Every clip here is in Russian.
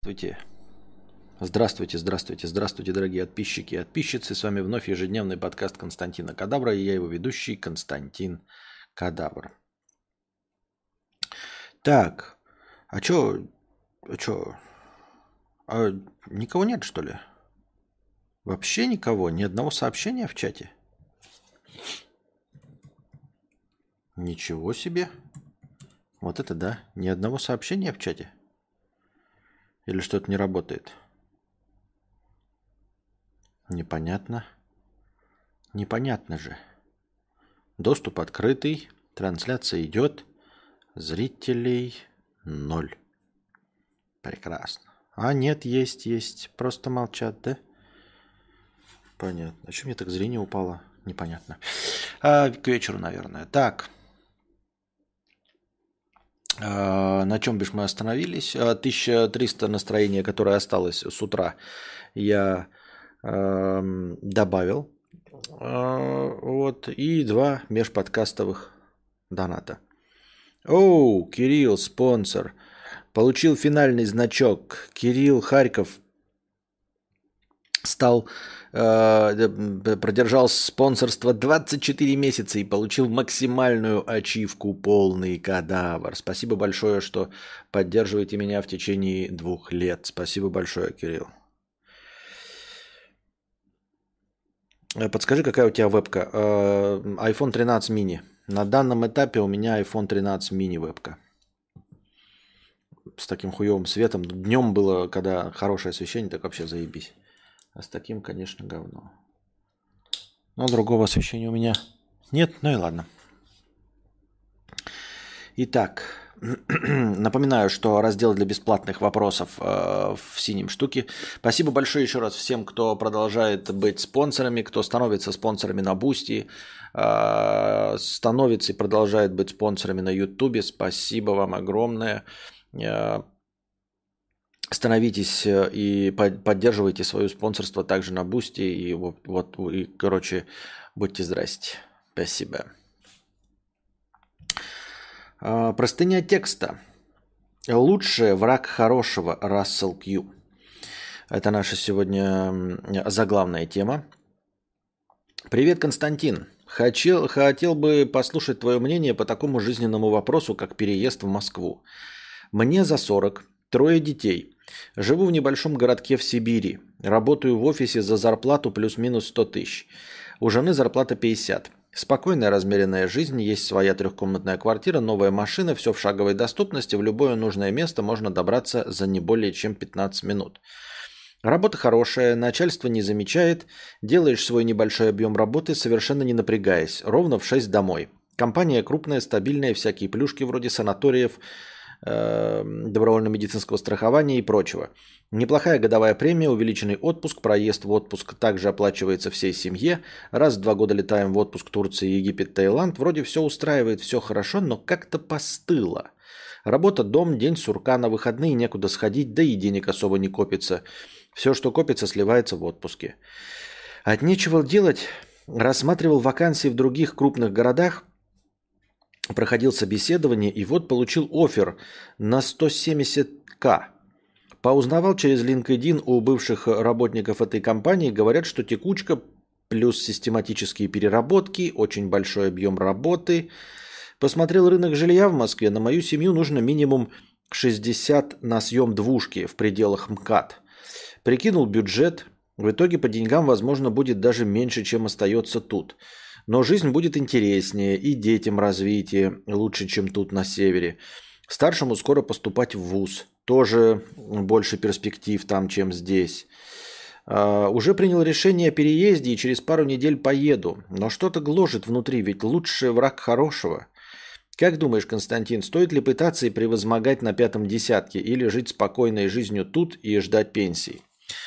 Здравствуйте. Здравствуйте, здравствуйте, здравствуйте, дорогие подписчики и подписчицы. С вами вновь ежедневный подкаст Константина Кадавра, и я его ведущий Константин Кадавр. Так, а чё, никого нет, что ли? Вообще никого? Ни одного сообщения в чате? Ничего себе. Вот это да, ни одного сообщения в чате. Или что-то не работает? Непонятно. Непонятно же. Доступ открытый. Трансляция идет. Зрителей 0. Прекрасно. А нет, есть. Просто молчат, да? Понятно. А что мне так зрение упало? Непонятно. К вечеру, наверное. Так. На чем бишь мы остановились? 1300 настроения, которое осталось с утра, я добавил. Вот. И 2 межподкастовых доната. Оу, Кирилл, спонсор. Получил финальный значок. Кирилл Харьков продержал спонсорство 24 месяца и получил максимальную ачивку «Полный кадавр». Спасибо большое, что поддерживаете меня в течение 2 лет. Спасибо большое, Кирилл. Подскажи, какая у тебя вебка? iPhone 13 mini. На данном этапе у меня iPhone 13 mini вебка. С таким хуевым светом. Днем было, когда хорошее освещение, так вообще заебись. А с таким, конечно, говно. Но другого освещения у меня нет. Ну и ладно. Итак, напоминаю, что раздел для бесплатных вопросов в синем штуке. Спасибо большое еще раз всем, кто продолжает быть спонсорами, кто становится спонсорами на Бусти, становится и продолжает быть спонсорами на Ютубе. Спасибо вам огромное. Становитесь и поддерживайте свое спонсорство также на Бусти. И короче, будьте здрасте. Спасибо. Простыня текста. Лучший враг хорошего Рассел Кью. Это наша сегодня заглавная тема. Привет, Константин. Хотел бы послушать твое мнение по такому жизненному вопросу, как переезд в Москву. Мне за 40, 3 детей. Живу в небольшом городке в Сибири. Работаю в офисе за зарплату плюс-минус 100 тысяч. У жены зарплата 50. Спокойная, размеренная жизнь, есть своя 3-комнатная квартира, новая машина, все в шаговой доступности, в любое нужное место можно добраться за не более чем 15 минут. Работа хорошая, начальство не замечает, делаешь свой небольшой объем работы, совершенно не напрягаясь, ровно в 6 домой. Компания крупная, стабильная, всякие плюшки вроде санаториев, добровольного медицинского страхования и прочего. Неплохая годовая премия, увеличенный отпуск, проезд в отпуск также оплачивается всей семье. Раз в 2 года летаем в отпуск Турция, Египет, Таиланд. Вроде все устраивает, все хорошо, но как-то постыло. Работа, дом, день сурка, на выходные некуда сходить, да и денег особо не копится. Все, что копится, сливается в отпуске. От нечего делать, рассматривал вакансии в других крупных городах, проходил собеседование и вот получил оффер на 170к. Поузнавал через LinkedIn у бывших работников этой компании, говорят, что текучка плюс систематические переработки, очень большой объем работы. Посмотрел рынок жилья в Москве, на мою семью нужно минимум 60 на съем двушки в пределах МКАД. Прикинул бюджет, в итоге по деньгам, возможно, будет даже меньше, чем остается тут. Но жизнь будет интереснее, и детям развитие лучше, чем тут на севере. Старшему скоро поступать в вуз. Тоже больше перспектив там, чем здесь. Уже принял решение о переезде и через пару недель поеду. Но что-то гложет внутри, ведь лучший враг хорошего. Как думаешь, Константин, стоит ли пытаться и превозмогать на 5-м десятке или жить спокойной жизнью тут и ждать пенсии?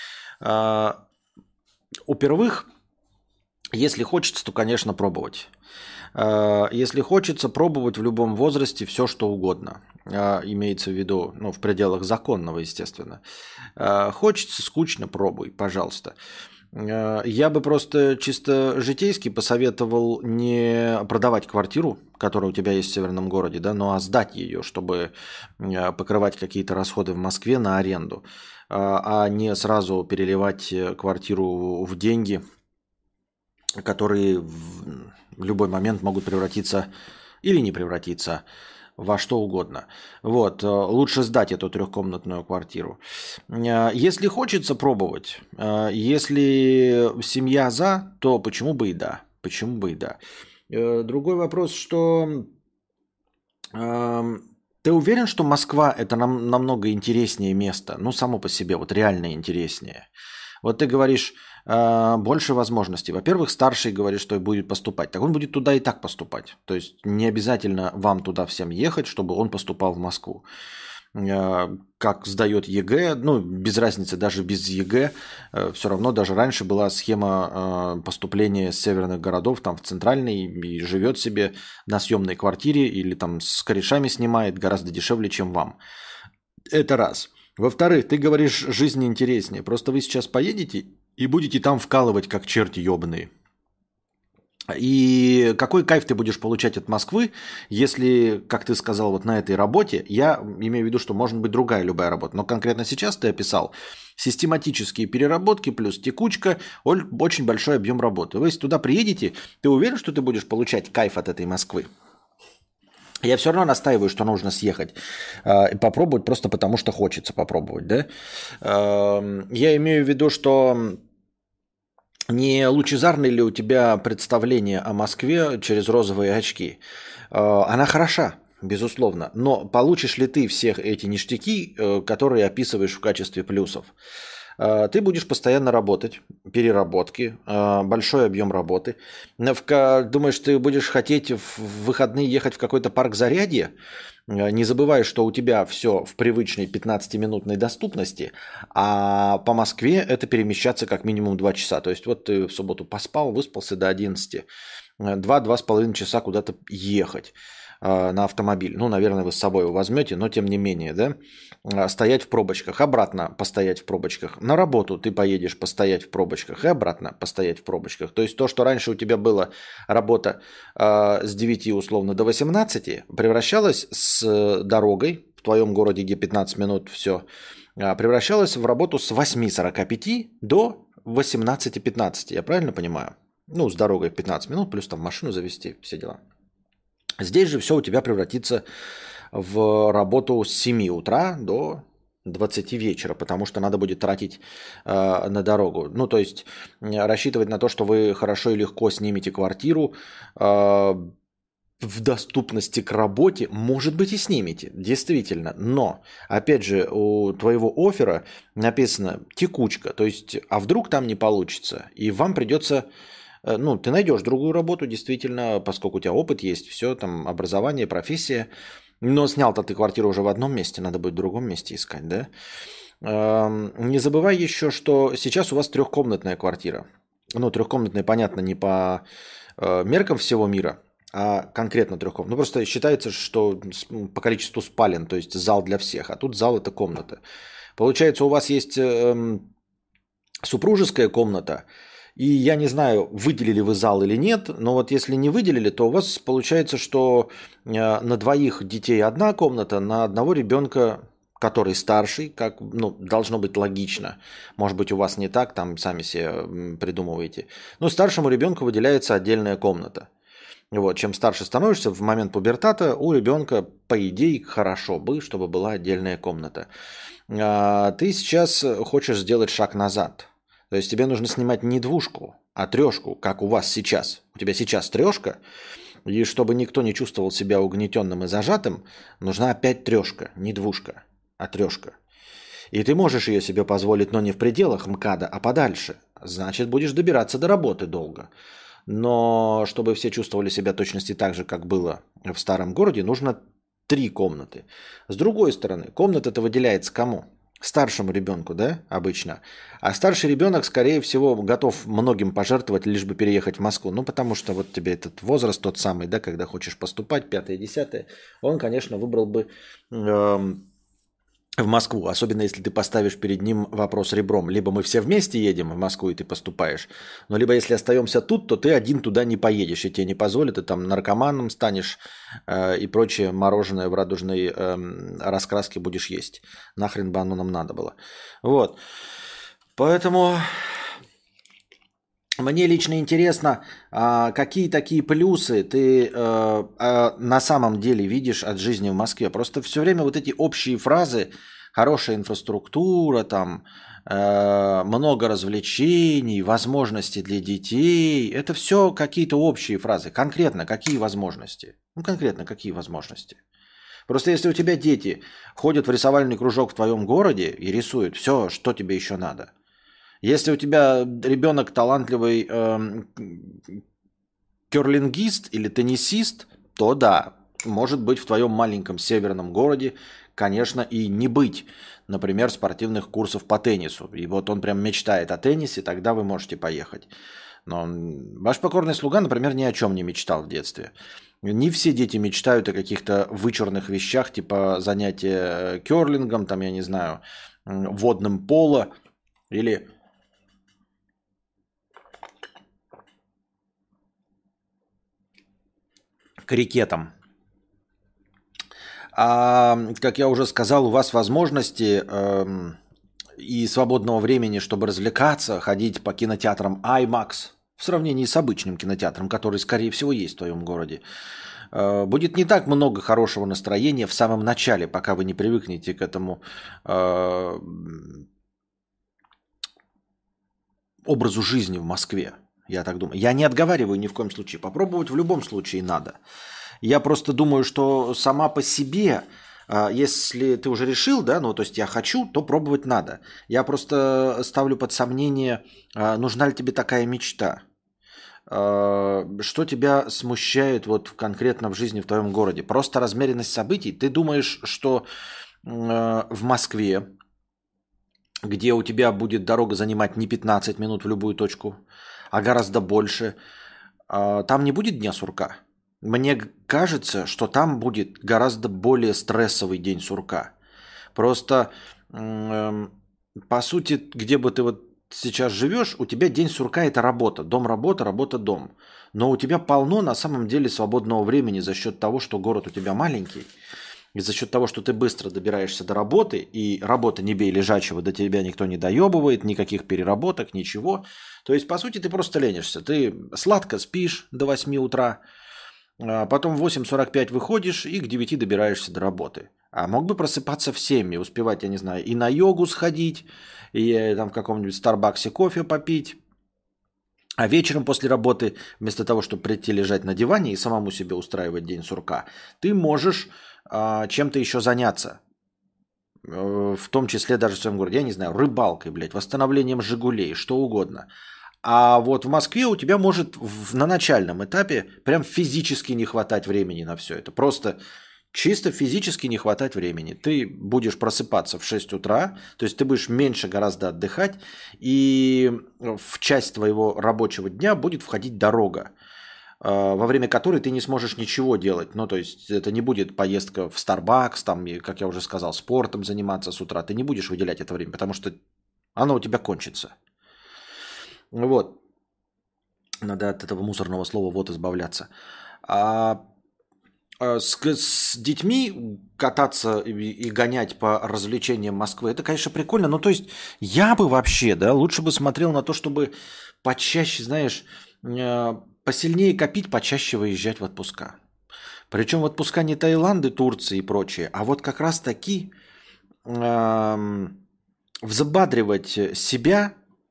Упервых, если хочется, то, конечно, пробовать. Если хочется пробовать в любом возрасте все, что угодно. Имеется в виду, в пределах законного, естественно. Хочется, скучно, пробуй, пожалуйста. Я бы просто чисто житейски посоветовал не продавать квартиру, которая у тебя есть в северном городе, да, но сдать ее, чтобы покрывать какие-то расходы в Москве на аренду, а не сразу переливать квартиру в деньги, которые в любой момент могут превратиться или не превратиться во что угодно. Вот, лучше сдать эту трехкомнатную квартиру. Если хочется пробовать, если семья за, то почему бы и да? Почему бы и да? Другой вопрос, что ты уверен, что Москва это намного интереснее место? Ну, само по себе, вот реально интереснее. Вот ты говоришь, больше возможностей. Во-первых, старший говорит, что будет поступать. Так он будет туда и так поступать. То есть не обязательно вам туда всем ехать, чтобы он поступал в Москву. Как сдает ЕГЭ, ну, без разницы, даже без ЕГЭ, все равно даже раньше была схема поступления с северных городов там в центральный и живет себе на съемной квартире или там с корешами снимает гораздо дешевле, чем вам. Это раз. Во-вторых, ты говоришь, жизнь интереснее. Просто вы сейчас поедете и будете там вкалывать, как черти ебаные. И какой кайф ты будешь получать от Москвы, если, как ты сказал, вот на этой работе, я имею в виду, что может быть другая любая работа, но конкретно сейчас ты описал систематические переработки плюс текучка, очень большой объем работы. Вы если туда приедете, ты уверен, что ты будешь получать кайф от этой Москвы? Я все равно настаиваю, что нужно съехать и попробовать просто потому, что хочется попробовать. Да? Я имею в виду, что не лучезарное ли у тебя представление о Москве через розовые очки? Она хороша, безусловно, но получишь ли ты всех эти ништяки, которые описываешь в качестве плюсов? Ты будешь постоянно работать, переработки, большой объем работы. Думаешь, ты будешь хотеть в выходные ехать в какой-то парк Зарядье, не забывай, что у тебя все в привычной 15-минутной доступности, а по Москве это перемещаться как минимум 2 часа. То есть вот ты в субботу поспал, выспался до 11, 2-2,5 часа куда-то ехать на автомобиль. Ну, наверное, вы с собой его возьмете, но тем не менее, да, стоять в пробочках, обратно постоять в пробочках. На работу ты поедешь постоять в пробочках и обратно постоять в пробочках. То есть то, что раньше у тебя была работа с 9 условно до 18, превращалось с дорогой в твоем городе, где 15 минут все, превращалось в работу с 8:45 до 18:15. Я правильно понимаю? Ну, с дорогой 15 минут, плюс там машину завести, все дела. Здесь же все у тебя превратится в работу с 7 утра до 20 вечера, потому что надо будет тратить на дорогу. Ну, то есть рассчитывать на то, что вы хорошо и легко снимете квартиру в доступности к работе, может быть, и снимете, действительно. Но, опять же, у твоего оффера написано текучка, то есть, а вдруг там не получится, и вам придется... Ну, ты найдешь другую работу, действительно, поскольку у тебя опыт есть, все, там, образование, профессия. Но снял-то ты квартиру уже в одном месте, надо будет в другом месте искать, да? Не забывай еще, что сейчас у вас трехкомнатная квартира. Ну, трехкомнатная, понятно, не по меркам всего мира, а конкретно трехкомнатная. Ну, просто считается, что по количеству спален, то есть зал для всех, а тут зал – это комната. Получается, у вас есть супружеская комната, и я не знаю, выделили вы зал или нет, но вот если не выделили, то у вас получается, что на двоих детей одна комната, на одного ребенка, который старший, как ну, должно быть логично. Может быть, у вас не так, там сами себе придумываете. Но старшему ребенку выделяется отдельная комната. Вот, чем старше становишься, в момент пубертата у ребенка, по идее, хорошо бы, чтобы была отдельная комната. Ты сейчас хочешь сделать шаг назад. То есть тебе нужно снимать не двушку, а трешку, как у вас сейчас. У тебя сейчас трешка, и чтобы никто не чувствовал себя угнетенным и зажатым, нужна опять трешка, не двушка, а трешка. И ты можешь ее себе позволить, но не в пределах МКАДа, а подальше. Значит, будешь добираться до работы долго. Но чтобы все чувствовали себя точности так же, как было в старом городе, нужно 3 комнаты. С другой стороны, комната-то выделяется кому? Старшему ребенку, да, обычно. А старший ребенок, скорее всего, готов многим пожертвовать, лишь бы переехать в Москву. Ну, потому что вот тебе этот возраст тот самый, да, когда хочешь поступать, 5-10, он, конечно, выбрал бы в Москву, особенно если ты поставишь перед ним вопрос ребром. Либо мы все вместе едем в Москву, и ты поступаешь, но либо если остаемся тут, то ты один туда не поедешь, и тебе не позволят, ты там наркоманом станешь и прочее мороженое в радужной раскраске будешь есть. Нахрен бы оно нам надо было. Вот. Поэтому мне лично интересно, какие такие плюсы ты на самом деле видишь от жизни в Москве. Просто все время вот эти общие фразы, хорошая инфраструктура, там много развлечений, возможности для детей, это все какие-то общие фразы. Конкретно какие возможности? Ну, конкретно какие возможности? Просто если у тебя дети ходят в рисовальный кружок в твоем городе и рисуют, все, что тебе еще надо? Если у тебя ребенок талантливый керлингист или теннисист, то да, может быть в твоем маленьком северном городе, конечно, и не быть, например, спортивных курсов по теннису. И вот он прям мечтает о теннисе, тогда вы можете поехать. Но ваш покорный слуга, например, ни о чем не мечтал в детстве. Не все дети мечтают о каких-то вычурных вещах, типа занятия керлингом, там, я не знаю, водным поло или крикетом. А, как я уже сказал, у вас возможности и свободного времени, чтобы развлекаться, ходить по кинотеатрам IMAX в сравнении с обычным кинотеатром, который, скорее всего, есть в твоем городе, будет не так много хорошего настроения в самом начале, пока вы не привыкнете к этому образу жизни в Москве. Я так думаю. Я не отговариваю ни в коем случае. Попробовать в любом случае надо. Я просто думаю, что сама по себе, если ты уже решил, да, ну то есть я хочу, то пробовать надо. Я просто ставлю под сомнение, нужна ли тебе такая мечта. Что тебя смущает вот конкретно в жизни в твоем городе? Просто размеренность событий? Ты думаешь, что в Москве, где у тебя будет дорога занимать не 15 минут в любую точку, а гораздо больше, там не будет дня сурка? Мне кажется, что там будет гораздо более стрессовый день сурка. Просто, по сути, где бы ты вот сейчас живешь, у тебя день сурка – это работа. Дом-работа, работа-дом. Но у тебя полно на самом деле свободного времени за счет того, что город у тебя маленький. И за счет того, что ты быстро добираешься до работы, и работа не бей лежачего, до тебя никто не доебывает, никаких переработок, ничего. То есть, по сути, ты просто ленишься. Ты сладко спишь до 8 утра, потом в 8:45 выходишь и к 9 добираешься до работы. А мог бы просыпаться в 7 и успевать, я не знаю, и на йогу сходить, и там в каком-нибудь Старбаксе кофе попить. А вечером после работы, вместо того, чтобы прийти лежать на диване и самому себе устраивать день сурка, ты можешь чем-то еще заняться. В том числе даже в своем городе, я не знаю, рыбалкой, блядь, восстановлением «Жигулей», что угодно. А вот в Москве у тебя может на начальном этапе прям физически не хватать времени на все это. Просто чисто физически не хватать времени. Ты будешь просыпаться в 6 утра, то есть ты будешь меньше гораздо отдыхать, и в часть твоего рабочего дня будет входить дорога, во время которой ты не сможешь ничего делать. Ну, то есть это не будет поездка в Starbucks, там, и, как я уже сказал, спортом заниматься с утра. Ты не будешь выделять это время, потому что оно у тебя кончится. Вот. Надо от этого мусорного слова вот избавляться. С детьми кататься и гонять по развлечениям Москвы, это, конечно, прикольно. Но то есть я бы вообще, да, лучше бы смотрел на то, чтобы почаще, знаешь, посильнее копить, почаще выезжать в отпуска. Причем в отпуска не Таиланды, Турции и прочее, а вот как раз таки взбадривать себя,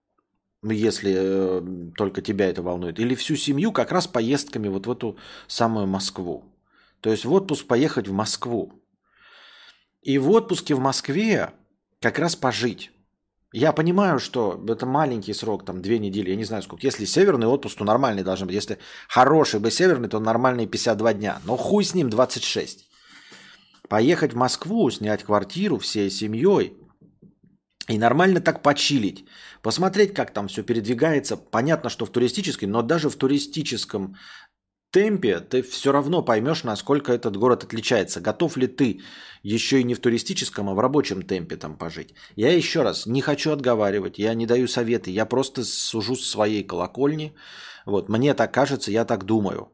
если только тебя это волнует, или всю семью как раз поездками вот в эту самую Москву. То есть в отпуск поехать в Москву. И в отпуске в Москве как раз пожить. Я понимаю, что это маленький срок, там 2 недели, я не знаю сколько. Если северный отпуск, то нормальный должен быть. Если хороший бы северный, то нормальные 52 дня. Но хуй с ним 26. Поехать в Москву, снять квартиру всей семьей и нормально так почилить. Посмотреть, как там все передвигается. Понятно, что в туристическом, но даже в туристическом темпе ты все равно поймешь, насколько этот город отличается. Готов ли ты еще и не в туристическом, а в рабочем темпе там пожить? Я еще раз не хочу отговаривать, я не даю советы, я просто сужу с своей колокольни. Вот, мне так кажется, я так думаю.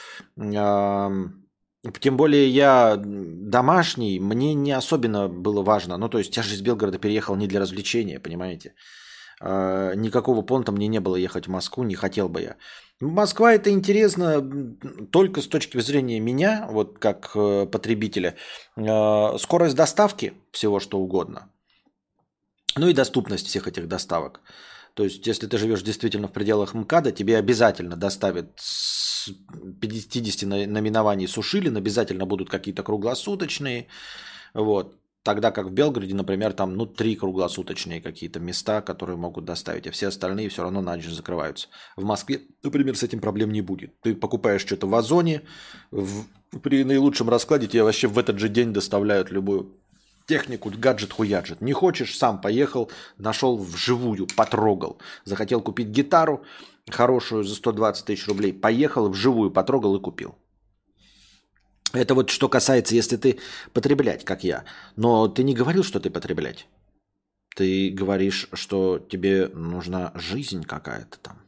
Тем более я домашний, мне не особенно было важно. Ну, то есть я же из Белгорода переехал не для развлечения, понимаете? Никакого понта мне не было ехать в Москву, не хотел бы я. Москва это интересно только с точки зрения меня, вот как потребителя. Скорость доставки всего что угодно. Ну и доступность всех этих доставок. То есть, если ты живешь действительно в пределах МКАДа, тебе обязательно доставят с 50 наименований сушилин, обязательно будут какие-то круглосуточные. Вот. Тогда как в Белгороде, например, там 3 круглосуточные какие-то места, которые могут доставить, а все остальные все равно на ночь закрываются. В Москве, например, с этим проблем не будет. Ты покупаешь что-то в Озоне, при наилучшем раскладе тебе вообще в этот же день доставляют любую технику, гаджет-хуяджет. Не хочешь, сам поехал, нашел вживую, потрогал. Захотел купить гитару хорошую за 120 тысяч рублей, поехал, вживую потрогал и купил. Это вот что касается, если ты потреблять, как я. Но ты не говорил, что ты потреблять. Ты говоришь, что тебе нужна жизнь какая-то там.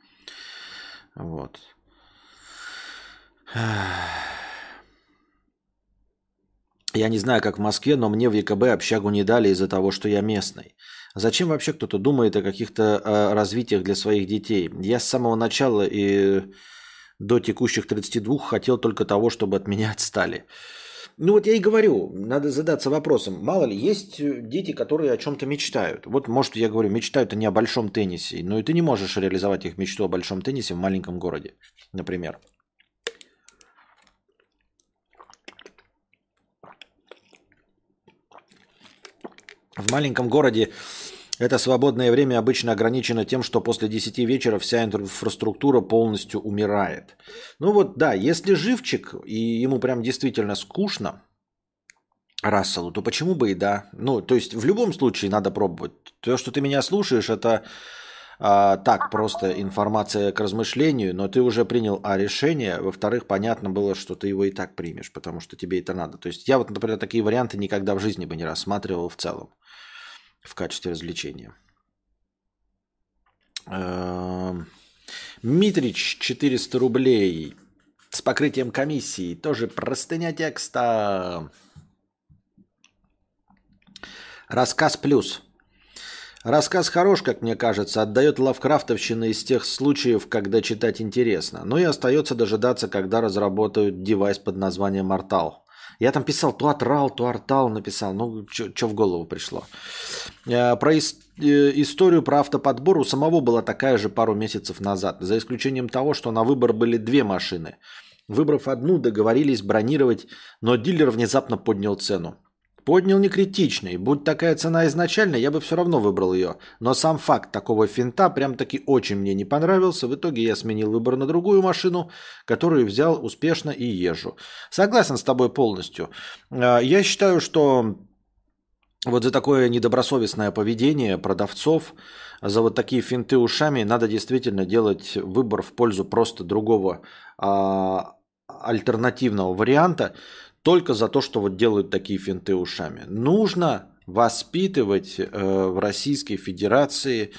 Вот. Я не знаю, как в Москве, но мне в ЕКБ общагу не дали из-за того, что я местный. Зачем вообще кто-то думает о каких-то развитиях для своих детей? Я с самого начала и до текущих 32 хотел только того, чтобы от меня отстали. Ну вот я и говорю, надо задаться вопросом. Мало ли, есть дети, которые о чем-то мечтают. Вот, может, я говорю, мечтают они о большом теннисе, но и ты не можешь реализовать их мечту о большом теннисе в маленьком городе, например. В маленьком городе это свободное время обычно ограничено тем, что после 10 вечера вся инфраструктура полностью умирает. Ну вот да, если живчик, и ему прям действительно скучно, Расселу, то почему бы и да? Ну, то есть в любом случае надо пробовать. То, что ты меня слушаешь, это так, просто информация к размышлению, но ты уже принял решение. Во-вторых, понятно было, что ты его и так примешь, потому что тебе это надо. То есть я вот, например, такие варианты никогда в жизни бы не рассматривал в целом в качестве развлечения. Митрич, 400 рублей с покрытием комиссии. Тоже простыня текста. Рассказ плюс. Рассказ хорош, как мне кажется, отдает лавкрафтовщины из тех случаев, когда читать интересно. Но и остается дожидаться, когда разработают девайс под названием Артал. Я там писал то Атрал, то Артал написал. Ну, что в голову пришло. Про историю про автоподбор у самого была такая же пару месяцев назад. За исключением того, что на выбор были 2 машины. Выбрав одну, договорились бронировать, но дилер внезапно поднял цену. Поднял не критичный. Будь такая цена изначально, я бы все равно выбрал ее. Но сам факт такого финта прям-таки очень мне не понравился. В итоге я сменил выбор на другую машину, которую взял успешно и езжу. Согласен с тобой полностью. Я считаю, что вот за такое недобросовестное поведение продавцов, за вот такие финты ушами надо действительно делать выбор в пользу просто другого альтернативного варианта, только за то, что вот делают такие финты ушами. Нужно воспитывать в Российской Федерации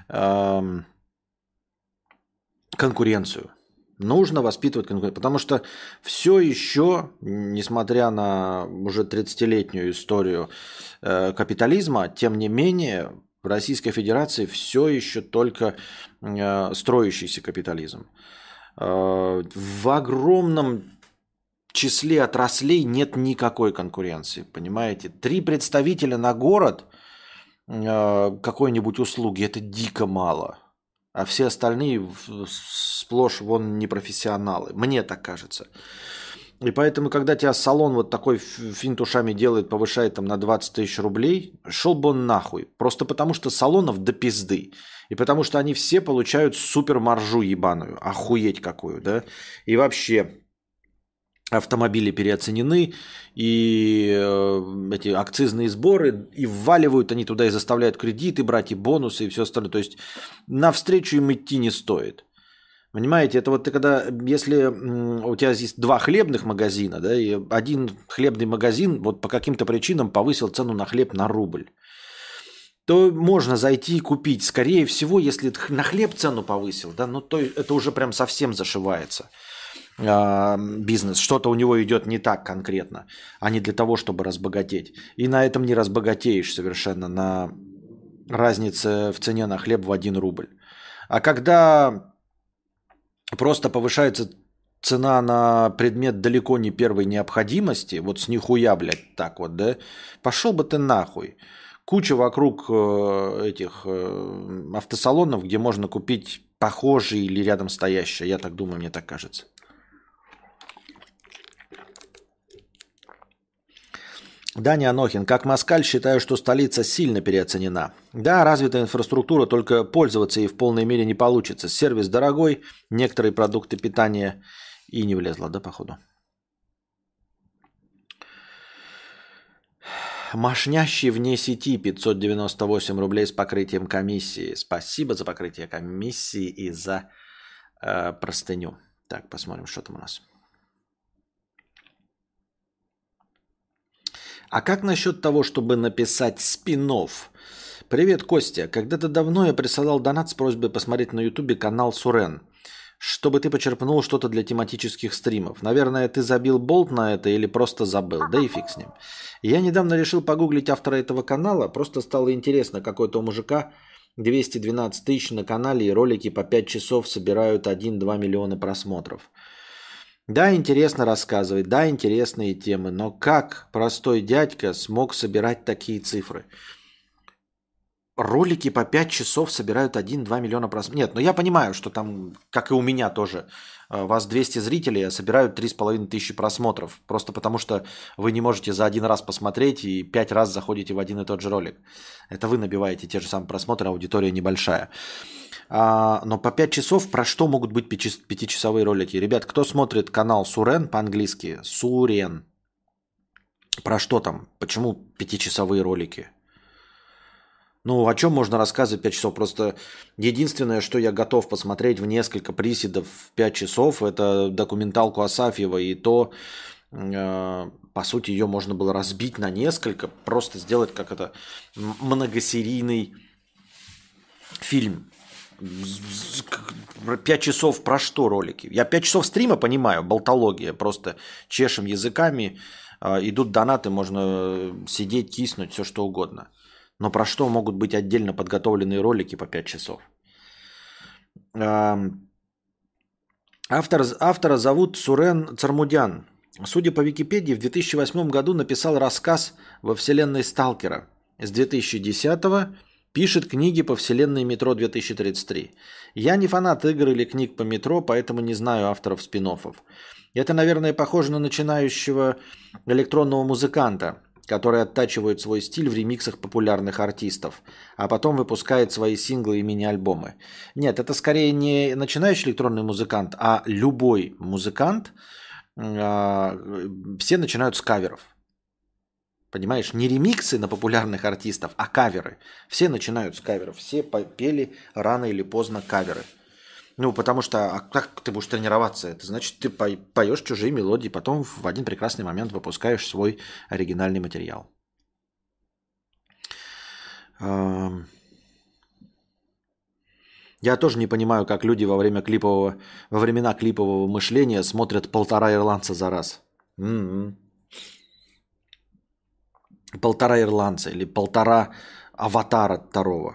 конкуренцию. Нужно воспитывать конкуренцию. Потому что все еще, несмотря на уже 30-летнюю историю капитализма, тем не менее в Российской Федерации все еще только строящийся капитализм. В огромном числе отраслей нет никакой конкуренции, понимаете? 3 представителя на город какой-нибудь услуги – это дико мало. А все остальные сплошь вон непрофессионалы. Мне так кажется. И поэтому, когда тебя салон вот такой финт ушами делает, повышает там на 20 тысяч рублей, шел бы он нахуй. Просто потому, что салонов до пизды. И потому, что они все получают супер маржу ебаную. Охуеть какую, да? И вообще автомобили переоценены, и эти акцизные сборы, и вваливают они туда и заставляют кредиты брать, и бонусы, и все остальное. То есть навстречу им идти не стоит. Понимаете, это вот ты когда, если у тебя есть два хлебных магазина, да, и один хлебный магазин вот по каким-то причинам повысил цену на хлеб на рубль, то можно зайти и купить. Скорее всего, если на хлеб цену повысил, да, ну то это уже прям совсем зашивается бизнес. Что-то у него идет не так конкретно, а не для того, чтобы разбогатеть. И на этом не разбогатеешь совершенно, на разнице в цене на хлеб в 1 рубль. А когда просто повышается цена на предмет далеко не первой необходимости, вот с нихуя, блядь, так вот, да, пошел бы ты нахуй. Куча вокруг этих автосалонов, где можно купить похожие или рядом стоящие. Я так думаю, мне так кажется. Даня Анохин. Как москаль считаю, что столица сильно переоценена. Да, развитая инфраструктура, только пользоваться ей в полной мере не получится. Сервис дорогой, некоторые продукты питания и не влезло, да, походу. Мошнящий вне сети 598 рублей с покрытием комиссии. Спасибо за покрытие комиссии и за простыню. Так, посмотрим, что там у нас. А как насчет того, чтобы написать спин-офф? Привет, Костя. Когда-то давно я присылал донат с просьбой посмотреть на ютубе канал Сурен, чтобы ты почерпнул что-то для тематических стримов. Наверное, ты забил болт на это или просто забыл, да и фиг с ним. Я недавно решил погуглить автора этого канала, просто стало интересно, какой-то у мужика 212 тысяч на канале и ролики по 5 часов собирают 1-2 миллиона просмотров. Да, интересно рассказывать, да, интересные темы, но как простой дядька смог собирать такие цифры? Ролики по 5 часов собирают 1-2 миллиона просмотров. Нет, но я понимаю, что там, как и у меня тоже, вас 200 зрителей, а собирают 3500 просмотров. Просто потому, что вы не можете за один раз посмотреть и 5 раз заходите в один и тот же ролик. Это вы набиваете те же самые просмотры, аудитория небольшая. Но по 5 часов про что могут быть 5-часовые ролики? Ребят, кто смотрит канал Сурен по-английски? Сурен. Про что там? Почему 5-часовые ролики? Ну, о чем можно рассказывать 5 часов? Просто единственное, что я готов посмотреть в несколько приседов в 5 часов, это документалку Асафьева. И то, по сути, ее можно было разбить на несколько, просто сделать как это многосерийный фильм. 5 часов про что ролики? Я 5 часов стрима понимаю, болтология, просто чешем языками, идут донаты, можно сидеть, киснуть, все что угодно. Но про что могут быть отдельно подготовленные ролики по 5 часов? Автора зовут Сурен Цармудян. Судя по Википедии, в 2008 году написал рассказ во вселенной Сталкера. С 2010 пишет книги по вселенной Метро 2033. Я не фанат игр или книг по Метро, поэтому не знаю авторов спин-оффов. Это, наверное, похоже на начинающего электронного музыканта, который оттачивает свой стиль в ремиксах популярных артистов, а потом выпускает свои синглы и мини-альбомы. Нет, это скорее не начинающий электронный музыкант, а любой музыкант. Все начинают с каверов. Понимаешь, не ремиксы на популярных артистов, а каверы. Все начинают с каверов. Все пели рано или поздно каверы. Ну, потому что, а как ты будешь тренироваться? Это значит, ты поешь чужие мелодии, потом в один прекрасный момент выпускаешь свой оригинальный материал. Я тоже не понимаю, как люди во времена клипового мышления смотрят 1,5 ирландца за раз. 1,5 ирландца или 1,5 аватара второго.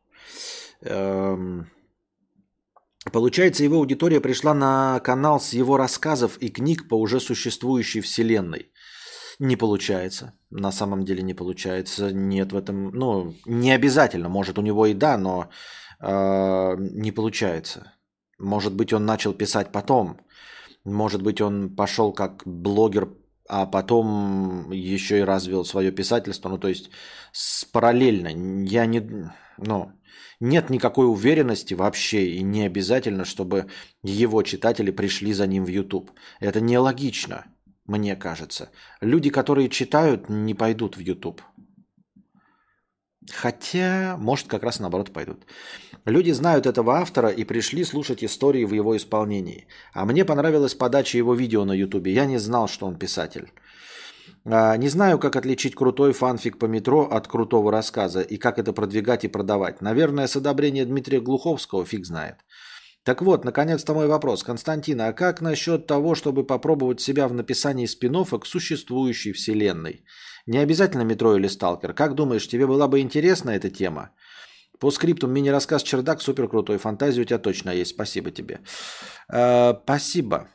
Получается, его аудитория пришла на канал с его рассказов и книг по уже существующей вселенной. Не получается. На самом деле не получается. Нет в этом... Ну, не обязательно. Может, у него и да, но не получается. Может быть, он начал писать потом. Может быть, он пошел как блогер, а потом еще и развил свое писательство. Ну, то есть, параллельно. Я не... Ну... Нет никакой уверенности вообще и не обязательно, чтобы его читатели пришли за ним в YouTube. Это нелогично, мне кажется. Люди, которые читают, не пойдут в YouTube. Хотя, может, как раз наоборот пойдут. Люди знают этого автора и пришли слушать истории в его исполнении. А мне понравилась подача его видео на Ютубе. Я не знал, что он писатель. Не знаю, как отличить крутой фанфик по метро от крутого рассказа и как это продвигать и продавать. Наверное, с одобрения Дмитрия Глуховского фиг знает. Так вот, наконец-то мой вопрос. Константин, а как насчет того, чтобы попробовать себя в написании спин-оффа к существующей вселенной? Не обязательно метро или сталкер. Как думаешь, тебе была бы интересна эта тема? По скрипту мини-рассказ «Чердак» супер крутой. Фантазия у тебя точно есть. Спасибо тебе. Спасибо.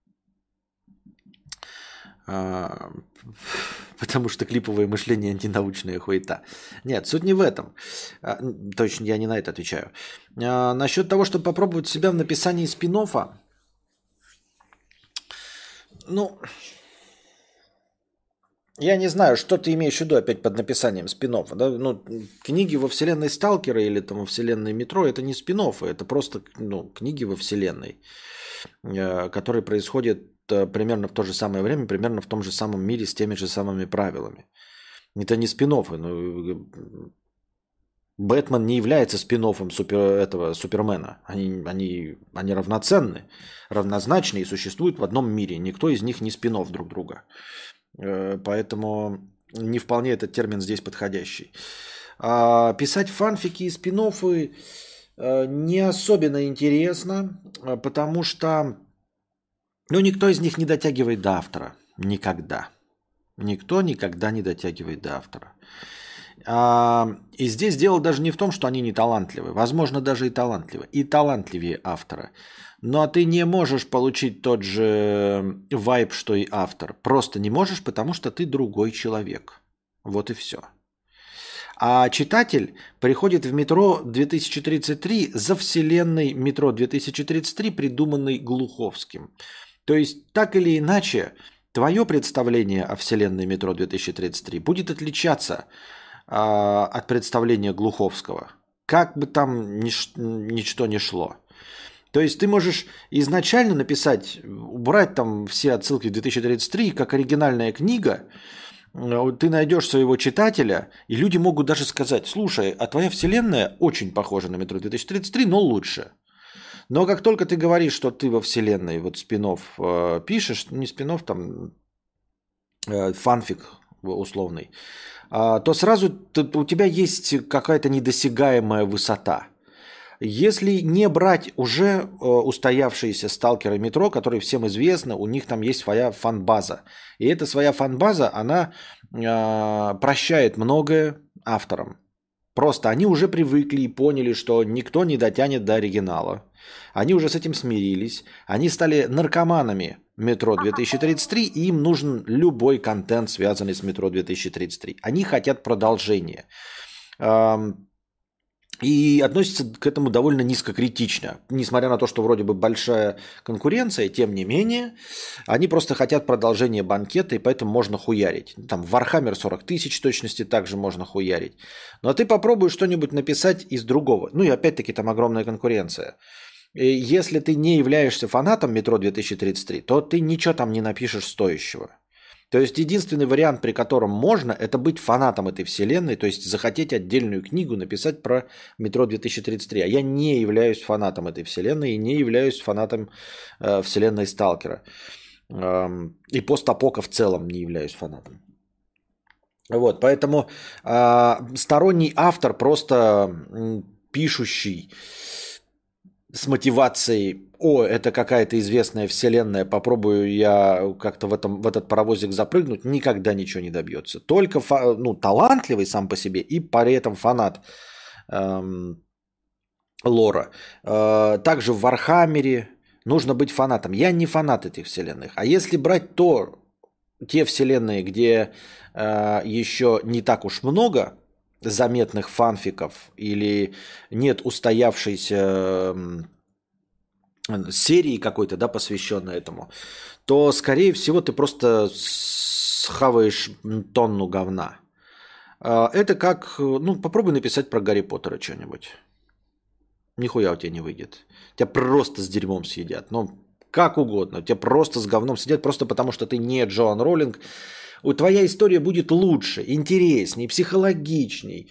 Потому что клиповое мышление антинаучная хуета. Нет, суть не в этом. Точно, я не на это отвечаю. Насчет того, чтобы попробовать себя в написании спин-оффа. Ну, я не знаю, что ты имеешь в виду опять под написанием спин-оффа. Да? Ну, книги во вселенной Сталкера или там во вселенной Метро — это не спин-оффы, это просто книги во вселенной, которые происходят примерно в то же самое время, примерно в том же самом мире с теми же самыми правилами. Это не спин-оффы. Бэтмен не является спин-оффом этого Супермена. Они равноценны, равнозначны и существуют в одном мире. Никто из них не спин-офф друг друга. Поэтому не вполне этот термин здесь подходящий. Писать фанфики и спин-оффы не особенно интересно, потому что никто из них не дотягивает до автора. Никогда. Никто никогда не дотягивает до автора. И здесь дело даже не в том, что они не талантливы. Возможно, даже и талантливы. И талантливее автора. Но ты не можешь получить тот же вайб, что и автор. Просто не можешь, потому что ты другой человек. Вот и все. А читатель приходит в метро 2033 за вселенной метро 2033, придуманной Глуховским. То есть, так или иначе, твое представление о вселенной метро 2033 будет отличаться от представления Глуховского. Как бы там ничто ни шло. То есть ты можешь изначально написать, убрать там все отсылки в 2033, как оригинальная книга, ты найдешь своего читателя, и люди могут даже сказать: слушай, а твоя вселенная очень похожа на метро 2033, но лучше. Но как только ты говоришь, что ты во вселенной вот спин-офф пишешь, не спин-офф, там фанфик условный, то сразу у тебя есть какая-то недосягаемая высота. Если не брать уже устоявшиеся сталкеры метро, которые всем известны, у них там есть своя фан-база. И эта своя фан-база, она прощает многое авторам. Просто они уже привыкли и поняли, что никто не дотянет до оригинала. Они уже с этим смирились. Они стали наркоманами метро 2033, и им нужен любой контент, связанный с метро 2033. Они хотят продолжения. И относятся к этому довольно низкокритично. Несмотря на то, что вроде бы большая конкуренция, тем не менее, они просто хотят продолжения банкета, и поэтому можно хуярить. Там в Warhammer 40 тысяч точности также можно хуярить. Но ты попробуй что-нибудь написать из другого. Ну и опять-таки там огромная конкуренция. И если ты не являешься фанатом метро 2033, то ты ничего там не напишешь стоящего. То есть единственный вариант, при котором можно, это быть фанатом этой вселенной, то есть захотеть отдельную книгу написать про метро 2033. А я не являюсь фанатом этой вселенной и не являюсь фанатом вселенной Сталкера. И постапока в целом не являюсь фанатом. Вот, поэтому сторонний автор, просто пишущий с мотивацией: это какая-то известная вселенная, попробую я как-то в этот паровозик запрыгнуть, никогда ничего не добьется. Только талантливый сам по себе и при этом фанат лора. Также в Вархаммере нужно быть фанатом. Я не фанат этих вселенных. А если брать те вселенные, где еще не так уж много заметных фанфиков или нет устоявшейся серии какой-то, да, посвященной этому, то, скорее всего, ты просто схаваешь тонну говна. Это как, попробуй написать про Гарри Поттера что-нибудь. Нихуя у тебя не выйдет. Тебя просто с дерьмом съедят. Как угодно. Тебя просто с говном съедят, просто потому что ты не Джоан Роулинг. Твоя история будет лучше, интересней, психологичней,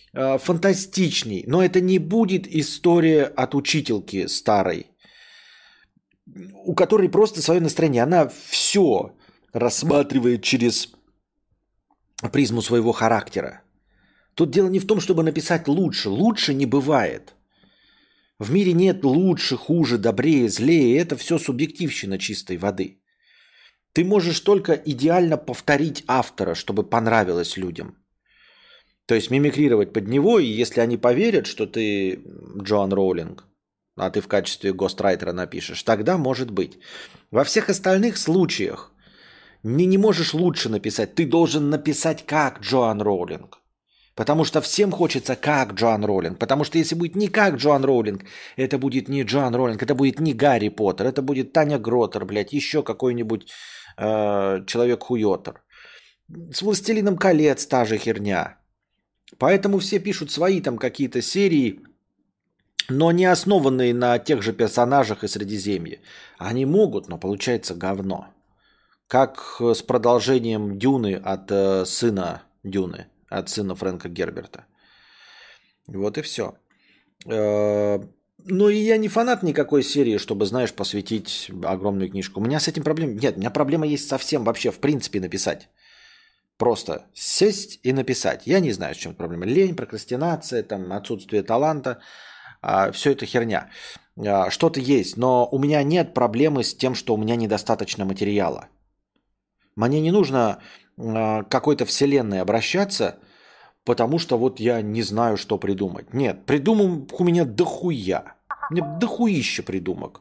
фантастичней, но это не будет история от учительки старой, у которой просто свое настроение. Она все рассматривает через призму своего характера. Тут дело не в том, чтобы написать лучше. Лучше не бывает. В мире нет лучше, хуже, добрее, злее. Это все субъективщина чистой воды. Ты можешь только идеально повторить автора, чтобы понравилось людям. То есть мимикрировать под него, и если они поверят, что ты Джоан Роулинг, а ты в качестве гострайтера напишешь, тогда может быть. Во всех остальных случаях не можешь лучше написать. Ты должен написать как Джоан Роулинг. Потому что всем хочется как Джоан Роулинг. Потому что если будет не как Джоан Роулинг, это будет не Джоан Роулинг, это будет не Гарри Поттер, это будет Таня Гротер, блядь, еще какой-нибудь Человек-хуётер. С «Властелином колец» та же херня. Поэтому все пишут свои там какие-то серии, но не основанные на тех же персонажах и Средиземье. Они могут, но получается говно. Как с продолжением Дюны от сына Дюны, от сына Фрэнка Герберта. Вот и все. Ну и я не фанат никакой серии, чтобы, знаешь, посвятить огромную книжку. У меня с этим проблем нет. У меня проблема есть совсем вообще, в принципе, написать. Просто сесть и написать. Я не знаю, в чем проблема. Лень, прокрастинация, там, отсутствие таланта. Все это херня. Что-то есть, но у меня нет проблемы с тем, что у меня недостаточно материала. Мне не нужно к какой-то вселенной обращаться, потому что вот я не знаю, что придумать. Нет, придумок у меня дохуя. У меня дохуища придумок.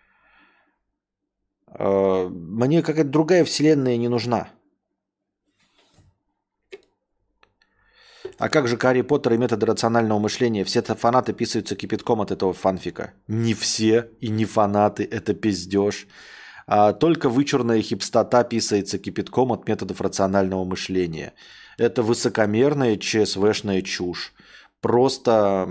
Мне какая-то другая вселенная не нужна. А как же Гарри Поттер и методы рационального мышления? Все фанаты писаются кипятком от этого фанфика. Не все и не фанаты, это пиздеж. Только вычурная хипстота писается кипятком от методов рационального мышления. Это высокомерная ЧСВшная чушь. Просто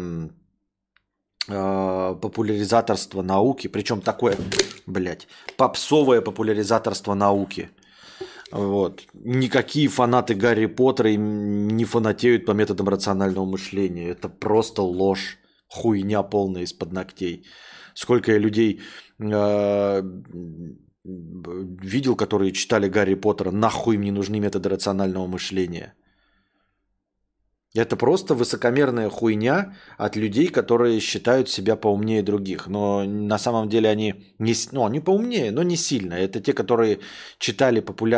популяризаторство науки. Причем такое, блядь, попсовое популяризаторство науки. Вот. Никакие фанаты Гарри Поттера не фанатеют по методам рационального мышления. Это просто ложь. Хуйня полная из-под ногтей. Сколько я людей видел, которые читали Гарри Поттера, нахуй им не нужны методы рационального мышления. Это просто высокомерная хуйня от людей, которые считают себя поумнее других. Но на самом деле они не, ну, они поумнее, но не сильно. Это те, которые читали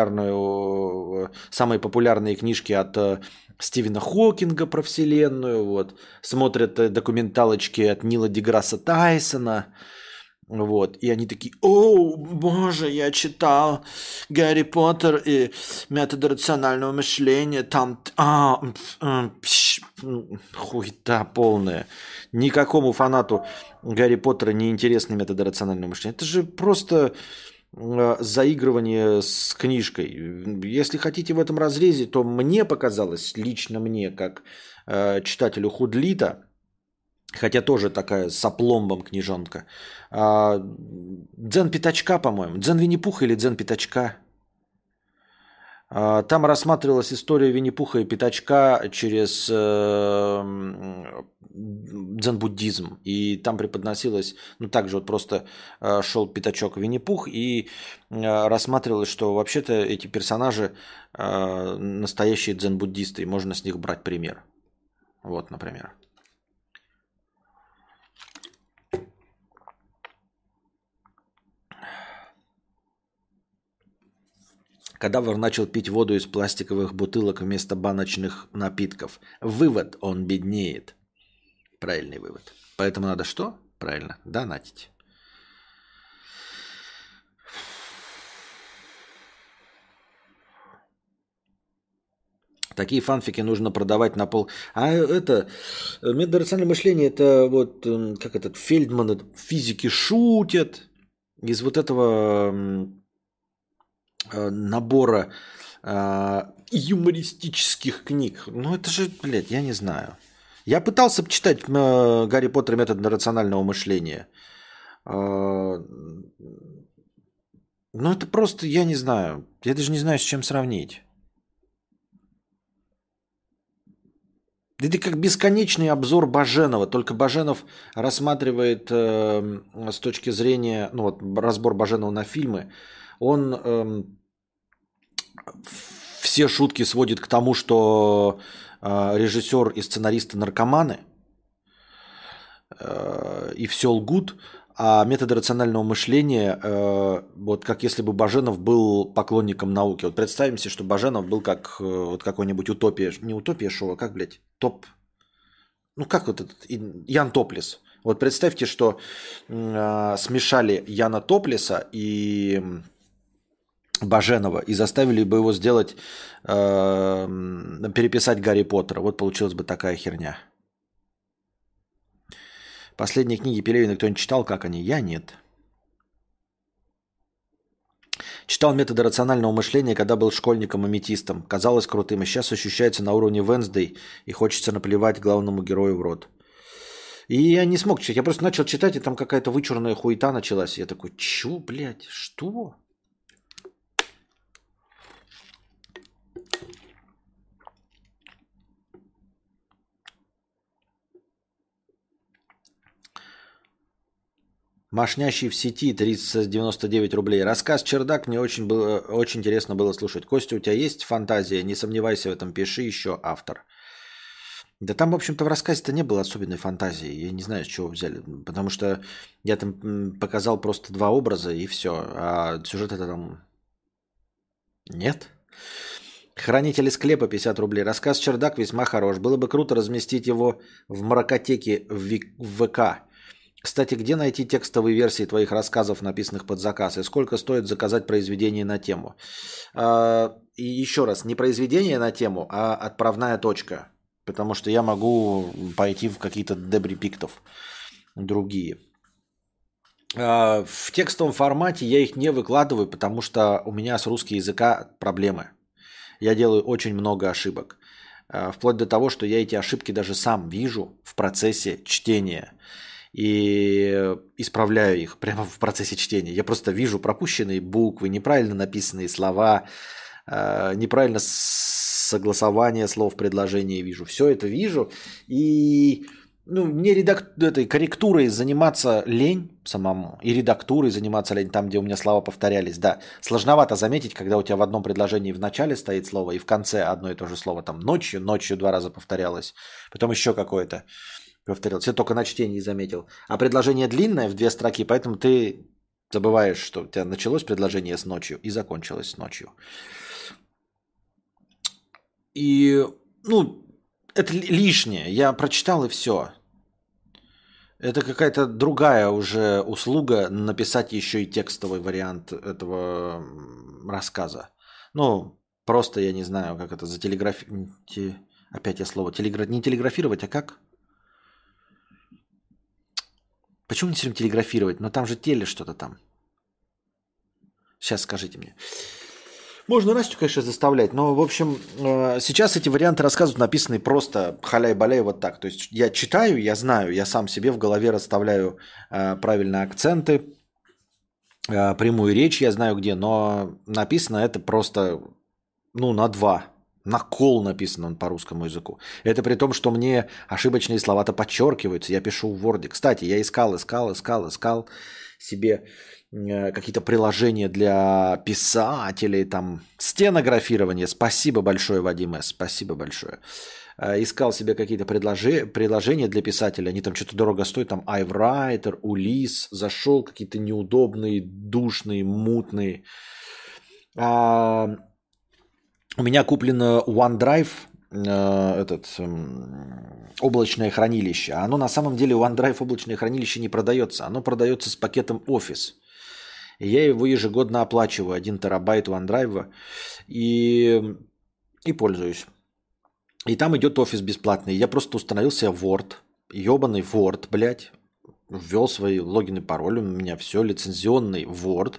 самые популярные книжки от Стивена Хокинга про Вселенную, вот, смотрят документалочки от Нила Деграсса Тайсона. Вот. И они такие: о, боже, я читал Гарри Поттер и методы рационального мышления. Там хуета полная. Никакому фанату Гарри Поттера не интересны методы рационального мышления. Это же просто заигрывание с книжкой. Если хотите в этом разрезе, то мне показалось, лично мне, как читателю Худлита, хотя тоже такая с опломбом книжонка. Дзен Пятачка, по-моему. Дзен Винни-Пуха или Дзен Пятачка. Там рассматривалась история Винни-Пуха и Пятачка через дзен-буддизм. И там преподносилось, ну также вот просто шел Пятачок Винни-Пух, и рассматривалось, что вообще-то эти персонажи настоящие дзен-буддисты, и можно с них брать пример. Вот, например. Кадавр начал пить воду из пластиковых бутылок вместо баночных напитков. Вывод: он беднеет. Правильный вывод. Поэтому надо что? Правильно, донатить. Такие фанфики нужно продавать на пол. А это метод рационального мышления, это вот как этот Фельдман, физики шутят из вот этого набора юмористических книг. Ну это же, блядь, я не знаю. Я пытался читать Гарри Поттер и метод рационального мышления. Но это просто, я не знаю. Я даже не знаю, с чем сравнить. Это как бесконечный обзор Баженова, только Баженов рассматривает с точки зрения, ну вот разбор Баженова на фильмы, он все шутки сводит к тому, что режиссер и сценаристы наркоманы, и все лгут, а методы рационального мышления, вот как если бы Баженов был поклонником науки. Вот представим себе, что Баженов был как вот какой-нибудь утопия, не утопия шоу, а как, блядь, топ, ну как вот этот, Ян Топлес. Вот представьте, что смешали Яна Топлеса и Баженова и заставили бы его сделать, переписать Гарри Поттера. Вот получилась бы такая херня. Последние книги Пелевина кто-нибудь читал, как они? Я нет. Читал методы рационального мышления, когда был школьником-аметистом. Казалось крутым, и сейчас ощущается на уровне Венсдей, и хочется наплевать главному герою в рот. И я не смог читать. Я просто начал читать, и там какая-то вычурная хуета началась. И я такой, чё, блядь, что? Машнящий в сети 399 рублей. Рассказ «Чердак» мне очень интересно было слушать. Костя, у тебя есть фантазия? Не сомневайся в этом, пиши еще, автор. Да там, в общем-то, в рассказе-то не было особенной фантазии. Я не знаю, с чего взяли. Потому что я там показал просто два образа и все. А сюжета там нет. Хранители склепа 50 рублей. Рассказ «Чердак» весьма хорош. Было бы круто разместить его в мракотеке в ВК. Кстати, где найти текстовые версии твоих рассказов, написанных под заказ? И сколько стоит заказать произведение на тему? И еще раз, не произведение на тему, а отправная точка. Потому что я могу пойти в какие-то дебри пиктов другие. В текстовом формате я их не выкладываю, потому что у меня с русским языка проблемы. Я делаю очень много ошибок. Вплоть до того, что я эти ошибки даже сам вижу в процессе чтения. И исправляю их прямо в процессе чтения. Я просто вижу пропущенные буквы, неправильно написанные слова, неправильно согласование слов в предложении вижу. Все это вижу. И мне этой корректурой заниматься лень самому. И редактурой заниматься лень там, где у меня слова повторялись. Да, сложновато заметить, когда у тебя в одном предложении в начале стоит слово, и в конце одно и то же слово. Там ночью 2 раза повторялось. Потом еще какое-то повторилось. Я только на чтении заметил. А предложение длинное в 2 строки, поэтому ты забываешь, что у тебя началось предложение с ночью и закончилось с ночью. И, это лишнее. Я прочитал и все. Это какая-то другая уже услуга написать еще и текстовый вариант этого рассказа. Просто я не знаю, как это Опять я слово. Не телеграфировать, а как? Почему не все время телеграфировать? Но там же что-то там. Сейчас скажите мне. Можно Настю, конечно, заставлять, но, в общем, сейчас эти варианты рассказов написаны просто халяй-баляй вот так. То есть я читаю, я знаю, я сам себе в голове расставляю правильные акценты, прямую речь я знаю где, но написано это просто, на 2. На кол написан он по русскому языку. Это при том, что мне ошибочные слова-то подчеркиваются. Я пишу в Word. Кстати, я искал себе какие-то приложения для писателей, там, стенографирование. Спасибо большое, Вадим С. Спасибо большое. Искал себе какие-то приложения для писателей. Они там что-то дорого стоят. Там iWriter, Улис. Зашел, какие-то неудобные, душные, мутные. У меня куплено OneDrive, облачное хранилище. Оно на самом деле, OneDrive облачное хранилище не продается. Оно продается с пакетом Office. И я его ежегодно оплачиваю. 1 терабайт OneDrive. И пользуюсь. И там идет Office бесплатный. Я просто установил себе Word. Ебаный Word, блядь. Ввел свои логин и пароль. У меня все. Лицензионный Word.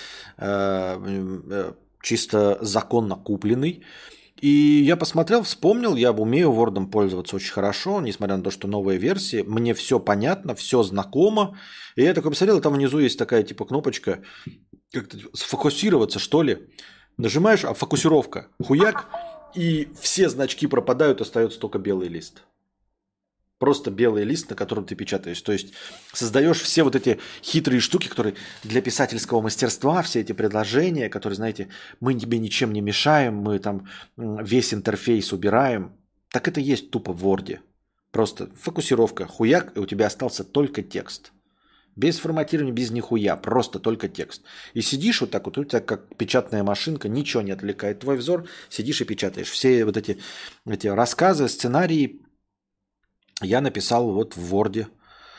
Чисто законно купленный. И я посмотрел, вспомнил, я умею Word пользоваться очень хорошо, несмотря на то, что новая версия. Мне все понятно, все знакомо. И я такой посмотрел, там внизу есть такая типа кнопочка, как-то сфокусироваться, что ли. Нажимаешь, а фокусировка, хуяк, И все значки пропадают, остается только белый лист. Просто белый лист, на котором ты печатаешь. То есть создаешь все вот эти хитрые штуки, которые для писательского мастерства, все эти предложения, которые, знаете, мы тебе ничем не мешаем, мы там весь интерфейс убираем. Так это есть тупо в Word. Просто фокусировка, хуяк, и у тебя остался только текст. Без форматирования, без нихуя, просто только текст. И сидишь вот так вот, у тебя как печатная машинка, ничего не отвлекает твой взор, сидишь и печатаешь. Все вот эти рассказы, сценарии я написал вот в Word.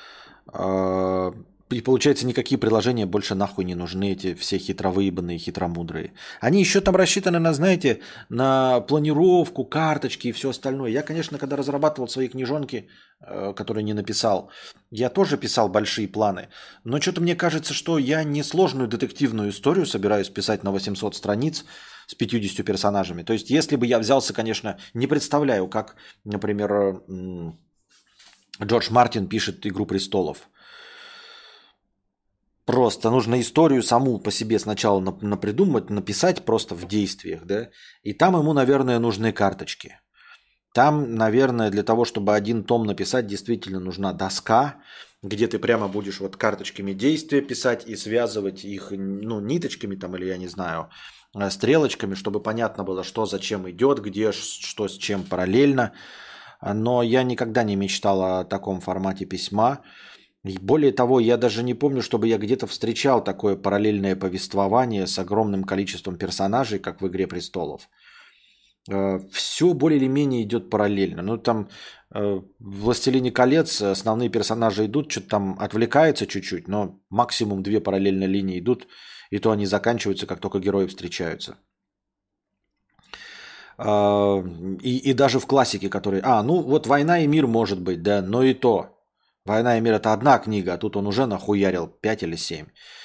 И получается, никакие приложения больше нахуй не нужны, эти все хитровыебанные, хитромудрые. Они еще там рассчитаны на, знаете, на планировку, карточки и все остальное. Я, конечно, когда разрабатывал свои книжонки, которые не написал, я тоже писал большие планы. Но что-то мне кажется, что я не сложную детективную историю собираюсь писать на 800 страниц с 50 персонажами. То есть, если бы я взялся, конечно, не представляю, как, например, Джордж Мартин пишет «Игру престолов». Просто нужно историю саму по себе сначала напридумать, написать просто в действиях, да. И там ему, наверное, нужны карточки. Там, наверное, для того, чтобы один том написать, действительно нужна доска, где ты прямо будешь вот карточками действия писать и связывать их, ну, ниточками там или, я не знаю, стрелочками, чтобы понятно было, что зачем идет, где, что с чем параллельно. Но я никогда не мечтал о таком формате письма. И более того, я даже не помню, чтобы я где-то встречал такое параллельное повествование с огромным количеством персонажей, как в «Игре престолов». Все более или менее идет параллельно. Ну, там в «Властелине колец» основные персонажи идут, что-то там отвлекаются чуть-чуть, но максимум 2 параллельные линии идут, и то они заканчиваются, как только герои встречаются. И даже в классике, который... ну вот «Война и мир» может быть, да, но и то. «Война и мир» — это одна книга, а тут он уже нахуярил 5 или 7.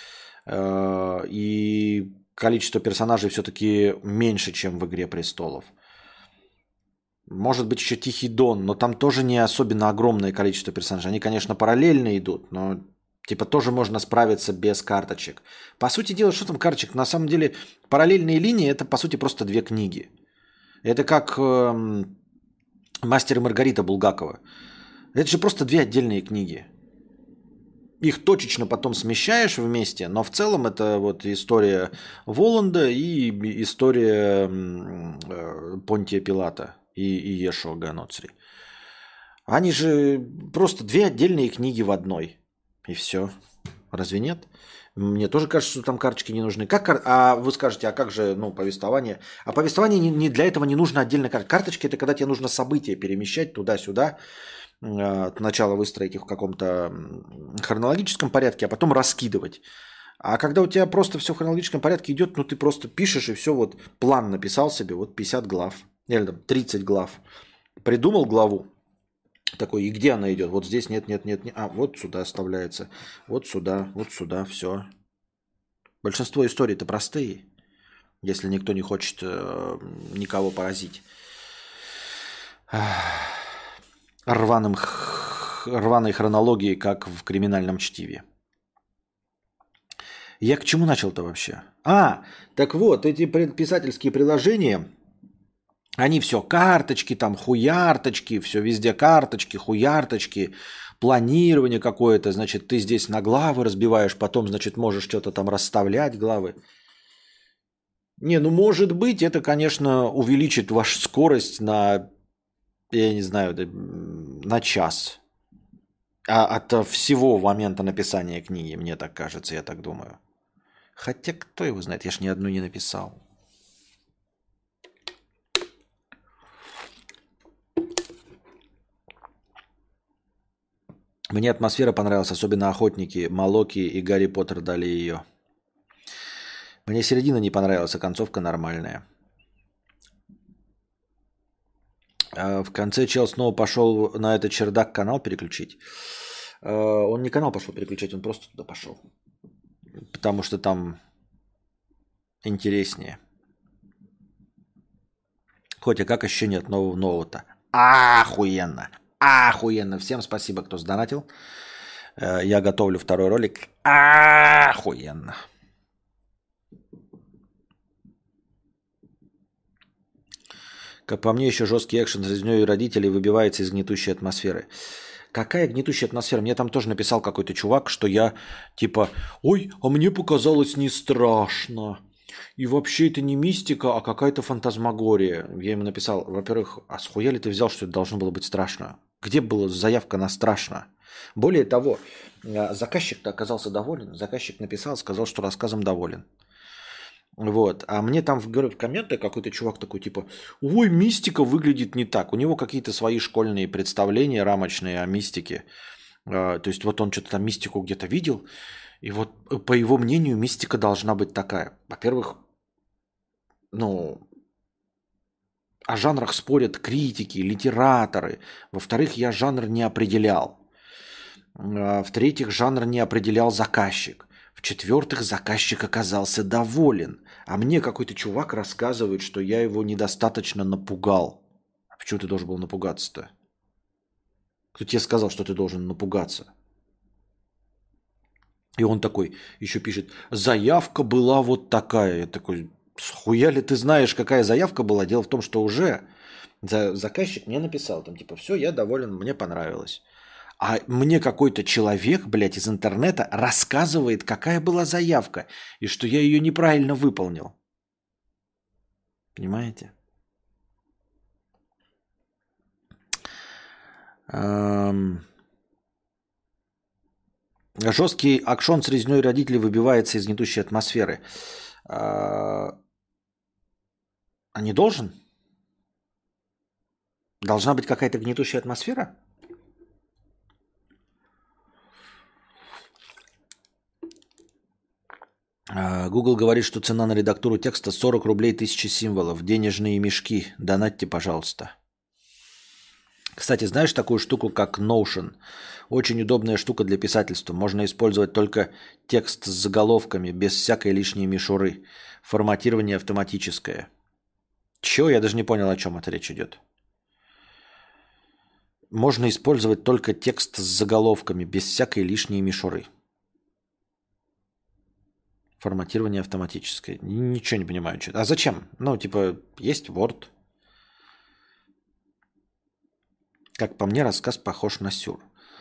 И количество персонажей все-таки меньше, чем в «Игре престолов». Может быть, еще «Тихий Дон», но там тоже не особенно огромное количество персонажей. Они, конечно, параллельно идут, но типа тоже можно справиться без карточек. По сути дела, что там карточек? На самом деле параллельные линии — это, по сути, просто 2 книги. Это как «Мастер и Маргарита» Булгакова. Это же просто 2 отдельные книги. Их точечно потом смещаешь вместе, но в целом это вот история Воланда и история Понтия Пилата и Иешуа Ганоцри. Они же просто 2 отдельные книги в одной. И все. Разве нет? Мне тоже кажется, что там карточки не нужны. А вы скажете, а как же повествование? А повествование не для этого не нужно отдельно карточки. Карточки — это когда тебе нужно события перемещать туда-сюда, сначала выстроить их в каком-то хронологическом порядке, а потом раскидывать. А когда у тебя просто все в хронологическом порядке идет, ты просто пишешь и все, вот план написал себе, вот 50 глав, или там 30 глав. Придумал главу, такой, и где она идет? Вот здесь нет. Вот сюда оставляется. Вот сюда, все. Большинство историй-то простые, если никто не хочет никого поразить рваной хронологией, как в «Криминальном чтиве». Я к чему начал-то вообще? Так вот, эти писательские приложения, они все карточки, там хуярточки, все везде карточки, хуярточки, планирование какое-то, значит, ты здесь на главы разбиваешь, потом, значит, можешь что-то там расставлять главы. Может быть, это, конечно, увеличит вашу скорость на, я не знаю, на час. От всего момента написания книги, мне так кажется, я так думаю. Хотя, кто его знает, я ж ни одну не написал. Мне атмосфера понравилась, особенно «Охотники», Малоки и Гарри Поттер дали ее. Мне середина не понравилась, а концовка нормальная. В конце чел снова пошел на этот чердак канал переключить. Он не канал пошел переключать, он просто туда пошел. Потому что там интереснее. Хотя как еще нет нового-то? Охуенно! Охуенно! Всем спасибо, кто сдонатил. Я готовлю второй ролик. Охуенно! Как по мне, еще жесткий экшен с резнёй родителей выбивается из гнетущей атмосферы. Какая гнетущая атмосфера? Мне там тоже написал какой-то чувак, что я типа, ой, а мне показалось не страшно. И вообще это не мистика, а какая-то фантазмагория. Я ему написал, во-первых, а схуя ли ты взял, что это должно было быть страшно? Где была заявка на страшно? Более того, заказчик-то оказался доволен. Заказчик написал, сказал, что рассказом доволен. Вот. А мне там в комменты какой-то чувак такой, типа, ой, мистика выглядит не так. У него какие-то свои школьные представления рамочные о мистике. То есть вот он что-то там мистику где-то видел. И вот по его мнению мистика должна быть такая. Во-первых, ну, о жанрах спорят критики, литераторы. Во-вторых, я жанр не определял. В-третьих, жанр не определял заказчик. В-четвертых, заказчик оказался доволен. А мне какой-то чувак рассказывает, что я его недостаточно напугал. А почему ты должен был напугаться-то? Кто тебе сказал, что ты должен напугаться? И он такой еще пишет, заявка была вот такая. Я такой, схуя ли ты знаешь, какая заявка была? Дело в том, что уже заказчик мне написал, там типа, все, я доволен, мне понравилось. А мне какой-то человек, блядь, из интернета рассказывает, какая была заявка, и что я ее неправильно выполнил. Понимаете? Жесткий акшон с резней родителей выбивается из гнетущей атмосферы. А не должен? Должна быть какая-то гнетущая атмосфера? Google говорит, что цена на редактуру текста 40 рублей 1000 символов. Денежные мешки. Донатьте, пожалуйста. Кстати, знаешь такую штуку, как Notion? Очень удобная штука для писательства. Можно использовать только текст с заголовками, без всякой лишней мишуры. Форматирование автоматическое. Чего? Я даже не понял, о чем это речь идет. Можно использовать только текст с заголовками, без всякой лишней мишуры. Форматирование автоматическое. Ничего не понимаю. Что. А зачем? Ну, типа, есть Word. Как по мне, рассказ похож на сюр.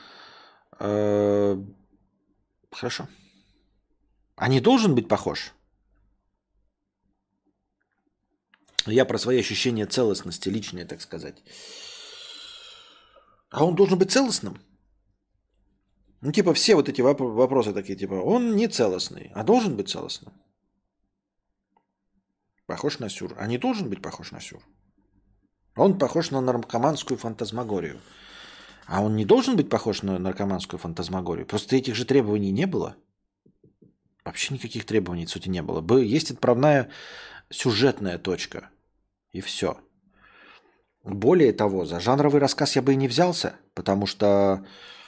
Хорошо. А не должен быть похож? Я про свои ощущения целостности, личные, так сказать. А он должен быть целостным? Ну, типа, все вот эти вопросы такие, типа, он не целостный, а должен быть целостным. Похож на сюр. А не должен быть похож на сюр? Он похож на наркоманскую фантазмагорию. А он не должен быть похож на наркоманскую фантазмагорию? Просто этих же требований не было. Вообще никаких требований, в сути, не было. Есть отправная сюжетная точка. И все. Более того, за жанровый рассказ я бы и не взялся, потому что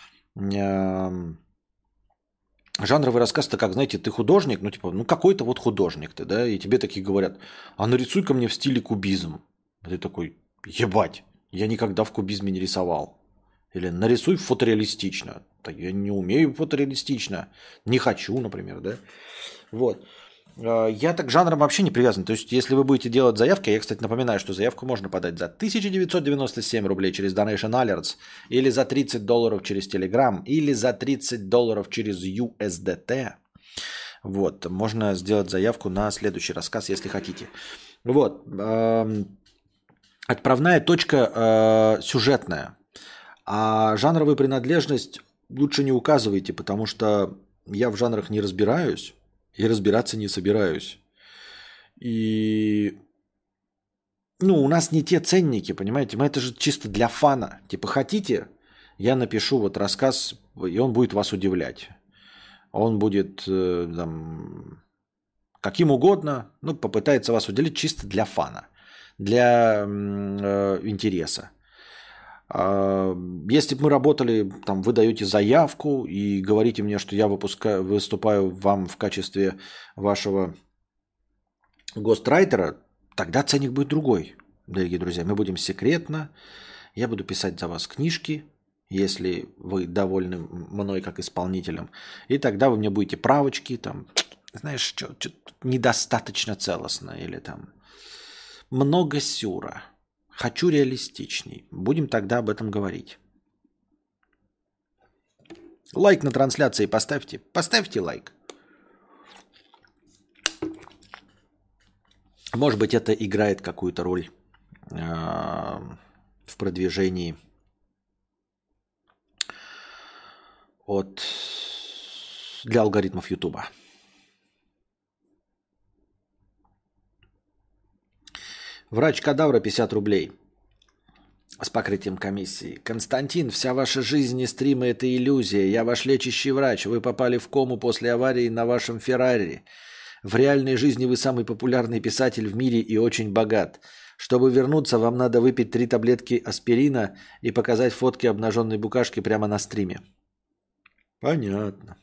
жанровый рассказ, это как, знаете, ты художник, ну, типа, ну, какой-то вот художник ты, да, и тебе такие говорят, а нарисуй-ка мне в стиле кубизм. А ты такой, ебать, я никогда в кубизме не рисовал. Или нарисуй фотореалистично. Так я не умею фотореалистично. Не хочу, например, да. Вот. Я так к жанрам вообще не привязан. То есть, если вы будете делать заявки, я, кстати, напоминаю, что заявку можно подать за 1997 рублей через Donation Alerts, или за $30 через Telegram, или за $30 через USDT. Вот. Можно сделать заявку на следующий рассказ, если хотите. Вот. Отправная точка сюжетная. А жанровую принадлежность лучше не указывайте, потому что я в жанрах не разбираюсь и разбираться не собираюсь. И у нас не те ценники, понимаете? Это же чисто для фана. Типа хотите, я напишу вот рассказ, и он будет вас удивлять. Он будет там, каким угодно, попытается вас удивить чисто для фана, для интереса. Если бы мы работали, там, вы даете заявку и говорите мне, что я выступаю вам в качестве вашего гострайтера, тогда ценник будет другой, дорогие друзья. Мы будем секретно, я буду писать за вас книжки, если вы довольны мной как исполнителем, и тогда вы мне будете правочки, там, знаешь, что недостаточно целостно, или там много сюра. Хочу реалистичней. Будем тогда об этом говорить. Лайк на трансляции поставьте. Поставьте лайк. Может быть, это играет какую-то роль в продвижении для алгоритмов Ютуба. Врач Кадавра 50 рублей с покрытием комиссии. Константин, вся ваша жизнь и стримы – это иллюзия. Я ваш лечащий врач. Вы попали в кому после аварии на вашем Феррари. В реальной жизни вы самый популярный писатель в мире и очень богат. Чтобы вернуться, вам надо выпить 3 таблетки аспирина и показать фотки обнаженной букашки прямо на стриме. Понятно.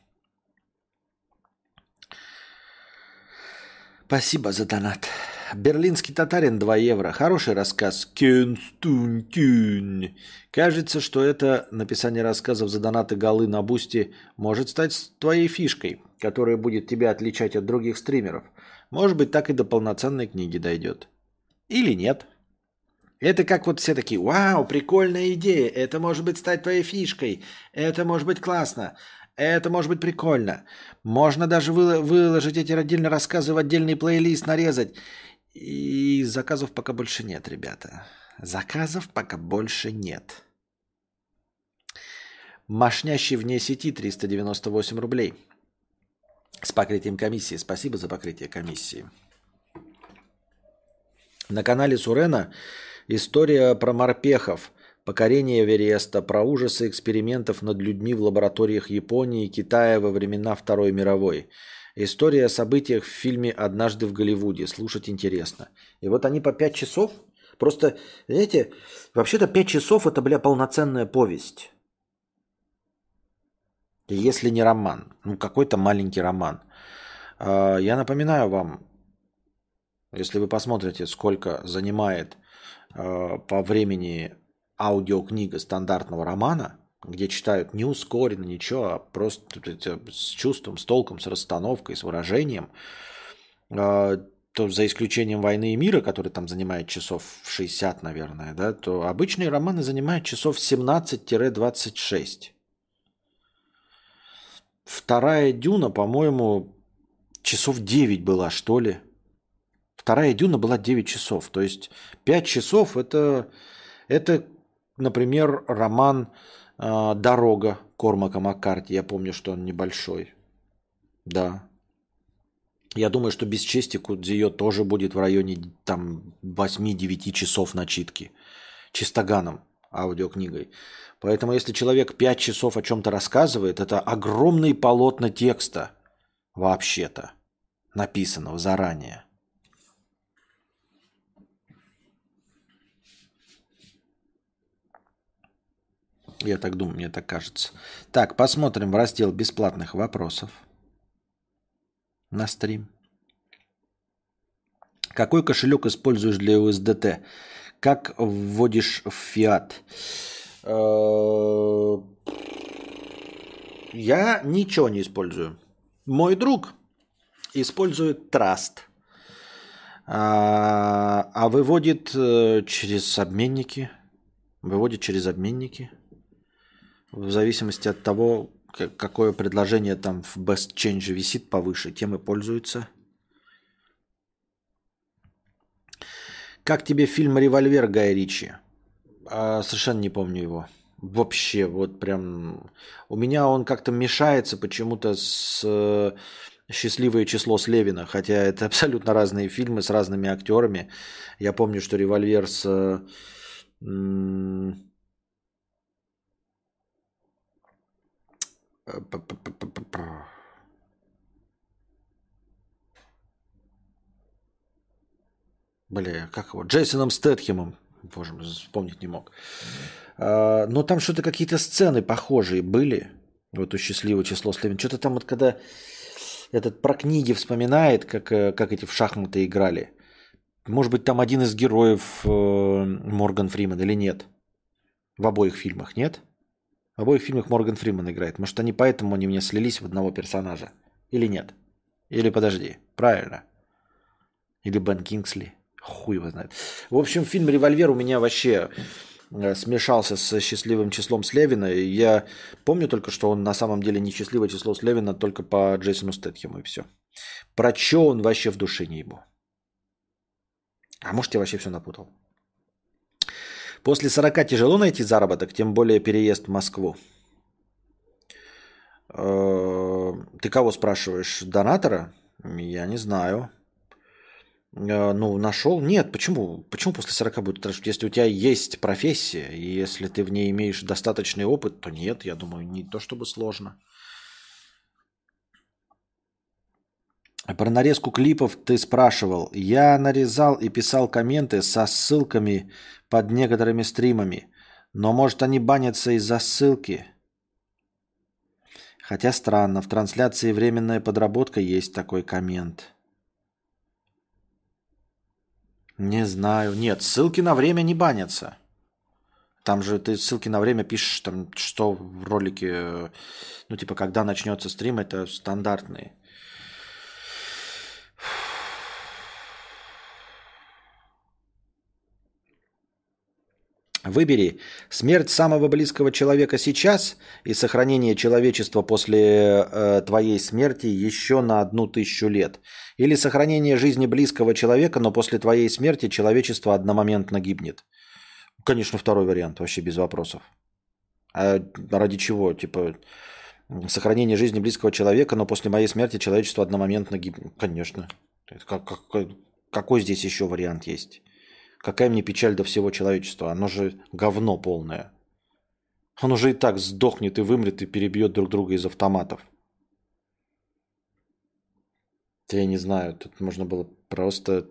Спасибо за донат. Берлинский татарин 2 евро. Хороший рассказ. Константин. Кажется, что это написание рассказов за донаты голы на бусти может стать твоей фишкой, которая будет тебя отличать от других стримеров. Может быть, так и до полноценной книги дойдет. Или нет. Это как вот все такие: вау, прикольная идея, это может быть стать твоей фишкой, это может быть классно, это может быть прикольно. Можно даже выложить эти отдельные рассказы в отдельный плейлист, нарезать. И заказов пока больше нет, ребята. Заказов пока больше нет. Мошнящий вне сети 398 рублей. С покрытием комиссии. Спасибо за покрытие комиссии. На канале Сурена история про морпехов, покорение Эвереста, про ужасы экспериментов над людьми в лабораториях Японии и Китая во времена Второй мировой. История о событиях в фильме «Однажды в Голливуде». Слушать интересно. И вот они по 5 часов. Просто, знаете, вообще-то 5 часов это, полноценная повесть. Если не роман. Ну, какой-то маленький роман. Я напоминаю вам, если вы посмотрите, сколько занимает по времени аудиокнига стандартного романа, где читают не ускоренно, ничего, а просто с чувством, с толком, с расстановкой, с выражением, то за исключением «Войны и мира», который там занимает часов 60, наверное, да, то обычные романы занимают часов 17-26. Вторая «Дюна», по-моему, часов 9 была, что ли. Вторая «Дюна» была 9 часов. То есть 5 часов это например, роман «Дорога» Кормака Маккарти. Я помню, что он небольшой. Да. Я думаю, что «Без чести» Кудзиё тоже будет в районе там 8-9 часов начитки. Чистоганом, аудиокнигой. Поэтому если человек 5 часов о чем-то рассказывает, это огромные полотна текста вообще-то, написанного заранее. Я так думаю, мне так кажется. Так, посмотрим в раздел бесплатных вопросов на стрим. Какой кошелек используешь для USDT? Как вводишь в фиат? Я ничего не использую. Мой друг использует Trust, а выводит через обменники. Выводит через обменники. В зависимости от того, какое предложение там в Best Change висит повыше, тем и пользуется. Как тебе фильм «Револьвер» Гая Ричи? Совершенно не помню его. Вообще, вот прям... У меня он как-то мешается почему-то с «Счастливое число Слевина», хотя это абсолютно разные фильмы с разными актерами. Я помню, что «Револьвер» с... Бля, как его? Джейсоном Стэтхемом. Боже мой, вспомнить не мог. Но там что-то какие-то сцены похожие были. Вот у «Счастливое число Слевина». Что-то там вот когда этот про книги вспоминает, как эти в шахматы играли. Может быть, там один из героев Морган Фриман или нет? В обоих фильмах, нет? В обоих фильмах Морган Фриман играет. Может, они поэтому они мне слились в одного персонажа? Или нет? Или подожди, правильно. Или Бен Кингсли. Хуй его знает. В общем, фильм «Револьвер» у меня вообще смешался со счастливым числом Слевина. И я помню только, что он на самом деле не счастливое число Слевина, только по Джейсону Стэтхему и все. Про что он вообще в душе не ебу? А может, я вообще все напутал? После 40 тяжело найти заработок, тем более переезд в Москву. Ты кого спрашиваешь? Донатора? Я не знаю. Ну, нашел? Нет, почему? Почему после 40 будет спрашивать? Если у тебя есть профессия, и если ты в ней имеешь достаточный опыт, то нет, я думаю, не то чтобы сложно. Про нарезку клипов ты спрашивал. Я нарезал и писал комменты со ссылками под некоторыми стримами. Но может они банятся из-за ссылки? Хотя странно, в трансляции «Временная подработка» есть такой коммент. Не знаю. Нет, ссылки на время не банятся. Там же ты ссылки на время пишешь, там, что в ролике, ну, типа, когда начнется стрим, это стандартные. Выбери смерть самого близкого человека сейчас и сохранение человечества после твоей смерти еще на 1000 лет. Или сохранение жизни близкого человека, но после твоей смерти человечество одномоментно гибнет. Конечно, второй вариант, вообще без вопросов. А ради чего? Типа, сохранение жизни близкого человека, но после моей смерти человечество одномоментно гибнет. Конечно. Какой здесь еще вариант есть? Какая мне печаль до всего человечества? Оно же говно полное. Он уже и так сдохнет и вымрет и перебьет друг друга из автоматов. Я не знаю, тут можно было просто...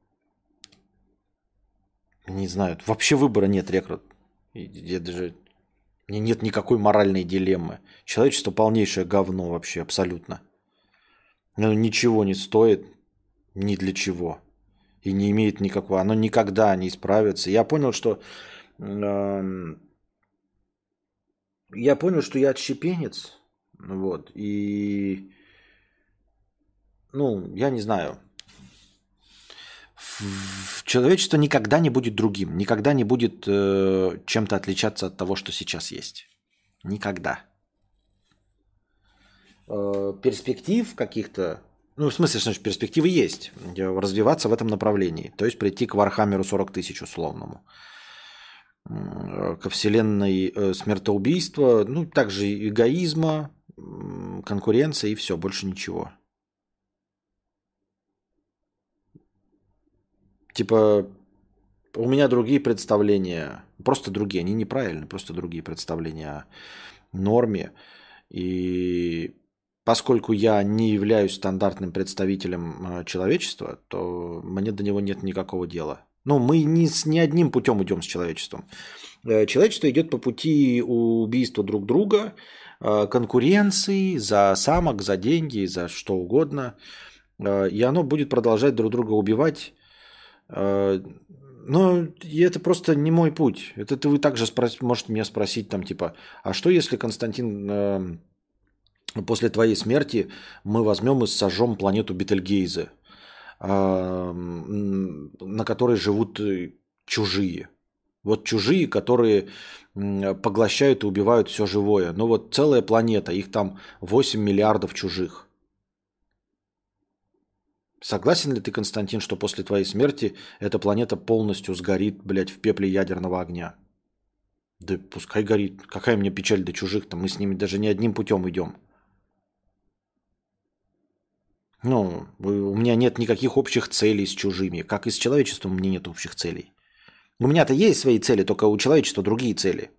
Не знаю, вообще выбора нет, рекрут. Я даже... Мне нет никакой моральной дилеммы. Человечество полнейшее говно вообще, абсолютно. Оно ничего не стоит ни для чего. И не имеет никакого... Оно никогда не исправится. Я понял, что... Я понял, что я отщепенец. Вот. И... Ну, я не знаю. Человечество никогда не будет другим. Никогда не будет чем-то отличаться от того, что сейчас есть. Никогда. Перспектив каких-то... Ну, в смысле, что перспективы есть. Развиваться в этом направлении. То есть прийти к Вархаммеру 40 тысяч условному. Ко вселенной смертоубийства. Ну, также эгоизма, конкуренция и все. Больше ничего. Типа, у меня другие представления. Просто другие. Они неправильные. Просто другие представления о норме. И... Поскольку я не являюсь стандартным представителем человечества, то мне до него нет никакого дела. Ну, мы не одним путем идем с человечеством. Человечество идет по пути убийства друг друга, конкуренции за самок, за деньги, за что угодно. И оно будет продолжать друг друга убивать. Но это просто не мой путь. Это вы также можете меня спросить, там, типа, а что если, Константин... После твоей смерти мы возьмем и сожжем планету Бетельгейзе, на которой живут чужие. Вот чужие, которые поглощают и убивают все живое. Ну вот целая планета, их там 8 миллиардов чужих. Согласен ли ты, Константин, что после твоей смерти эта планета полностью сгорит, блядь, в пепле ядерного огня? Да пускай горит. Какая мне печаль до чужих-то? Мы с ними даже не одним путем идем. Ну, у меня нет никаких общих целей с чужими. Как и с человечеством у меня нет общих целей. У меня-то есть свои цели, только у человечества другие цели.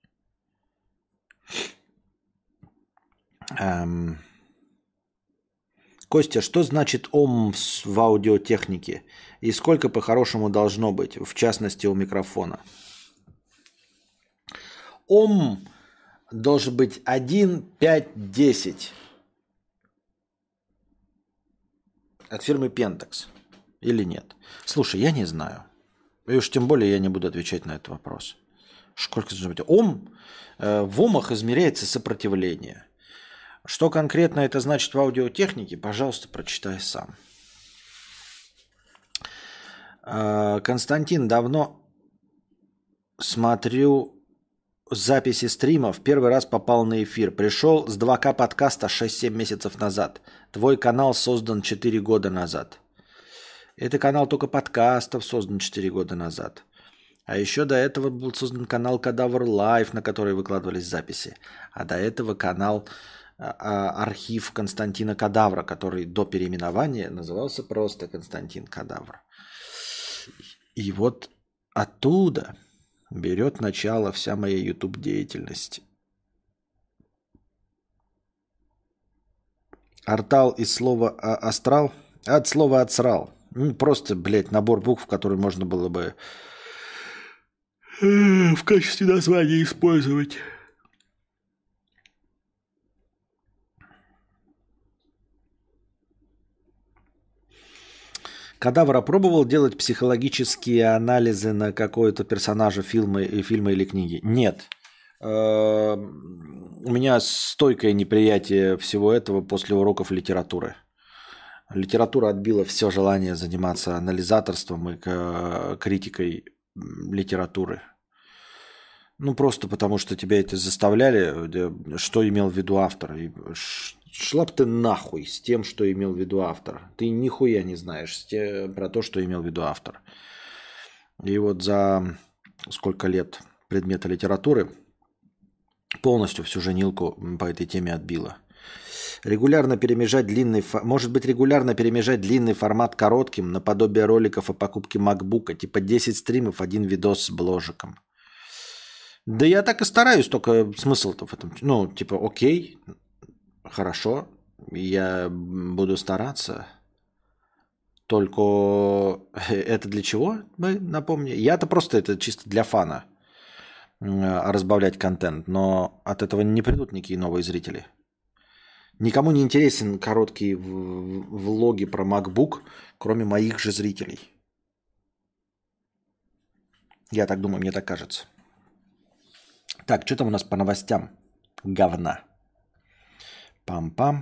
Костя, что значит ом в аудиотехнике? И сколько по-хорошему должно быть, в частности у микрофона? Ом должен быть 1, 5, 10. От фирмы Pentax. Или нет? Слушай, я не знаю. И уж тем более я не буду отвечать на этот вопрос. Сколько должно быть? Ом, в омах измеряется сопротивление. Что конкретно это значит в аудиотехнике, пожалуйста, прочитай сам. Константин, давно смотрю записи стримов. Первый раз попал на эфир. Пришел с 2К подкаста 6-7 месяцев назад. Твой канал создан 4 года назад. Это канал только подкастов создан 4 года назад. А еще до этого был создан канал Кадавр Лайв, на который выкладывались записи. А до этого канал архив Константина Кадавра, который до переименования назывался просто Константин Кадавр. И вот оттуда берет начало вся моя YouTube-деятельность. Артал из слова астрал, от слова отсрал. Просто, блядь, набор букв, который можно было бы в качестве названия использовать. Кадавр пробовал делать психологические анализы на какого-то персонажа фильма или книги? Нет. У меня стойкое неприятие всего этого после уроков литературы. Литература отбила все желание заниматься анализаторством и критикой литературы. Ну, просто потому, что тебя это заставляли, что имел в виду автор. И шла б ты нахуй с тем, что имел в виду автор. Ты нихуя не знаешь про то, что имел в виду автор. И вот за сколько лет предмета литературы полностью всю женилку по этой теме отбила. Регулярно перемежать длинный... Может быть, регулярно перемежать длинный формат коротким, наподобие роликов о покупке MacBook, типа 10 стримов, один видос с бложиком. Да я так и стараюсь, только смысл-то в этом. Ну, типа, окей, хорошо, я буду стараться. Только это для чего, мы напомним? Я-то просто это чисто для фана разбавлять контент, но от этого не придут никакие новые зрители. Никому не интересен короткие влоги про MacBook, кроме моих же зрителей. Я так думаю, мне так кажется. Так, что там у нас по новостям? Говна. Пам-пам.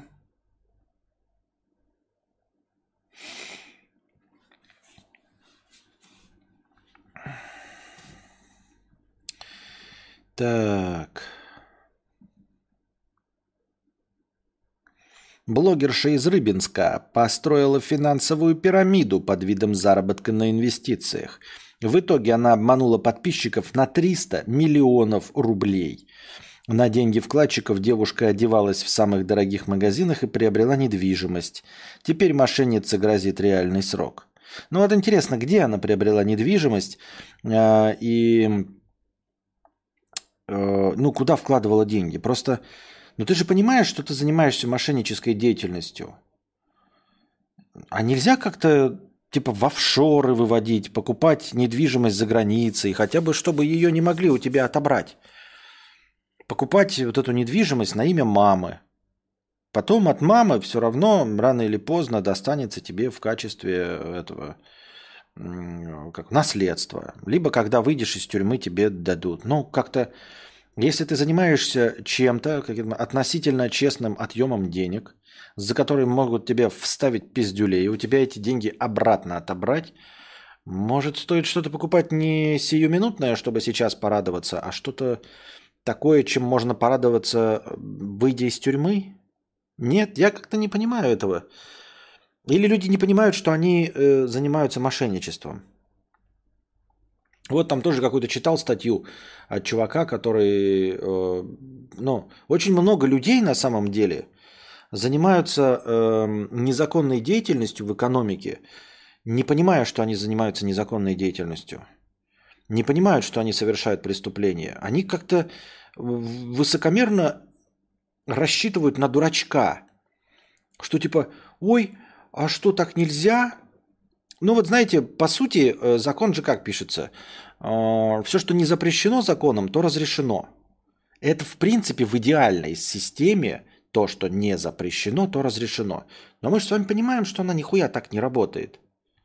Так. Блогерша из Рыбинска построила финансовую пирамиду под видом заработка на инвестициях. В итоге она обманула подписчиков на 300 миллионов рублей. На деньги вкладчиков девушка одевалась в самых дорогих магазинах и приобрела недвижимость. Теперь мошеннице грозит реальный срок. Ну вот интересно, где она приобрела недвижимость ну куда вкладывала деньги? Просто, ну ты же понимаешь, что ты занимаешься мошеннической деятельностью. А нельзя как-то типа в офшоры выводить, покупать недвижимость за границей, хотя бы чтобы ее не могли у тебя отобрать. Покупать вот эту недвижимость на имя мамы. Потом от мамы все равно рано или поздно достанется тебе в качестве этого как наследства. Либо когда выйдешь из тюрьмы, тебе дадут. Ну, как-то, если ты занимаешься чем-то относительно честным отъемом денег, за которые могут тебе вставить пиздюлей, и у тебя эти деньги обратно отобрать, может, стоит что-то покупать не сиюминутное, чтобы сейчас порадоваться, а что-то такое, чем можно порадоваться, выйдя из тюрьмы? Нет, я как-то не понимаю этого. Или люди не понимают, что они занимаются мошенничеством. Вот там тоже какую-то читал статью от чувака, который... ну, очень много людей на самом деле занимаются незаконной деятельностью в экономике, не понимая, что они занимаются незаконной деятельностью. Не понимают, что они совершают преступления. Они как-то высокомерно рассчитывают на дурачка. Что типа, ой, а что так нельзя? Ну вот знаете, по сути, закон же как пишется? Все, что не запрещено законом, то разрешено. Это в принципе в идеальной системе то, что не запрещено, то разрешено. Но мы же с вами понимаем, что она нихуя так не работает.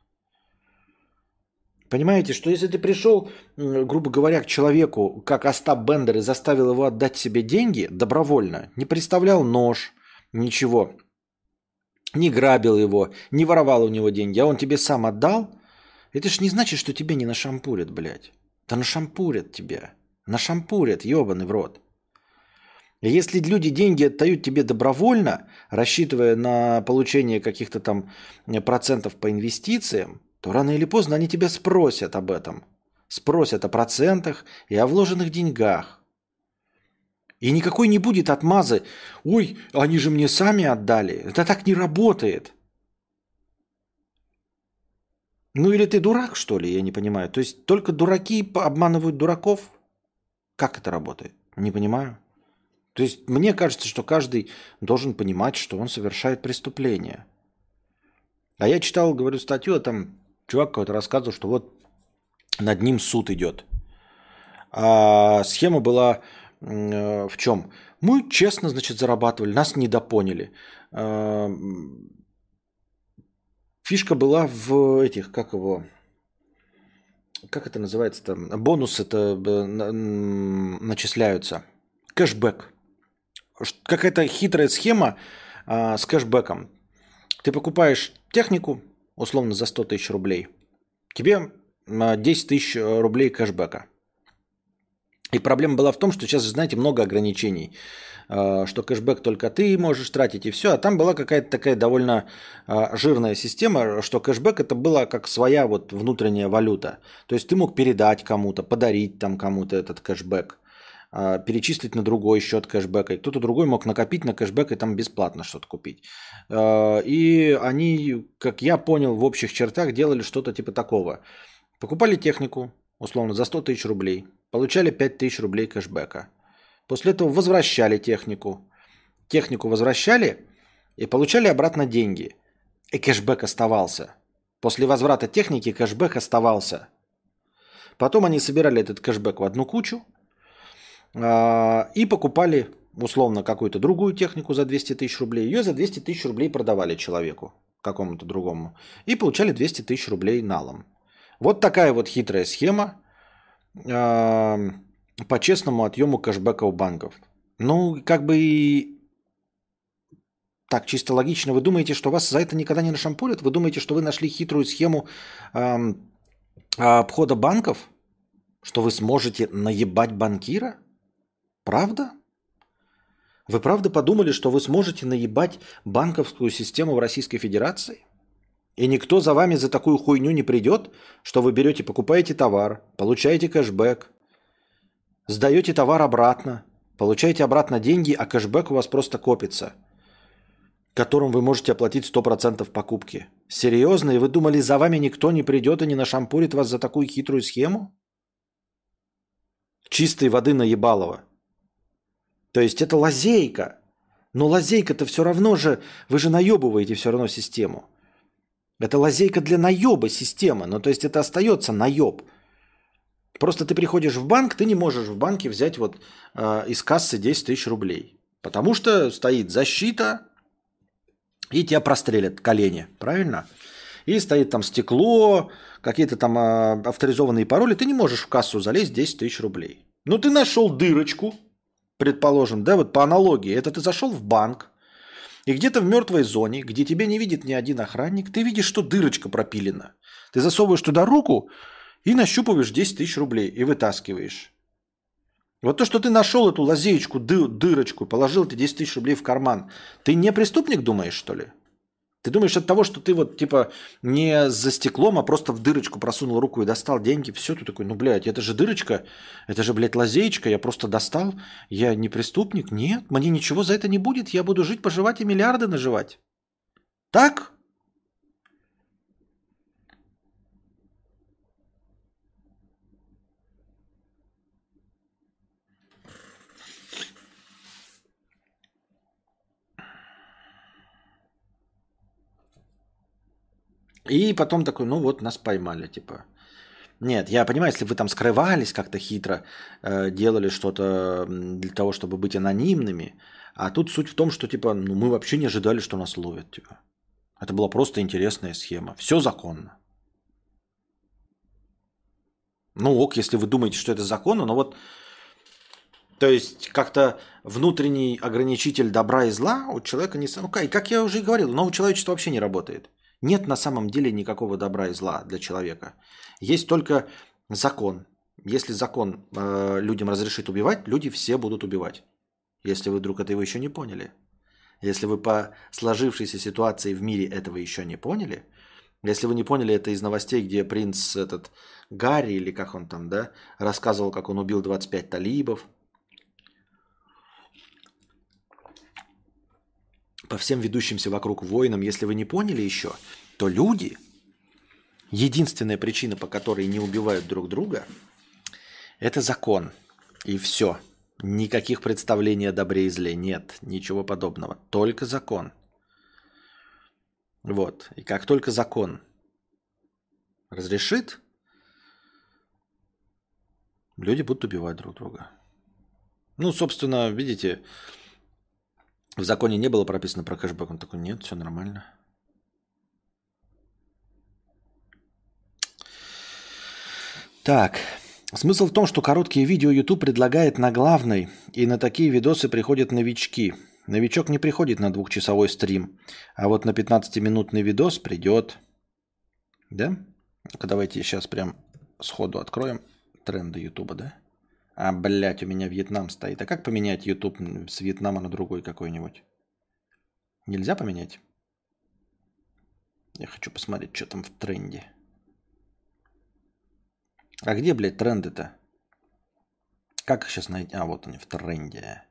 Понимаете, что если ты пришел, грубо говоря, к человеку, как Остап Бендер, и заставил его отдать себе деньги добровольно, не представлял нож, ничего, не грабил его, не воровал у него деньги, а он тебе сам отдал, Это ж не значит, что тебе не нашампурят, блядь. Да нашампурят тебя. Нашампурят, ебаный в рот. И если люди деньги отдают тебе добровольно, рассчитывая на получение каких-то там процентов по инвестициям, то рано или поздно они тебя спросят об этом. Спросят о процентах и о вложенных деньгах. И никакой не будет отмазы. Ой, они же мне сами отдали. Это так не работает. Ну или ты дурак, что ли, я не понимаю. То есть только дураки обманывают дураков? Как это работает? Не понимаю. То есть мне кажется, что каждый должен понимать, что он совершает преступление. А я читал, говорю, статью, а там чувак какой-то рассказывал, что вот над ним суд идет. А схема была в чем? Мы честно, значит, зарабатывали, нас недопоняли. Фишка была в этих, как это называется там, бонусы это начисляются. Кэшбэк. Какая-то хитрая схема с кэшбэком. Ты покупаешь технику, условно, за 100 тысяч рублей. Тебе 10 тысяч рублей кэшбэка. И проблема была в том, что сейчас, знаете, много ограничений. Что кэшбэк только ты можешь тратить и все. А там была какая-то такая довольно жирная система, что кэшбэк это была как своя вот внутренняя валюта. То есть ты мог передать кому-то, подарить там кому-то этот кэшбэк, перечислить на другой счет кэшбэка. И кто-то другой мог накопить на кэшбэк и там бесплатно что-то купить. И они, как я понял, в общих чертах делали что-то типа такого. Покупали технику, условно, за 100 тысяч рублей. Получали 5 тысяч рублей кэшбэка. После этого возвращали технику. Технику возвращали и получали обратно деньги. И кэшбэк оставался. После возврата техники кэшбэк оставался. Потом они собирали этот кэшбэк в одну кучу и покупали, условно, какую-то другую технику за 200 тысяч рублей. Ее за 200 тысяч рублей продавали человеку, какому-то другому. И получали 200 тысяч рублей налом. Вот такая вот хитрая схема по честному отъему кэшбэка у банков. Ну, как бы и так, чисто логично. Вы думаете, что вас за это никогда не нашампурят? Вы думаете, что вы нашли хитрую схему обхода банков? Что вы сможете наебать банкира? Правда? Вы правда подумали, что вы сможете наебать банковскую систему в Российской Федерации? И никто за вами за такую хуйню не придет, что вы берете, покупаете товар, получаете кэшбэк, сдаете товар обратно, получаете обратно деньги, а кэшбэк у вас просто копится, которым вы можете оплатить 100% покупки. Серьезно? И вы думали, за вами никто не придет и не нашампурит вас за такую хитрую схему? Чистой воды наебалово. То есть это лазейка. Но лазейка-то все равно же, вы же наебываете все равно систему. Это лазейка для наеба системы. Ну, то есть это остается наеб. Просто ты приходишь в банк, ты не можешь в банке взять вот из кассы 10 тысяч рублей. Потому что стоит защита, и тебя прострелят колени. Правильно? И стоит там стекло, какие-то там авторизованные пароли. Ты не можешь в кассу залезть 10 тысяч рублей. Ну, ты нашел дырочку, предположим, да, вот по аналогии. Это ты зашел в банк, и где-то в мертвой зоне, где тебя не видит ни один охранник, ты видишь, что дырочка пропилена. Ты засовываешь туда руку и нащупываешь 10 тысяч рублей и вытаскиваешь. Вот то, что ты нашел эту лазеечку, дырочку, положил эти 10 тысяч рублей в карман, ты не преступник думаешь, что ли? Ты думаешь от того, что ты вот типа не за стеклом, а просто в дырочку просунул руку и достал деньги, все, ты такой, ну, блядь, это же дырочка, это же, блядь, лазеечка, я просто достал, я не преступник, нет, мне ничего за это не будет, я буду жить, поживать и миллиарды наживать. Так? И потом такой, ну вот, нас поймали, типа. Нет, я понимаю, если вы там скрывались как-то хитро, делали что-то для того, чтобы быть анонимными, а тут суть в том, что, типа, ну мы вообще не ожидали, что нас ловят, типа. Это была просто интересная схема. Все законно. Ну ок, если вы думаете, что это законно, но вот, то есть как-то внутренний ограничитель добра и зла у человека не... Ну, как я уже и говорил, но у человечества вообще не работает. Нет на самом деле никакого добра и зла для человека. Есть только закон. Если закон людям разрешит убивать, люди все будут убивать. Если вы вдруг этого еще не поняли. Если вы по сложившейся ситуации в мире этого еще не поняли, если вы не поняли это из новостей, где принц этот Гарри, или как он там, да, рассказывал, как он убил 25 талибов, по всем ведущимся вокруг войнам, если вы не поняли еще, то люди, единственная причина, по которой не убивают друг друга, это закон. И все. Никаких представлений о добре и зле нет. Ничего подобного. Только закон. Вот. И как только закон разрешит, люди будут убивать друг друга. Ну, собственно, видите, в законе не было прописано про кэшбэк. Он такой, нет, все нормально. Так. Смысл в том, что короткие видео YouTube предлагает на главной, и на такие видосы приходят новички. Новичок не приходит на 2-часовой стрим, а вот на 15-минутный видос придет. Да? Ну-ка, давайте сейчас прям сходу откроем тренды YouTube, да? А, блядь, у меня Вьетнам стоит. А как поменять YouTube с Вьетнама на другой какой-нибудь? Нельзя поменять? Я хочу посмотреть, что там в тренде. А где, блядь, тренды-то? Как их сейчас найти? А, вот они в тренде.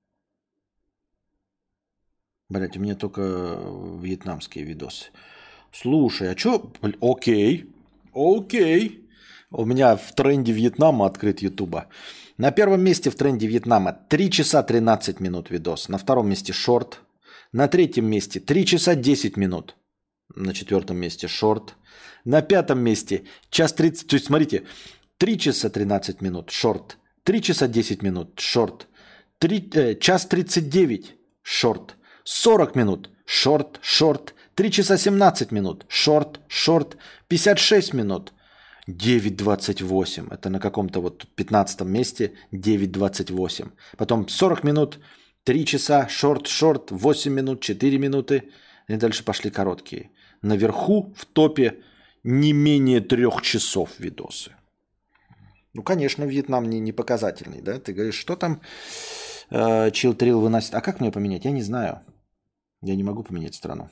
Блядь, у меня только вьетнамские видосы. Слушай, а чё? Окей. Окей. У меня в тренде Вьетнама открыт Ютуба. На первом месте в тренде Вьетнама 3 часа 13 минут видос. На втором месте шорт. На третьем месте 3 часа 10 минут. На четвертом месте шорт. На пятом месте час 30. То есть, смотрите, 3 часа 13 минут шорт. 3 часа 10 минут шорт. Час 39 шорт. 40 минут шорт, шорт. 3 часа 17 минут шорт, шорт. 56 минут 9:28. Это на каком-то вот 15 месте 9:28. Потом 40 минут 3 часа шорт, шорт. 8 минут 4 минуты. И дальше пошли короткие. Наверху в топе не менее 3 часов видосы. Ну, конечно, Вьетнам не показательный, да? Ты говоришь, что там Чил-трил выносит? А как мне поменять? Я не знаю. Я не могу поменять страну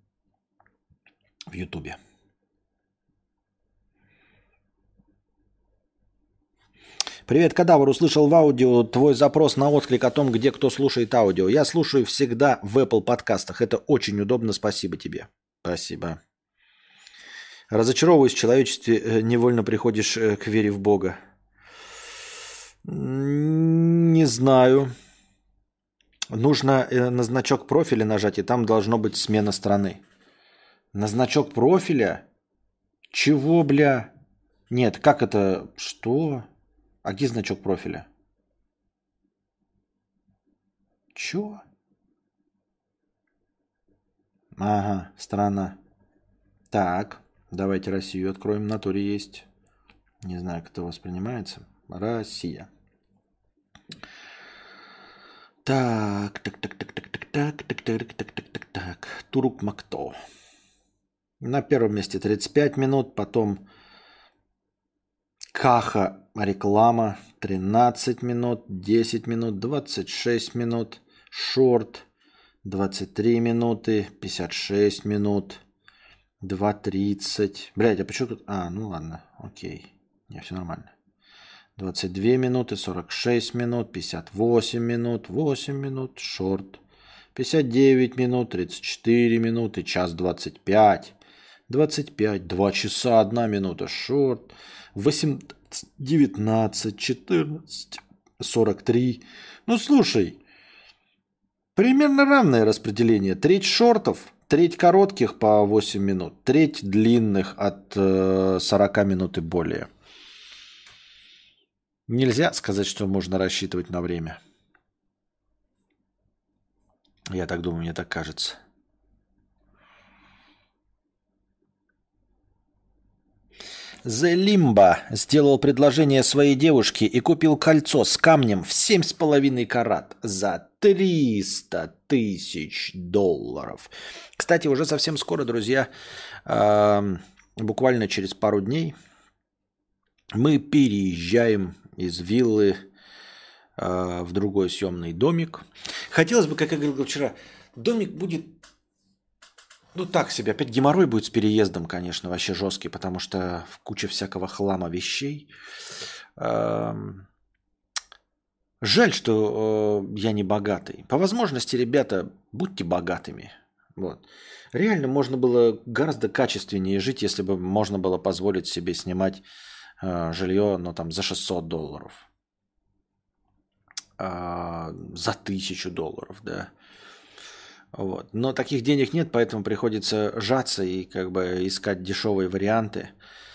в Ютубе. Привет, Кадавр. Услышал в аудио твой запрос на отклик о том, где кто слушает аудио. Я слушаю всегда в Apple подкастах. Это очень удобно. Спасибо тебе. Спасибо. Разочаровываюсь в человечестве, невольно приходишь к вере в Бога. Не знаю. Нужно на значок профиля нажать, и там должно быть смена страны. На значок профиля? Чего, бля? Нет, как это? Что? А где значок профиля? Чё? Ага, страна. Так, давайте Россию откроем. На туре есть. Не знаю, как это воспринимается. Россия. Так. Турук Макто. На первом месте 35 минут, потом Каха реклама 13 минут, 10 минут, 26 минут, шорт 23 минуты, 56 минут, 2:30. Блядь, а почему тут... А, ну ладно, окей. Не, все нормально. 22 минуты, 46 минут, 58 минут, 8 минут, шорт. 59 минут, 34 минуты, час 25. 25, 2 часа, 1 минута, шорт. 8, 19, 14, 43. Ну, слушай, примерно равное распределение. Треть шортов, треть коротких по 8 минут, треть длинных от 40 минут и более. Нельзя сказать, что можно рассчитывать на время. Я так думаю, мне так кажется. The Limbo сделал предложение своей девушке и купил кольцо с камнем в 7,5 карат за 300 тысяч долларов. Кстати, уже совсем скоро, друзья, буквально через пару дней мы переезжаем из виллы в другой съемный домик. Хотелось бы, как я говорил вчера, домик будет, ну так себе, опять геморрой будет с переездом, конечно, вообще жесткий, потому что куча всякого хлама вещей. Жаль, что я не богатый. По возможности, ребята, будьте богатыми. Вот. Реально можно было гораздо качественнее жить, если бы можно было позволить себе снимать жилье, ну, там, за $600, за $1000, да. Вот. Но таких денег нет, поэтому приходится жаться и как бы искать дешевые варианты.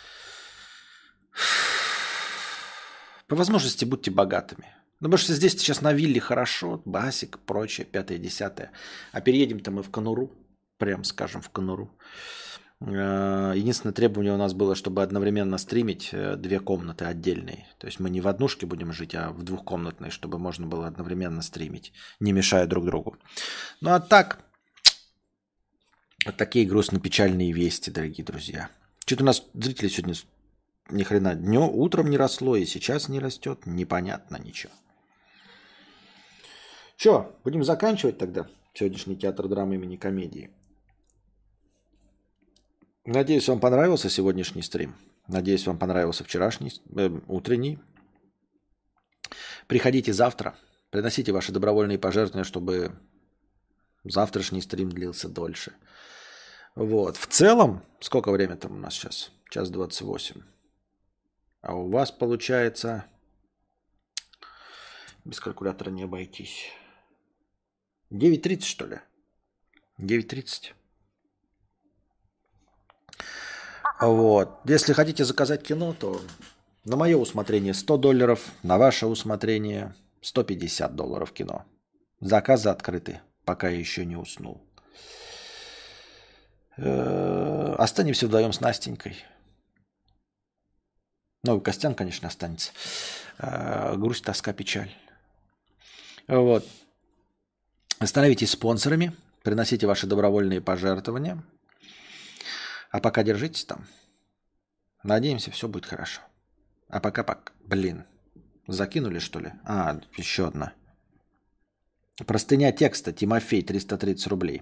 По возможности будьте богатыми. Ну, потому что здесь сейчас на вилле хорошо, басик, прочее, 5-10. А переедем-то мы в конуру, прям скажем, в конуру. Единственное требование у нас было, чтобы одновременно стримить 2 комнаты отдельные. То есть мы не в однушке будем жить, а в 2-комнатной, чтобы можно было одновременно стримить, не мешая друг другу. Ну а так, вот такие грустно-печальные вести, дорогие друзья. Что-то у нас зрители сегодня ни хрена днем, утром не росло и сейчас не растет, непонятно ничего. Что, будем заканчивать тогда сегодняшний театр драмы имени комедии? Надеюсь, вам понравился сегодняшний стрим. Надеюсь, вам понравился вчерашний, утренний. Приходите завтра. Приносите ваши добровольные пожертвования, чтобы завтрашний стрим длился дольше. Вот. В целом, сколько время там у нас сейчас? 1:28. А у вас получается... Без калькулятора не обойтись. 9:30, что ли? 9:30. Вот. Если хотите заказать кино, то на мое усмотрение $100, на ваше усмотрение $150 кино. Заказы открыты, пока я еще не уснул. Останемся вдвоем с Настенькой. Ну, Костян, конечно, останется. Грусть, тоска, печаль. Вот. Становитесь спонсорами, приносите ваши добровольные пожертвования. А пока держитесь там. Надеемся, все будет хорошо. А пока. Блин. Закинули, что ли? Еще одна. Простыня текста. Тимофей, 330 рублей.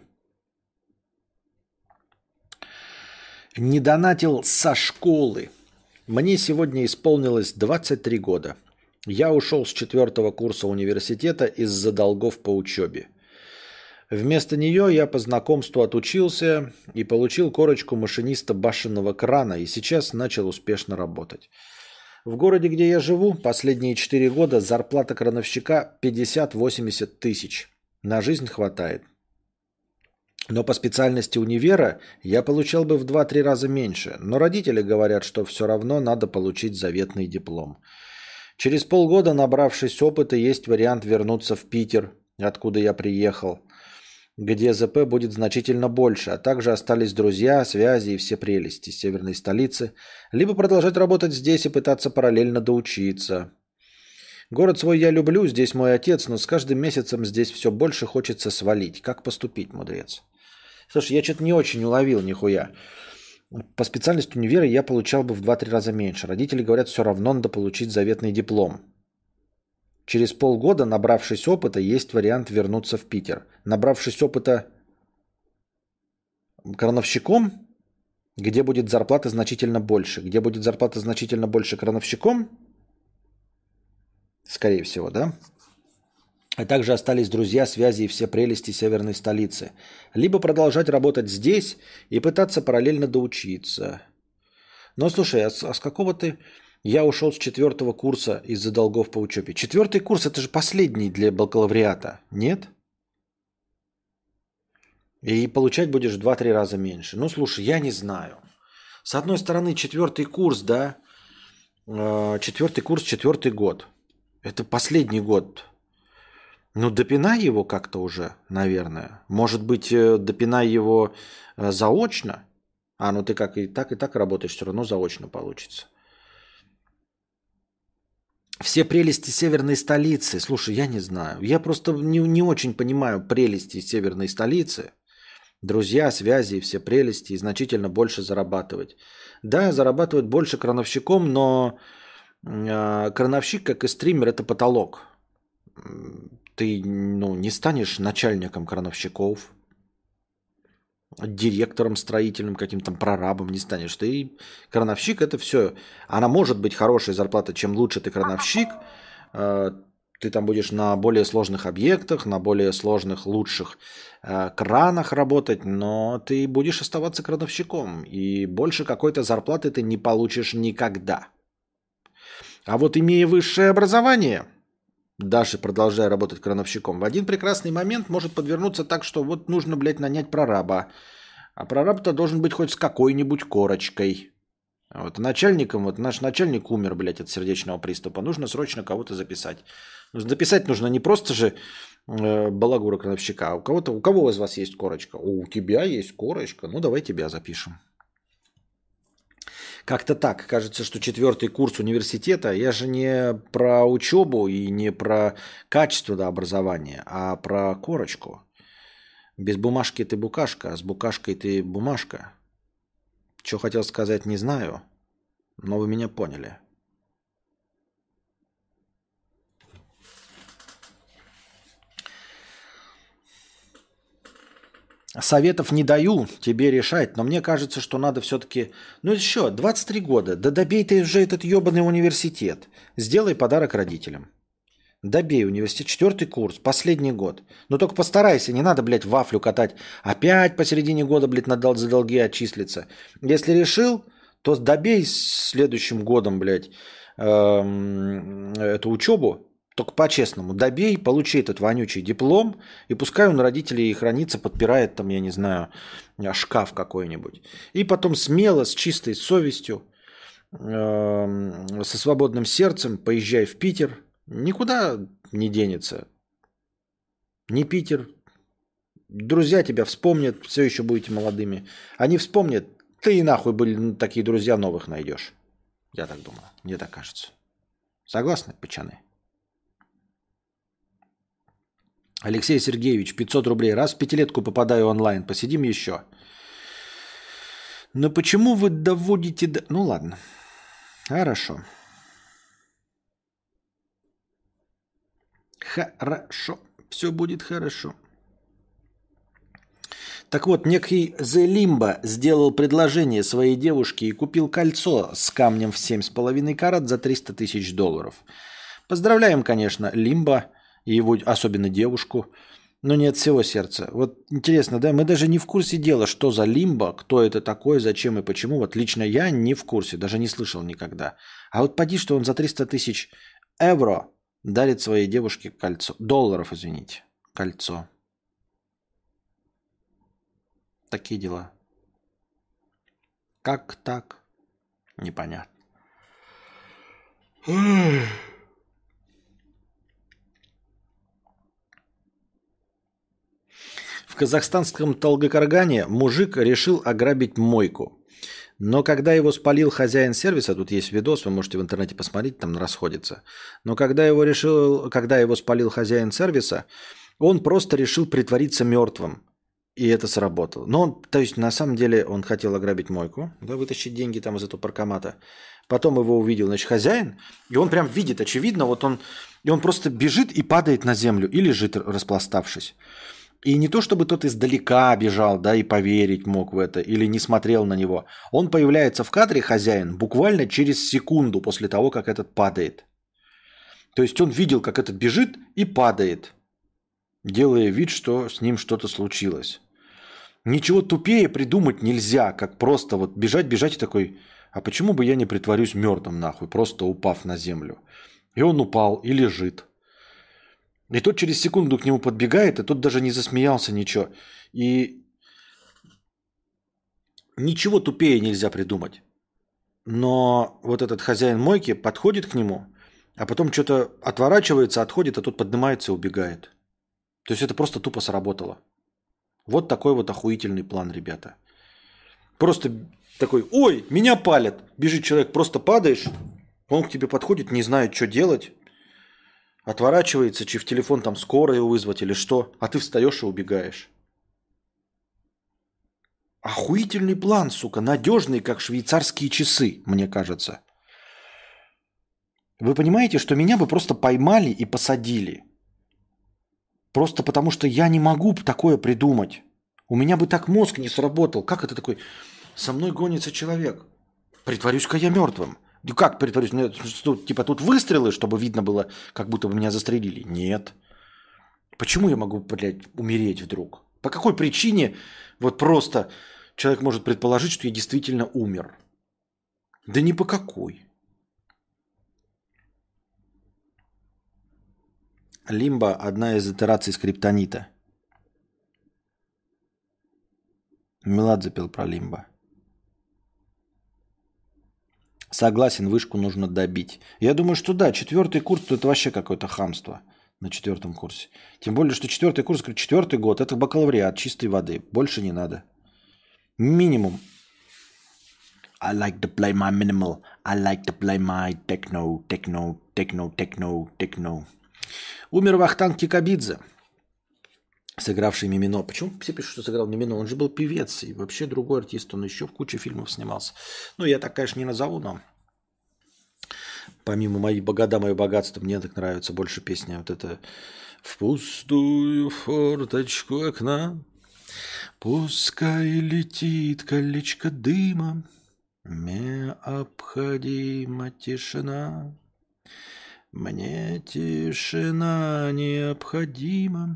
Не донатил со школы. Мне сегодня исполнилось 23 года. Я ушел с 4 курса университета из-за долгов по учебе. Вместо нее я по знакомству отучился и получил корочку машиниста башенного крана и сейчас начал успешно работать. В городе, где я живу, последние 4 года зарплата крановщика 50-80 тысяч. На жизнь хватает. Но по специальности универа я получал бы в 2-3 раза меньше. Но родители говорят, что все равно надо получить заветный диплом. Через полгода, набравшись опыта, есть вариант вернуться в Питер, откуда я приехал, где ЗП будет значительно больше, а также остались друзья, связи и все прелести северной столицы, либо продолжать работать здесь и пытаться параллельно доучиться. Город свой я люблю, здесь мой отец, но с каждым месяцем здесь все больше хочется свалить. Как поступить, мудрец? Слушай, я что-то не очень уловил нихуя. По специальности универа я получал бы в 2-3 раза меньше. Родители говорят, все равно надо получить заветный диплом. Через полгода, набравшись опыта, есть вариант вернуться в Питер. Набравшись опыта крановщиком, где будет зарплата значительно больше. Где будет зарплата значительно больше крановщиком, скорее всего, да? А также остались друзья, связи и все прелести северной столицы. Либо продолжать работать здесь и пытаться параллельно доучиться. Но слушай, а с какого ты... Я ушел с 4 курса из-за долгов по учебе. 4 курс – это же последний для бакалавриата, нет? И получать будешь в 2-3 раза меньше. Ну, слушай, я не знаю. С одной стороны, 4 курс, да, 4 курс, 4 год. Это последний год. Ну, допинай его как-то уже, наверное. Может быть, допинай его заочно, Ну ты как и так работаешь, все равно заочно получится. Все прелести северной столицы. Слушай, я не знаю. Я просто не очень понимаю прелести северной столицы. Друзья, связи и все прелести, и значительно больше зарабатывать. Да, зарабатывать больше крановщиком, но крановщик, как и стример, это потолок. Ты не станешь начальником крановщиков, директором строительным, каким-то прорабом не станешь. Ты крановщик, это все. Она может быть хорошая зарплата, чем лучше ты крановщик. Ты там будешь на более сложных объектах, на более сложных, лучших кранах работать, но ты будешь оставаться крановщиком. И больше какой-то зарплаты ты не получишь никогда. А вот имея высшее образование, даже продолжая работать крановщиком, в один прекрасный момент может подвернуться так, что вот нужно, блядь, нанять прораба. А прораб-то должен быть хоть с какой-нибудь корочкой. Вот начальником, вот наш начальник умер, блядь, от сердечного приступа. Нужно срочно кого-то записать. Записать нужно не просто же балагура крановщика, а у кого из вас есть корочка? У тебя есть корочка, ну давай тебя запишем. Как-то так. Кажется, что 4-й курс университета, я же не про учебу и не про качество образования, а про корочку. Без бумажки ты букашка, а с букашкой ты бумажка. Что хотел сказать, не знаю, но вы меня поняли. Советов не даю, тебе решать, но мне кажется, что надо все-таки... Ну еще, 23 года, да добей ты уже этот ебаный университет. Сделай подарок родителям. Добей университет, 4-й курс, последний год. Но только постарайся, не надо, блядь, вафлю катать. Опять посередине года, блядь, за долги отчислиться. Если решил, то добей следующим годом, блядь, эту учебу. Только по-честному. Добей, получи этот вонючий диплом, и пускай он родителей хранится, подпирает там, я не знаю, шкаф какой-нибудь. И потом смело, с чистой совестью, со свободным сердцем поезжай в Питер. Никуда не денется. Ни Питер. Друзья тебя вспомнят, все еще будете молодыми. Они вспомнят, ты и нахуй были такие друзья, новых найдешь. Я так думаю, мне так кажется. Согласны, пацаны? Алексей Сергеевич, 500 рублей. Раз в пятилетку попадаю онлайн, посидим еще. Но почему вы доводите... Ну ладно. Хорошо. Хорошо. Все будет хорошо. Так вот, некий The Limbo сделал предложение своей девушке и купил кольцо с камнем в 7,5 карат за 300 тысяч долларов. Поздравляем, конечно, Лимбо и его, особенно девушку, но не от всего сердца. Вот интересно, да, мы даже не в курсе дела, что за Лимбо, кто это такой, зачем и почему. Вот лично я не в курсе, даже не слышал никогда. А вот поди, что он за 300 тысяч евро дарит своей девушке кольцо. Долларов, извините, кольцо. Такие дела. Как так? Непонятно. В казахстанском Талгакаргане мужик решил ограбить мойку. Но когда его спалил хозяин сервиса, тут есть видос, вы можете в интернете посмотреть, там расходится. Но когда его спалил хозяин сервиса, он просто решил притвориться мертвым. И это сработало. Но он, то есть, на самом деле, он хотел ограбить мойку, да, вытащить деньги там из этого паркомата. Потом его увидел, значит, хозяин, и он прям видит, очевидно, и он просто бежит и падает на землю, и лежит, распластавшись. И не то, чтобы тот издалека бежал, да, и поверить мог в это, или не смотрел на него. Он появляется в кадре, хозяин, буквально через секунду после того, как этот падает. То есть он видел, как этот бежит и падает, делая вид, что с ним что-то случилось. Ничего тупее придумать нельзя, как просто вот бежать и такой, а почему бы я не притворюсь мертвым нахуй, просто упав на землю. И он упал и лежит. И тот через секунду к нему подбегает, и тот даже не засмеялся, ничего. И ничего тупее нельзя придумать. Но вот этот хозяин мойки подходит к нему, а потом что-то отворачивается, отходит, а тот поднимается и убегает. То есть это просто тупо сработало. Вот такой вот охуительный план, ребята. Просто такой, ой, меня палят. Бежит человек, просто падаешь, он к тебе подходит, не знает, что делать. Отворачивается, чи в телефон там скорую вызвать или что, а ты встаешь и убегаешь. Охуительный план, сука, надежный, как швейцарские часы, мне кажется. Вы понимаете, что меня бы просто поймали и посадили? Просто потому, что я не могу такое придумать. У меня бы так мозг не сработал. Как это такой? Со мной гонится человек. Притворюсь-ка я мертвым. Ну как притворюсь? Мне, что, типа тут выстрелы, чтобы видно было, как будто бы меня застрелили? Нет. Почему я могу, блядь, умереть вдруг? По какой причине вот просто человек может предположить, что я действительно умер? Да ни по какой. Лимба – одна из итераций скриптонита. Меладзе пел про Лимба. Согласен, вышку нужно добить. Я думаю, что да, 4-й курс – это вообще какое-то хамство на 4-м курсе. Тем более, что 4-й курс, 4-й год – это бакалавриат чистой воды. Больше не надо. Минимум. I like to play my minimal. I like to play my techno, techno, techno, techno, techno. Умер Вахтанг Кикабидзе, сыгравший Мимино. Почему все пишут, что сыграл Мимино? Он же был певец и вообще другой артист. Он еще в куче фильмов снимался. Ну, я так, конечно, не назову, но помимо «Мои года, мое богатство», мне так нравится больше песня вот эта «В пустую форточку окна пускай летит колечко дыма, необходима тишина, мне тишина необходима».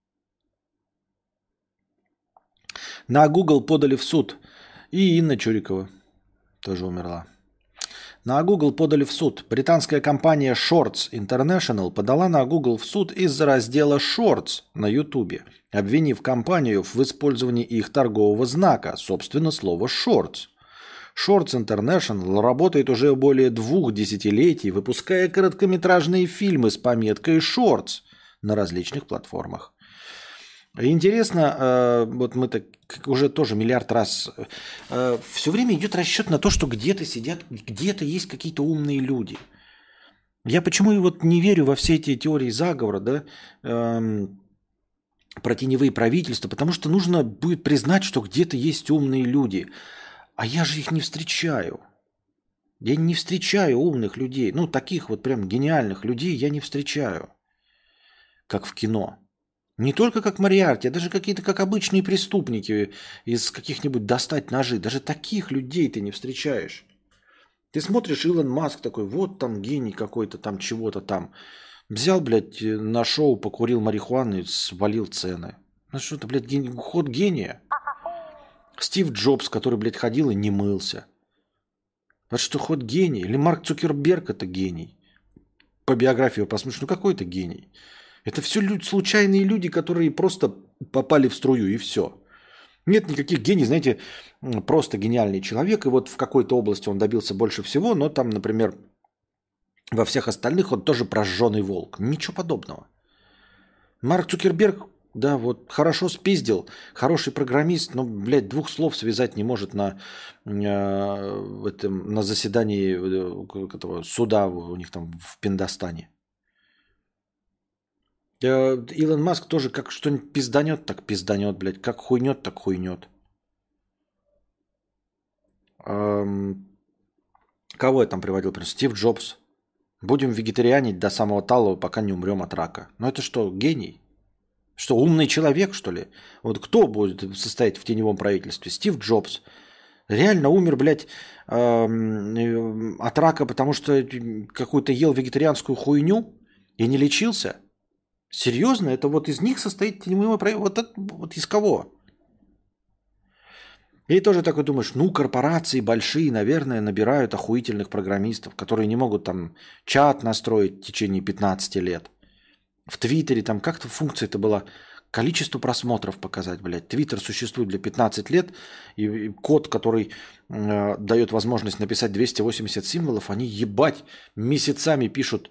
На Google подали в суд. И Инна Чурикова тоже умерла. На Google подали в суд. Британская компания Shorts International подала на Google в суд из-за раздела Shorts на YouTube, обвинив компанию в использовании их торгового знака, собственно, слова Shorts. Shorts International работает уже более 2 десятилетий, выпуская короткометражные фильмы с пометкой Shorts на различных платформах. Интересно, вот мы так уже тоже миллиард раз, все время идет расчет на то, что где-то сидят, где-то есть какие-то умные люди. Я почему и вот не верю во все эти теории заговора, да, про теневые правительства, потому что нужно будет признать, что где-то есть умные люди, а я же их не встречаю. Я не встречаю умных людей, ну таких вот прям гениальных людей я не встречаю, как в кино. Не только как Мориарти, а даже какие-то как обычные преступники из каких-нибудь достать ножи. Даже таких людей ты не встречаешь. Ты смотришь, Илон Маск такой, вот там гений какой-то, там чего-то там. Взял, блядь, на шоу, покурил марихуану и свалил цены. Ну что это, блядь, ход гения. Стив Джобс, который, блядь, ходил и не мылся. Вот что ход гения. Или Марк Цукерберг это гений. По биографии посмотришь, ну какой это гений. Это все случайные люди, которые просто попали в струю, и все. Нет никаких гений, знаете, просто гениальный человек, и вот в какой-то области он добился больше всего, но там, например, во всех остальных он тоже прожженный волк. Ничего подобного. Марк Цукерберг, да, вот хорошо спиздил, хороший программист, но, блядь, 2 слов связать не может на заседании этого суда у них там в Пиндостане. Илон Маск тоже как что-нибудь пизданет, так пизданет, блядь. Как хуйнет, так хуйнет. Кого я там приводил? Стив Джобс. Будем вегетарианить до самого талого, пока не умрем от рака. Ну это что, гений? Что, умный человек, что ли? Вот кто будет состоять в теневом правительстве? Стив Джобс. Реально умер, блядь, от рака, потому что какую-то ел вегетарианскую хуйню и не лечился? Серьезно? Это вот из них состоит теневое правительство? Вот из кого? И тоже такой думаешь, ну, корпорации большие, наверное, набирают охуительных программистов, которые не могут там чат настроить в течение 15 лет. В Твиттере там как-то функция-то была количество просмотров показать, блядь. Твиттер существует для 15 лет, и код, который дает возможность написать 280 символов, они, ебать, месяцами пишут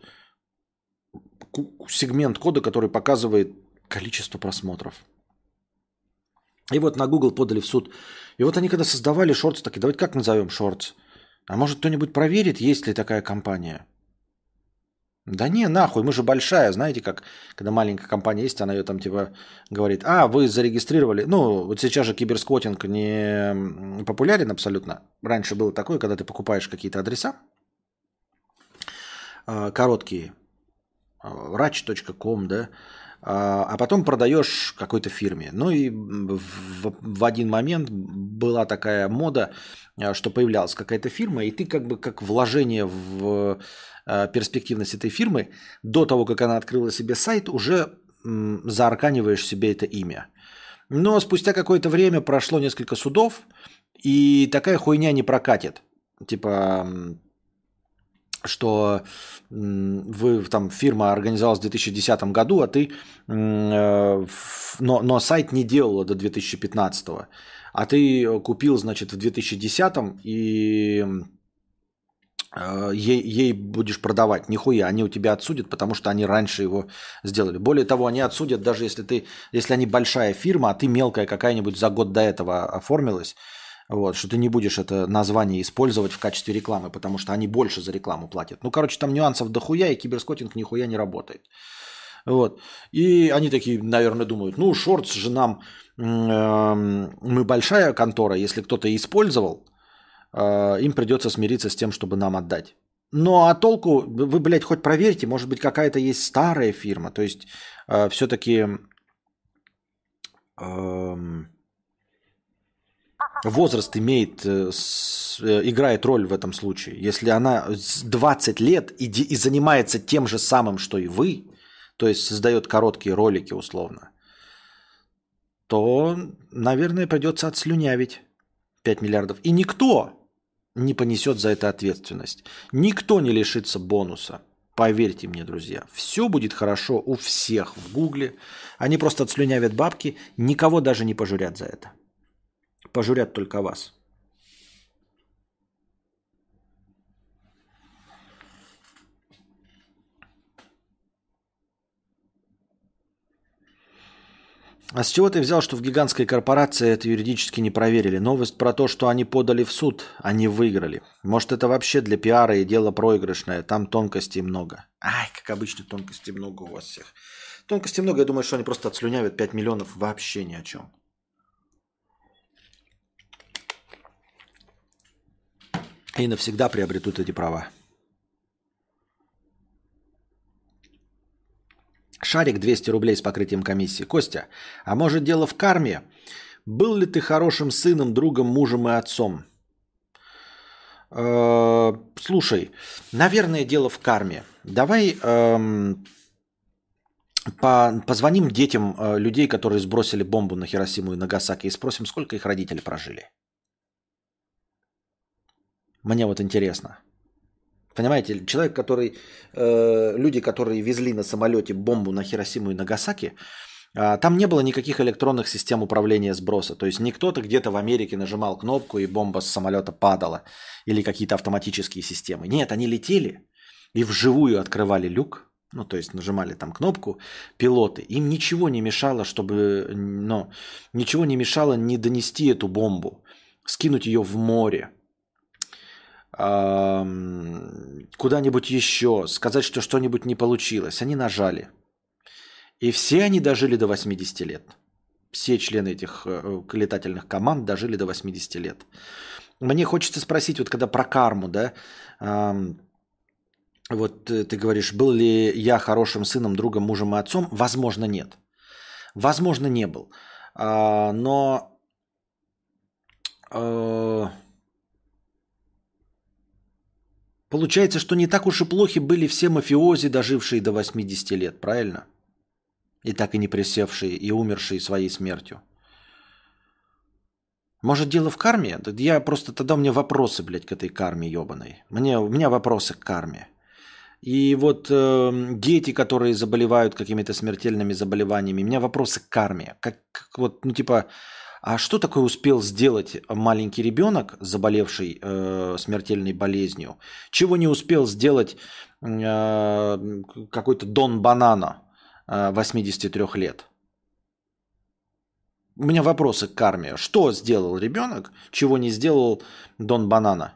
сегмент кода, который показывает количество просмотров. И вот на Google подали в суд. И вот они когда создавали Shorts, такие, давайте как назовем Shorts? А может кто-нибудь проверит, есть ли такая компания? Да не, нахуй, мы же большая, знаете, как, когда маленькая компания есть, она ее там типа говорит, вы зарегистрировали, ну, вот сейчас же киберсквотинг не популярен абсолютно. Раньше было такое, когда ты покупаешь какие-то адреса, короткие, rach.com, да, а потом продаешь какой-то фирме. Ну и в один момент была такая мода, что появлялась какая-то фирма, и ты как бы как вложение в перспективность этой фирмы, до того, как она открыла себе сайт, уже заарканиваешь себе это имя. Но спустя какое-то время прошло несколько судов, и такая хуйня не прокатит. Типа, что вы там фирма организовалась в 2010 году, а ты, но сайт не делала до 2015, а ты купил, значит, в 2010 и ей будешь продавать. Нихуя, они у тебя отсудят, потому что они раньше его сделали. Более того, они отсудят, даже если они большая фирма, а ты мелкая какая-нибудь за год до этого оформилась, вот, что ты не будешь это название использовать в качестве рекламы, потому что они больше за рекламу платят. Ну, короче, там нюансов дохуя, и киберскотинг нихуя не работает. Вот. И они такие, наверное, думают, ну, Шортс же нам, мы большая контора, если кто-то использовал, им придется смириться с тем, чтобы нам отдать. Ну, а толку, вы, блядь, хоть проверьте, может быть, какая-то есть старая фирма, то есть все-таки возраст играет роль в этом случае. Если она 20 лет и занимается тем же самым, что и вы, то есть создает короткие ролики условно, то, наверное, придется отслюнявить 5 миллиардов. И никто не понесет за это ответственность. Никто не лишится бонуса. Поверьте мне, друзья, все будет хорошо у всех в Гугле. Они просто отслюнявят бабки, никого даже не пожурят за это. Пожурят только вас. А с чего ты взял, что в гигантской корпорации это юридически не проверили? Новость про то, что они подали в суд, они выиграли. Может, это вообще для пиара и дело проигрышное. Там тонкостей много. Ай, как обычно, тонкостей много у вас всех. Тонкостей много. Я думаю, что они просто отслюнявят 5 миллионов вообще ни о чем. И навсегда приобретут эти права. Шарик 200 рублей с покрытием комиссии. Костя, а может дело в карме? Был ли ты хорошим сыном, другом, мужем и отцом? Слушай, наверное, дело в карме. Давай позвоним детям людей, которые сбросили бомбу на Хиросиму и Нагасаки, и спросим, сколько их родители прожили. Мне вот интересно. Понимаете, человек, который, люди, которые везли на самолете бомбу на Хиросиму и Нагасаки, там не было никаких электронных систем управления сброса. То есть не кто-то где-то в Америке нажимал кнопку, и бомба с самолета падала. Или какие-то автоматические системы. Нет, они летели и вживую открывали люк. Ну, то есть нажимали там кнопку пилоты. Им ничего не мешало, ничего не мешало не донести эту бомбу, скинуть ее в море, куда-нибудь еще, сказать, что что-нибудь не получилось. Они нажали. И все они дожили до 80 лет. Все члены этих летательных команд дожили до 80 лет. Мне хочется спросить, вот когда про карму, да, вот ты говоришь, был ли я хорошим сыном, другом, мужем и отцом? Возможно, нет. Возможно, не был. Но получается, что не так уж и плохи были все мафиози, дожившие до 80 лет, правильно? И так и не присевшие, и умершие своей смертью. Может, дело в карме? Я просто тогда у меня вопросы, блядь, к этой карме ебаной. У меня вопросы к карме. И вот дети, которые заболевают какими-то смертельными заболеваниями, у меня вопросы к карме. А что такое успел сделать маленький ребенок, заболевший смертельной болезнью? Чего не успел сделать какой-то Дон Банана 83 лет? У меня вопросы к карме. Что сделал ребенок, чего не сделал Дон Банана?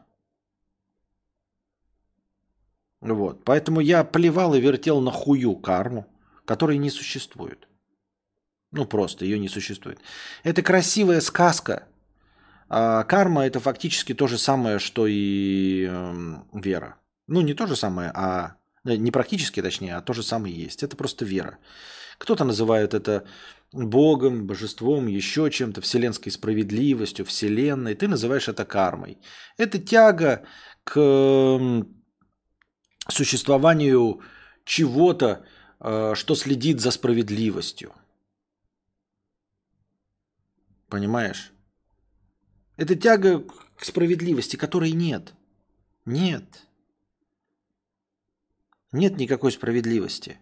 Вот. Поэтому я плевал и вертел на хую карму, которой не существует. Ну, просто ее не существует. Это красивая сказка. А карма – это фактически то же самое, что и вера. Ну, не то же самое, а не практически, точнее, а то же самое есть. Это просто вера. Кто-то называет это Богом, божеством, еще чем-то, вселенской справедливостью, вселенной. Ты называешь это кармой. Это тяга к существованию чего-то, что следит за справедливостью. Понимаешь? Это тяга к справедливости, которой нет. Нет. Нет никакой справедливости.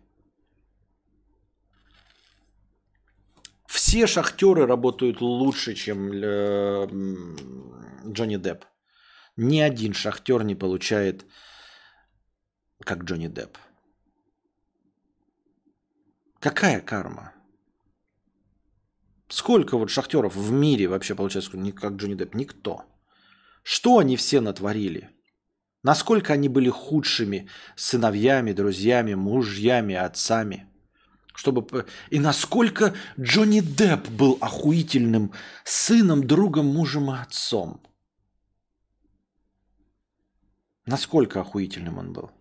Все шахтеры работают лучше, чем Джонни Депп. Ни один шахтер не получает, как Джонни Депп. Какая карма? Сколько вот шахтеров в мире вообще получается, как Джонни Депп? Никто. Что они все натворили? Насколько они были худшими сыновьями, друзьями, мужьями, отцами? И насколько Джонни Депп был охуительным сыном, другом, мужем и отцом? Насколько охуительным он был?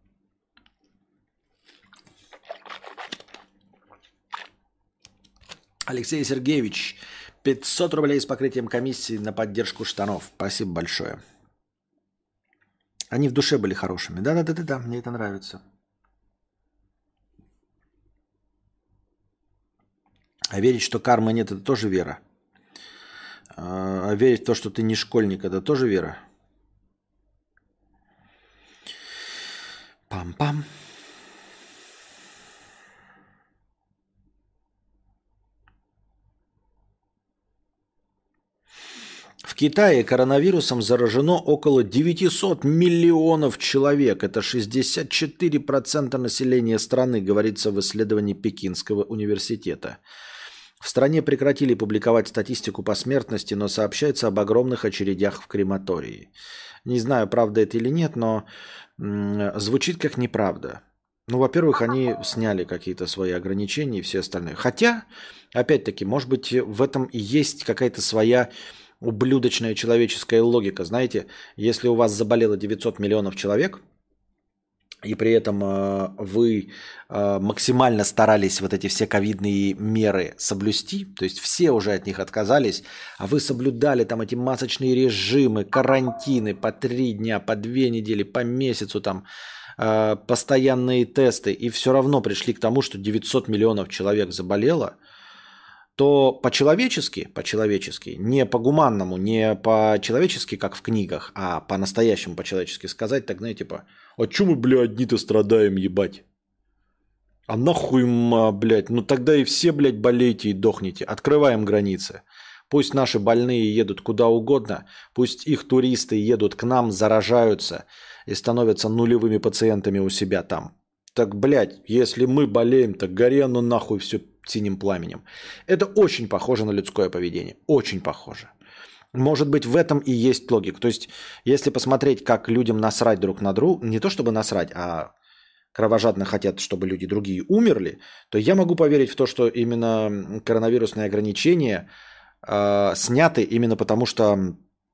Алексей Сергеевич, 500 рублей с покрытием комиссии на поддержку штанов. Спасибо большое. Они в душе были хорошими. Да, мне это нравится. А верить, что кармы нет, это тоже вера. А верить в то, что ты не школьник, это тоже вера. Пам-пам. В Китае коронавирусом заражено около 900 миллионов человек. Это 64% населения страны, говорится в исследовании Пекинского университета. В стране прекратили публиковать статистику по смертности, но сообщается об огромных очередях в крематории. Не знаю, правда это или нет, но звучит как неправда. Ну, во-первых, они сняли какие-то свои ограничения и все остальные. Хотя, опять-таки, может быть, в этом и есть какая-то своя ублюдочная человеческая логика. Знаете, если у вас заболело 900 миллионов человек, и при этом вы максимально старались вот эти все ковидные меры соблюсти, то есть все уже от них отказались, а вы соблюдали там эти масочные режимы, карантины по 3 дня, по 2 недели, по месяцу, там постоянные тесты, и все равно пришли к тому, что 900 миллионов человек заболело, то по-человечески, не по-гуманному, не по-человечески, как в книгах, а по-настоящему по-человечески сказать, так, знаете, типа, а чё мы, бля, одни-то страдаем, ебать? А нахуй, блядь, ну тогда и все, блядь, болейте и дохните. Открываем границы. Пусть наши больные едут куда угодно, пусть их туристы едут к нам, заражаются и становятся нулевыми пациентами у себя там. Так, блядь, если мы болеем, так гори оно нахуй все синим пламенем. Это очень похоже на людское поведение. Очень похоже. Может быть, в этом и есть логика. То есть, если посмотреть, как людям насрать друг на друга, не то чтобы насрать, а кровожадно хотят, чтобы люди другие умерли, то я могу поверить в то, что именно коронавирусные ограничения сняты именно потому, что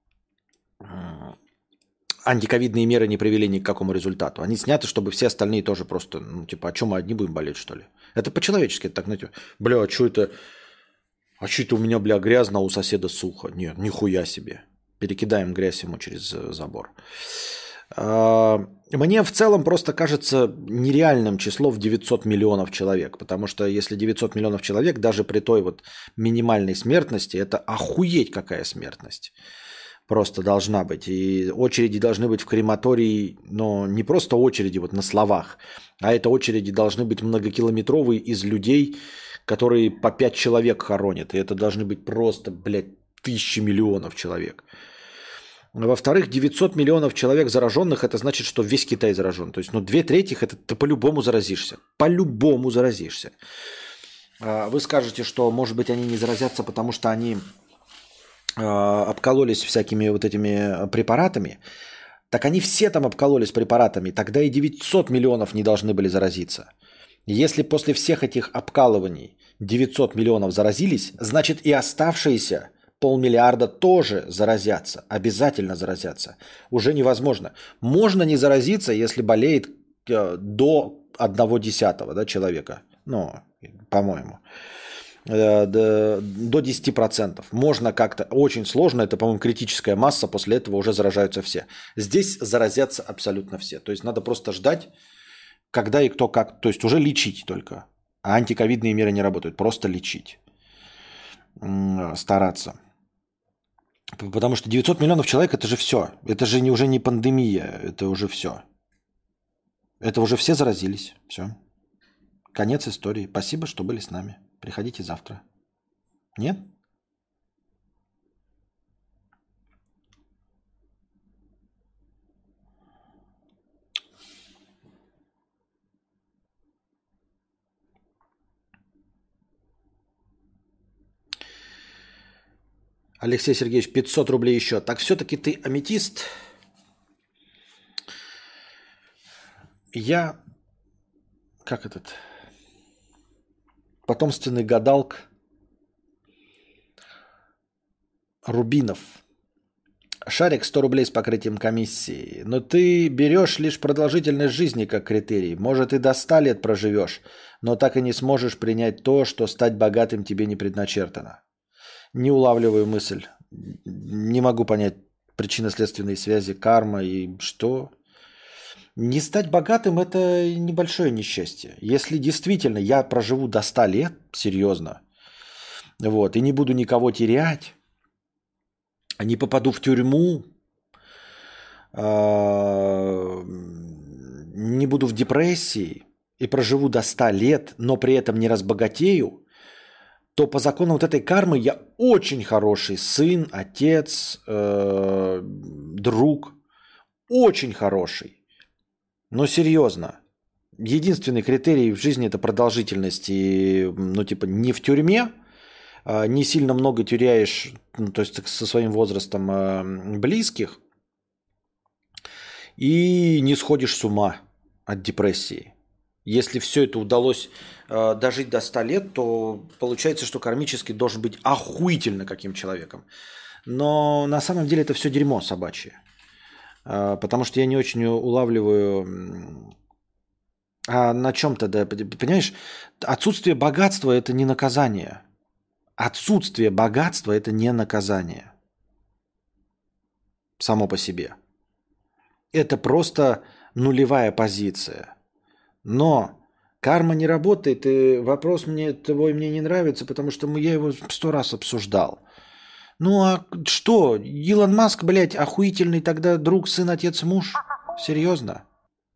антиковидные меры не привели ни к какому результату. Они сняты, чтобы все остальные тоже просто, ну, типа, а что мы одни будем болеть, что ли? Это по-человечески, это так, знаете, бля, а что это? А что это у меня, бля, грязно, а у соседа сухо? Нет, нихуя себе. Перекидаем грязь ему через забор. Мне в целом просто кажется нереальным число в 900 миллионов человек, потому что если 900 миллионов человек, даже при той вот минимальной смертности, это охуеть какая смертность. Просто должна быть. И очереди должны быть в крематории, но не просто очереди вот на словах, а это очереди должны быть многокилометровые из людей, которые по 5 человек хоронят. И это должны быть просто, блядь, тысячи миллионов человек. Во-вторых, 900 миллионов человек зараженных, это значит, что весь Китай заражен. То есть, ну, 2/3 это ты по-любому заразишься. По-любому заразишься. Вы скажете, что, может быть, они не заразятся, потому что они обкололись всякими вот этими препаратами. Так они все там обкололись препаратами. Тогда и 900 миллионов не должны были заразиться. Если после всех этих обкалываний 900 миллионов заразились, значит и оставшиеся полмиллиарда тоже заразятся. Обязательно заразятся. Уже невозможно. Можно не заразиться, если болеет до 1/10, да, человека. Ну, по-моему. До 10%. Можно как-то, очень сложно, это, по-моему, критическая масса, после этого уже заражаются все. Здесь заразятся абсолютно все. То есть надо просто ждать, когда и кто как, то есть уже лечить только. А антиковидные меры не работают, просто лечить. Стараться. Потому что 900 миллионов человек это же все. Это же уже не пандемия, это уже все. Это уже все заразились. Все. Конец истории. Спасибо, что были с нами. Приходите завтра. Нет? Алексей Сергеевич, 500 рублей еще. Так все-таки ты аметист? Я, как этот, потомственный гадалк Рубинов. Шарик 100 рублей с покрытием комиссии. Но ты берешь лишь продолжительность жизни как критерий. Может, и до 100 лет проживешь, но так и не сможешь принять то, что стать богатым тебе не предначертано. Не улавливаю мысль. Не могу понять причинно-следственные связи, карма и что. Не стать богатым – это небольшое несчастье. Если действительно я проживу до 100 лет, серьезно, вот, и не буду никого терять, не попаду в тюрьму, не буду в депрессии и проживу до 100 лет, но при этом не разбогатею, то по закону вот этой кармы я очень хороший сын, отец, друг. Очень хороший. Но серьезно. Единственный критерий в жизни – это продолжительность. И, ну, типа, не в тюрьме, не сильно много теряешь, ну, то есть со своим возрастом близких, и не сходишь с ума от депрессии. Если все это удалось дожить до 100 лет, то получается, что кармически должен быть охуительно каким человеком. Но на самом деле это все дерьмо собачье. Потому что я не очень улавливаю... А на чем-то, да, понимаешь, отсутствие богатства – это не наказание. Отсутствие богатства – это не наказание. Само по себе. Это просто нулевая позиция. Но карма не работает, и вопрос твой мне не нравится, потому что я его 100 раз обсуждал. Ну а что? Илон Маск, блядь, охуительный тогда друг, сын, отец, муж? Серьезно?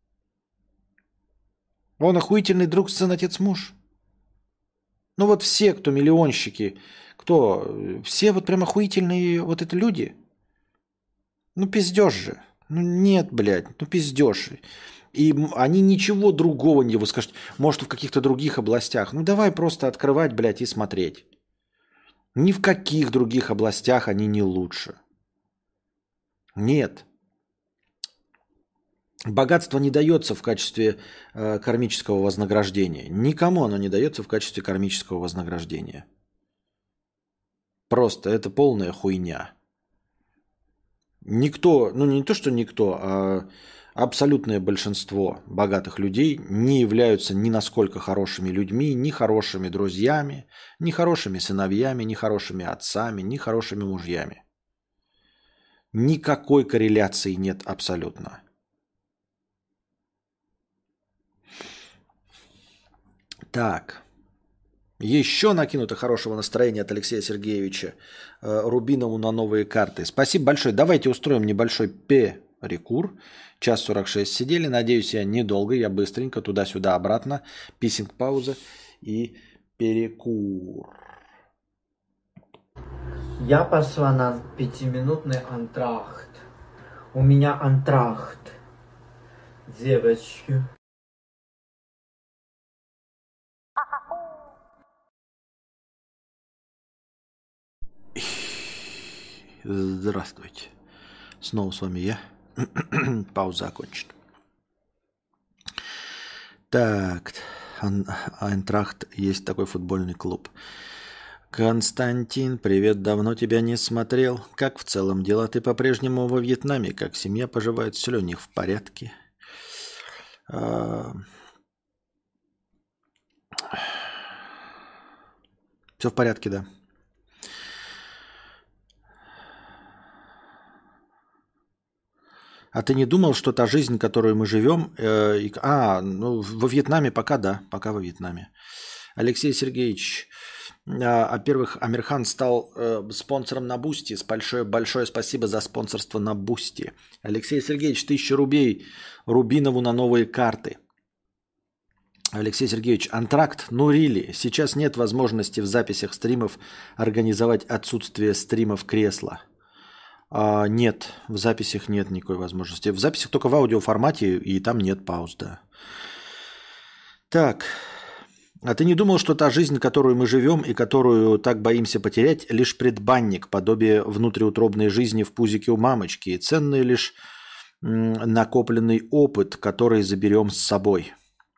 Он охуительный друг, сын, отец, муж? Ну вот все, кто миллионщики, кто? Все вот прям охуительные вот это люди? Ну пиздеж же. Ну нет, блядь, ну пиздеж. И они ничего другого не выскажут. Может, в каких-то других областях. Ну давай просто открывать, блядь, и смотреть. Ни в каких других областях они не лучше. Нет. Богатство не дается в качестве кармического вознаграждения. Никому оно не дается в качестве кармического вознаграждения. Просто это полная хуйня. Никто, ну не то, что никто, а абсолютное большинство богатых людей не являются ни насколько хорошими людьми, ни хорошими друзьями, ни хорошими сыновьями, ни хорошими отцами, ни хорошими мужьями. Никакой корреляции нет абсолютно. Так. Еще накинуто хорошего настроения от Алексея Сергеевича Рубинову на новые карты. Спасибо большое. Давайте устроим небольшой перекур. 1:46 сидели. Надеюсь, я недолго. Я быстренько туда-сюда обратно. Писинг-пауза и перекур. Я пошла на 5-минутный антрахт. У меня антрахт. Девочки. Здравствуйте. Снова с вами я. Пауза окончена. Так, Айнтрахт есть такой футбольный клуб. Константин, привет, давно тебя не смотрел. Как в целом дела? Ты по-прежнему во Вьетнаме? Как семья поживает? Все ли у них в порядке? Все в порядке, да. А ты не думал, что та жизнь, которую мы живем... во Вьетнаме пока да, пока во Вьетнаме. Алексей Сергеевич, во-первых, Амирхан стал спонсором на Бусти. Большое спасибо за спонсорство на Бусти. Алексей Сергеевич, 1000 рублей Рубинову на новые карты. Алексей Сергеевич, антракт, ну рили, сейчас нет возможности в записях стримов организовать отсутствие стримов кресла. Нет, в записях нет никакой возможности. В записях только в аудиоформате, и там нет пауз, да. Так, а ты не думал, что та жизнь, которую мы живем и которую так боимся потерять, лишь предбанник, подобие внутриутробной жизни в пузике у мамочки, и ценный лишь накопленный опыт, который заберем с собой?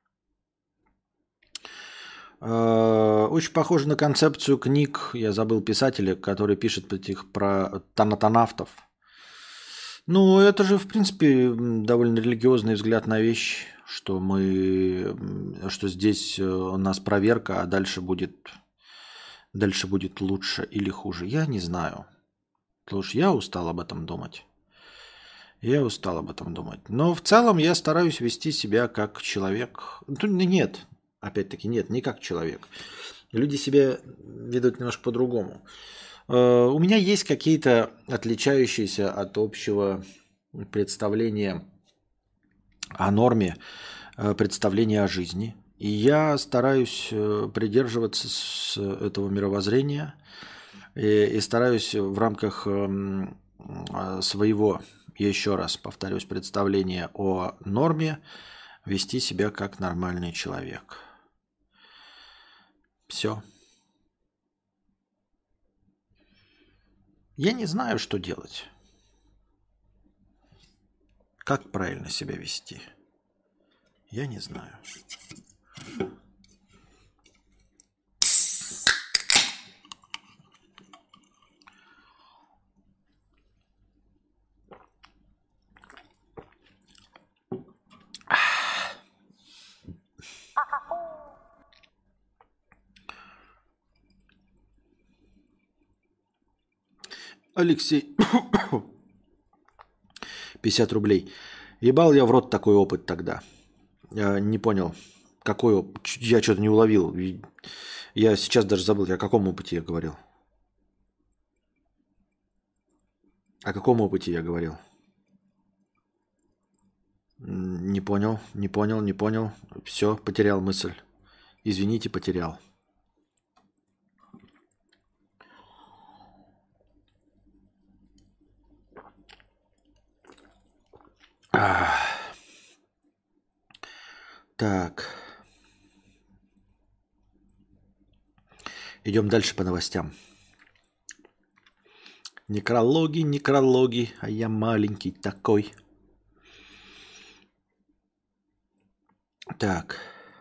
Очень похоже на концепцию книг, я забыл писателя, который пишет про танатонавтов. Ну, это же, в принципе, довольно религиозный взгляд на вещь, что здесь у нас проверка, а дальше будет лучше или хуже. Я не знаю. Потому что я устал об этом думать. Но в целом я стараюсь вести себя как человек. Нет. Опять-таки нет, не как человек. Люди себя ведут немножко по-другому. У меня есть какие-то отличающиеся от общего представления о норме, представления о жизни. И я стараюсь придерживаться этого мировоззрения и стараюсь в рамках своего, еще раз повторюсь, представления о норме вести себя как нормальный человек. Все. Я не знаю, что делать. Как правильно себя вести? Я не знаю. Алексей, 50 рублей. Ебал я в рот такой опыт тогда. Я не понял, какой опыт. Я что-то не уловил. Я сейчас даже забыл, о каком опыте я говорил. О каком опыте я говорил? Не понял. Все, потерял мысль. Извините, потерял. Так. Идем дальше по новостям. Некрологи, а я маленький такой. Так.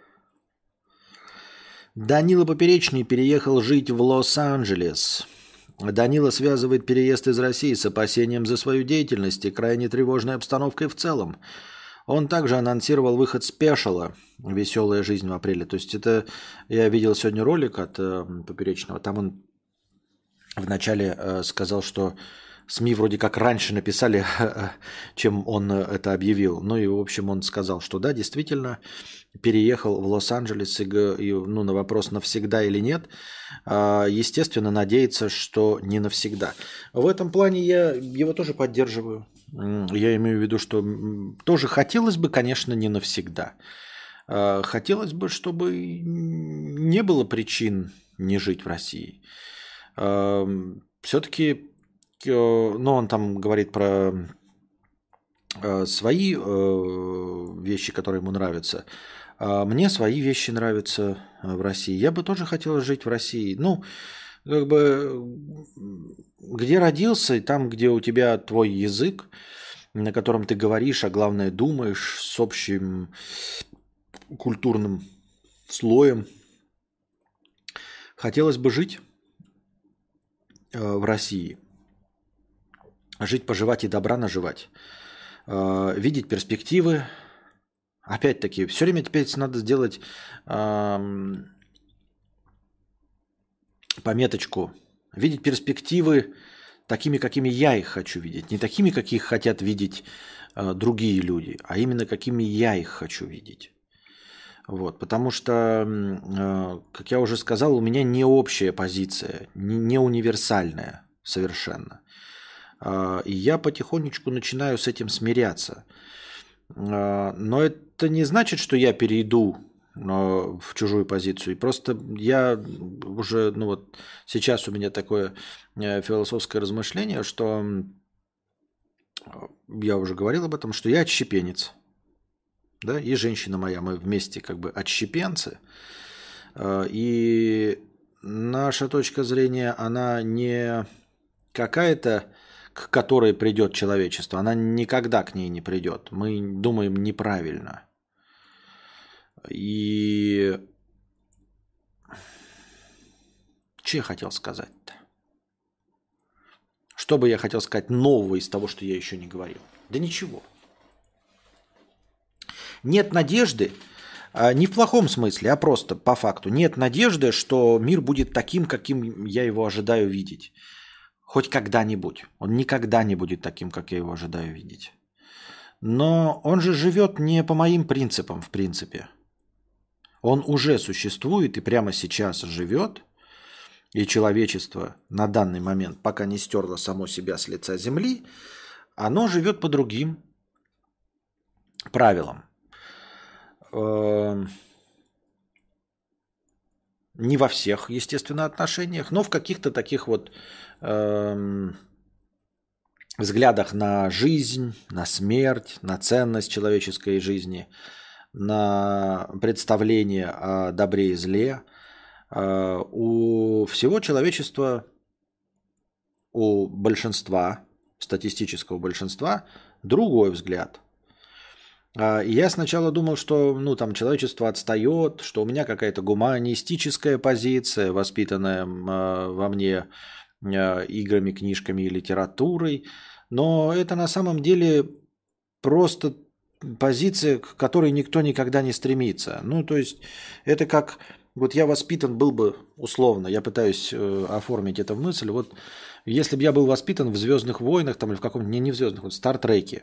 Данила Поперечный переехал жить в Лос-Анджелес. Данила связывает переезд из России с опасением за свою деятельность и крайне тревожной обстановкой в целом. Он также анонсировал выход спешала «Веселая жизнь» в апреле. То есть это я видел сегодня ролик от Поперечного. Там он вначале сказал, что СМИ вроде как раньше написали, чем он это объявил. Ну и в общем он сказал, что да, действительно переехал в Лос-Анджелес и на вопрос навсегда или нет, естественно, надеется, что не навсегда. В этом плане я его тоже поддерживаю. Я имею в виду, что тоже хотелось бы, конечно, не навсегда. Хотелось бы, чтобы не было причин не жить в России. Все-таки, он там говорит про свои вещи, которые ему нравятся. Мне свои вещи нравятся в России. Я бы тоже хотел жить в России. Как бы, где родился, и там, где у тебя твой язык, на котором ты говоришь, а главное думаешь, с общим культурным слоем. Хотелось бы жить в России. Жить, поживать и добра наживать. Видеть перспективы. Опять-таки, все время теперь надо сделать пометочку. Видеть перспективы такими, какими я их хочу видеть. Не такими, каких хотят видеть другие люди, а именно какими я их хочу видеть. Вот, потому что, как я уже сказал, у меня не общая позиция, не универсальная совершенно. И я потихонечку начинаю с этим смиряться. Но это не значит, что я перейду в чужую позицию. Просто я уже, сейчас у меня такое философское размышление, что я уже говорил об этом, что я отщепенец. Да, и женщина моя, мы вместе как бы отщепенцы. И наша точка зрения, она не какая-то, к которой придет человечество. Она никогда к ней не придет. Мы думаем неправильно. И что я хотел сказать-то? Что бы я хотел сказать нового из того, что я еще не говорил? Да ничего. Нет надежды, не в плохом смысле, а просто по факту. Нет надежды, что мир будет таким, каким я его ожидаю видеть. Хоть когда-нибудь. Он никогда не будет таким, как я его ожидаю видеть. Но он же живет не по моим принципам, в принципе. Он уже существует и прямо сейчас живет. И человечество на данный момент, пока не стерло само себя с лица земли, оно живет по другим правилам. Не во всех, естественно, отношениях, но в каких-то таких вот взглядах на жизнь, на смерть, на ценность человеческой жизни, на представление о добре и зле. У всего человечества, у большинства, статистического большинства, другой взгляд. И я сначала думал, что там человечество отстает, что у меня какая-то гуманистическая позиция, воспитанная во мне играми, книжками и литературой. Но это на самом деле просто позиция, к которой никто никогда не стремится. То есть это как... Вот я воспитан был бы, условно, я пытаюсь оформить это в мысль, вот если бы я был воспитан в «Звездных войнах», там, или в каком-то, не в «Звездных», в «Стартреке»,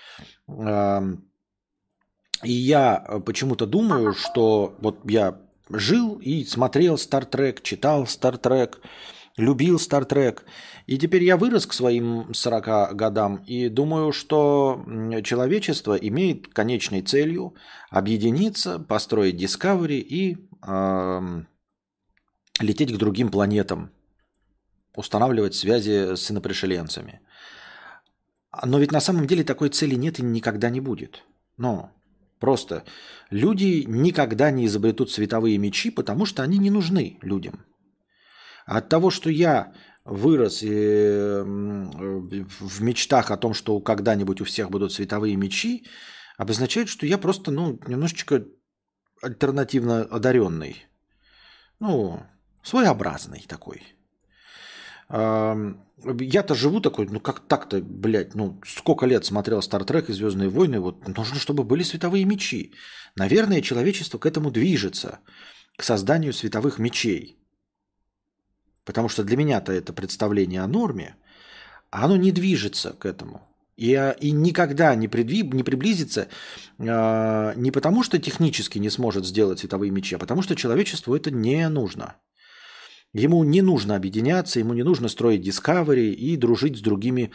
и я почему-то думаю, что вот я жил и смотрел «Стартрек», читал «Стартрек», любил «Стартрек», и теперь я вырос к своим 40 годам и думаю, что человечество имеет конечной целью объединиться, построить Discovery и лететь к другим планетам, устанавливать связи с инопришеленцами. Но ведь на самом деле такой цели нет и никогда не будет. Просто люди никогда не изобретут световые мечи, потому что они не нужны людям. А от того, что я вырос в мечтах о том, что когда-нибудь у всех будут световые мечи, обозначает, что я просто немножечко альтернативно одаренный. Своеобразный такой. Я-то живу такой, как так-то, блядь, сколько лет смотрел «Стартрек» и «Звездные войны», вот нужно, чтобы были световые мечи. Наверное, человечество к этому движется, к созданию световых мечей. Потому что для меня-то это представление о норме, а оно не движется к этому. И никогда не приблизится не потому, что технически не сможет сделать световые мечи, а потому что человечеству это не нужно. Ему не нужно объединяться, ему не нужно строить Discovery и дружить с другими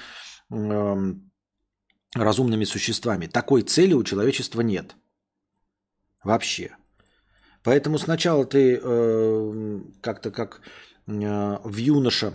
разумными существами. Такой цели у человечества нет. Вообще. Поэтому сначала ты как-то как в юноша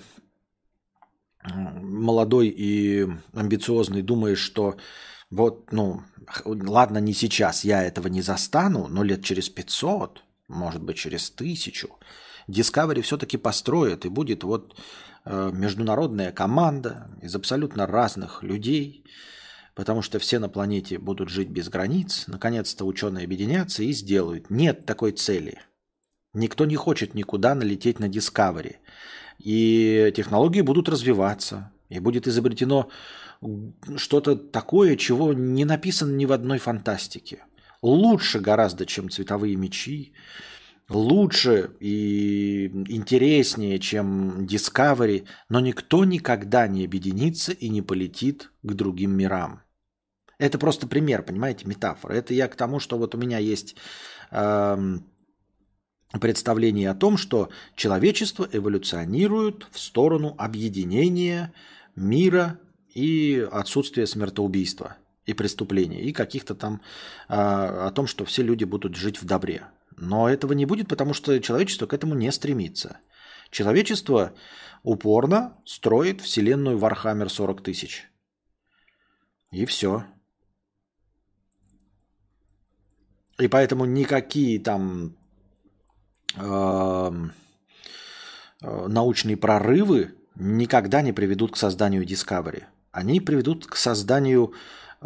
молодой и амбициозный думаешь, что вот, ладно, не сейчас, я этого не застану, но лет через 500, может быть, через 1000, Discovery все-таки построит, и будет вот международная команда из абсолютно разных людей, потому что все на планете будут жить без границ. Наконец-то ученые объединятся и сделают. Нет такой цели. Никто не хочет никуда налететь на Discovery. И технологии будут развиваться, и будет изобретено что-то такое, чего не написано ни в одной фантастике. Лучше гораздо, чем цветовые мечи, лучше и интереснее, чем Discovery, но никто никогда не объединится и не полетит к другим мирам. Это просто пример, понимаете, метафора. Это я к тому, что вот у меня есть представление о том, что человечество эволюционирует в сторону объединения мира и отсутствия смертоубийства и преступления, и каких-то там о том, что все люди будут жить в добре. Но этого не будет, потому что человечество к этому не стремится. Человечество упорно строит вселенную Warhammer 40 тысяч. И все. И поэтому никакие там научные прорывы никогда не приведут к созданию Discovery. Они приведут к созданию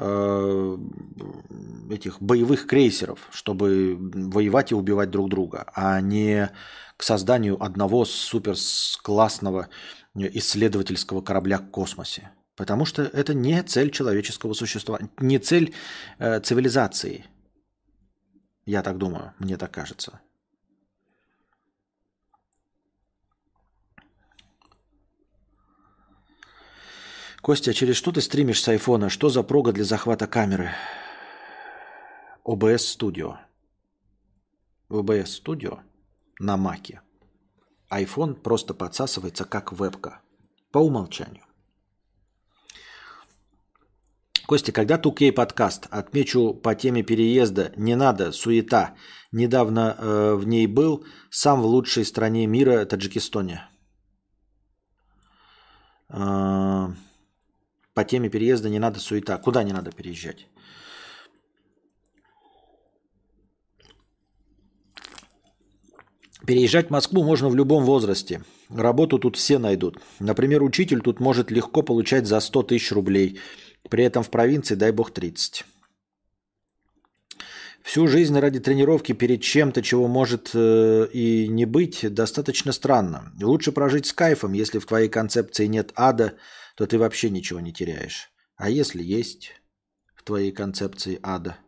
этих боевых крейсеров, чтобы воевать и убивать друг друга, а не к созданию одного суперклассного исследовательского корабля в космосе. Потому что это не цель человеческого существования, не цель цивилизации. Я так думаю, мне так кажется. Костя, через что ты стримишь с айфона? Что за прога для захвата камеры? OBS Studio. OBS Studio на маке. iPhone просто подсасывается как вебка. По умолчанию. Костя, когда 2K подкаст? Отмечу по теме переезда. Не надо, суета. Недавно в ней был. Сам в лучшей стране мира, Таджикистане. По теме переезда не надо, суета. Куда не надо переезжать? Переезжать в Москву можно в любом возрасте. Работу тут все найдут. Например, учитель тут может легко получать за 100 тысяч рублей. При этом в провинции, дай бог, 30. Всю жизнь ради тренировки перед чем-то, чего может и не быть, достаточно странно. Лучше прожить с кайфом. Если в твоей концепции нет ада, то ты вообще ничего не теряешь. А если есть в твоей концепции ада?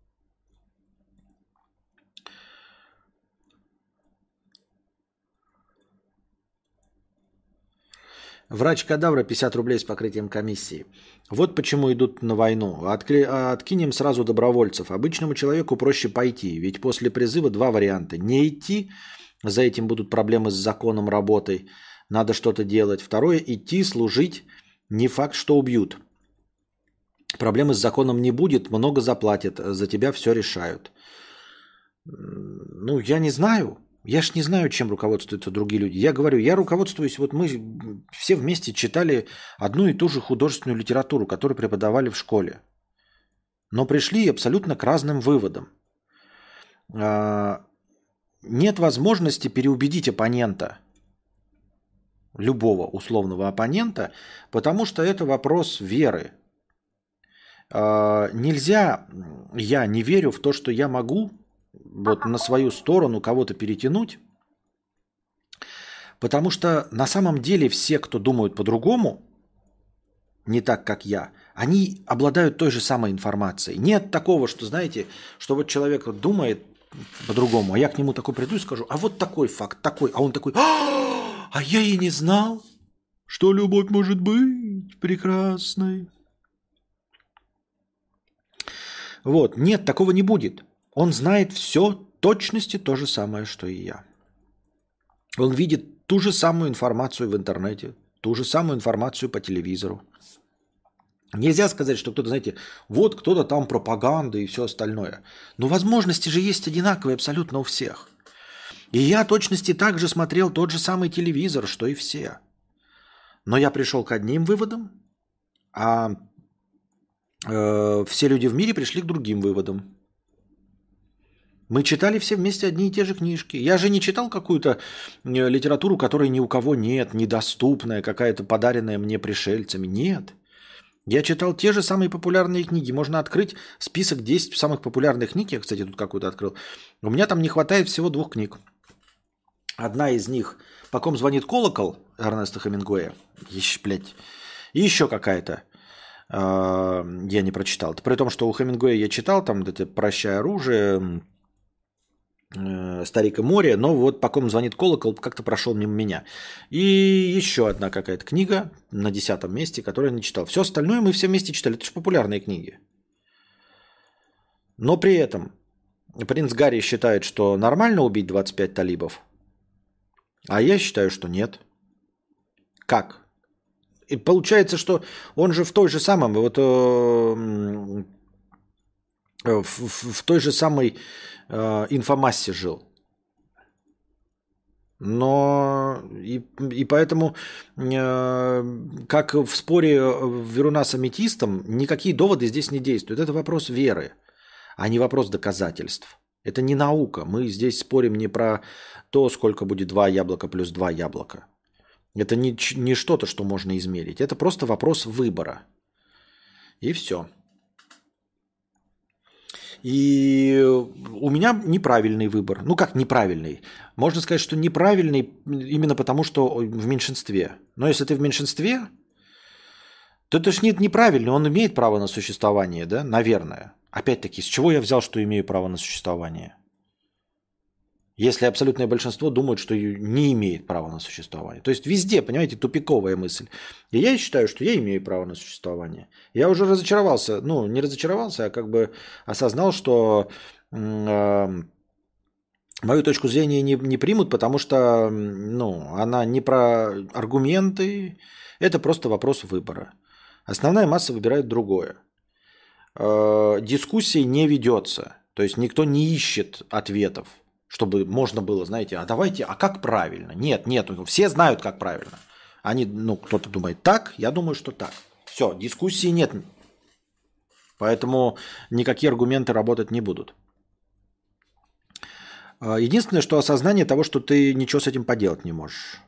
Врач-кадавра 50 рублей с покрытием комиссии. Вот почему идут на войну. Откинем сразу добровольцев. Обычному человеку проще пойти, ведь после призыва два варианта. Не идти, за этим будут проблемы с законом, работой, надо что-то делать. Второе, идти, служить, не факт, что убьют. Проблемы с законом не будет, много заплатят, за тебя все решают. Ну, я не знаю. Я ж не знаю, чем руководствуются другие люди. Я говорю, я руководствуюсь, вот мы все вместе читали одну и ту же художественную литературу, которую преподавали в школе. Но пришли абсолютно к разным выводам. Нет возможности переубедить оппонента, любого условного оппонента, потому что это вопрос веры. Нельзя, я не верю в то, что я могу вот на свою сторону кого-то перетянуть, потому что на самом деле все, кто думают по-другому, не так, как я, они обладают той же самой информацией. Нет такого, что, знаете, что вот человек думает по-другому, а я к нему такой приду и скажу, а вот такой факт, такой, а он такой, а я и не знал, что любовь может быть прекрасной. Вот, нет, такого не будет. Он знает все, точности то же самое, что и я. Он видит ту же самую информацию в интернете, ту же самую информацию по телевизору. Нельзя сказать, что кто-то, знаете, вот кто-то там пропаганда и все остальное. Но возможности же есть одинаковые абсолютно у всех. И я точности так же смотрел тот же самый телевизор, что и все. Но я пришел к одним выводам, а все люди в мире пришли к другим выводам. Мы читали все вместе одни и те же книжки. Я же не читал какую-то литературу, которой ни у кого нет, недоступная, какая-то подаренная мне пришельцами. Нет. Я читал те же самые популярные книги. Можно открыть список 10 самых популярных книг. Я, кстати, тут какую-то открыл. У меня там не хватает всего 2 книг. Одна из них «По ком звонит колокол» Эрнеста Хемингуэя. И еще какая-то. Я не прочитал. При том, что у Хемингуэя я читал, там это «Прощай оружие», «Старик и море», но вот «По ком звонит колокол» как-то прошел мимо меня. И еще одна какая-то книга на 10-м месте, которую я не читал. Все остальное мы все вместе читали. Это же популярные книги. Но при этом принц Гарри считает, что нормально убить 25 талибов, а я считаю, что нет. Как? И получается, что он же в той же самом, вот в той же самой инфомассе жил. Но и поэтому, как в споре Веруна с аметистом, никакие доводы здесь не действуют. Это вопрос веры, а не вопрос доказательств. Это не наука. Мы здесь спорим не про то, сколько будет 2 яблока плюс 2 яблока. Это не что-то, что можно измерить. Это просто вопрос выбора. И все. И у меня неправильный выбор. Ну как неправильный? Можно сказать, что неправильный именно потому, что в меньшинстве. Но если ты в меньшинстве, то это же нет неправильный. Он имеет право на существование, да? Наверное. Опять-таки, с чего я взял, что имею право на существование? Если абсолютное большинство думает, что не имеет права на существование. То есть везде, понимаете, тупиковая мысль. И я считаю, что я имею право на существование. Я уже разочаровался, ну, не разочаровался, а как бы осознал, что мою точку зрения не примут, потому что ну, она не про аргументы, это просто вопрос выбора. Основная масса выбирает другое. Дискуссии не ведется, то есть никто не ищет ответов. Чтобы можно было, знаете, а давайте, а как правильно? Нет, все знают, как правильно. Они, ну, кто-то думает так, я думаю, что так. Все, дискуссии нет. Поэтому никакие аргументы работать не будут. Единственное, что осознание того, что ты ничего с этим поделать не можешь.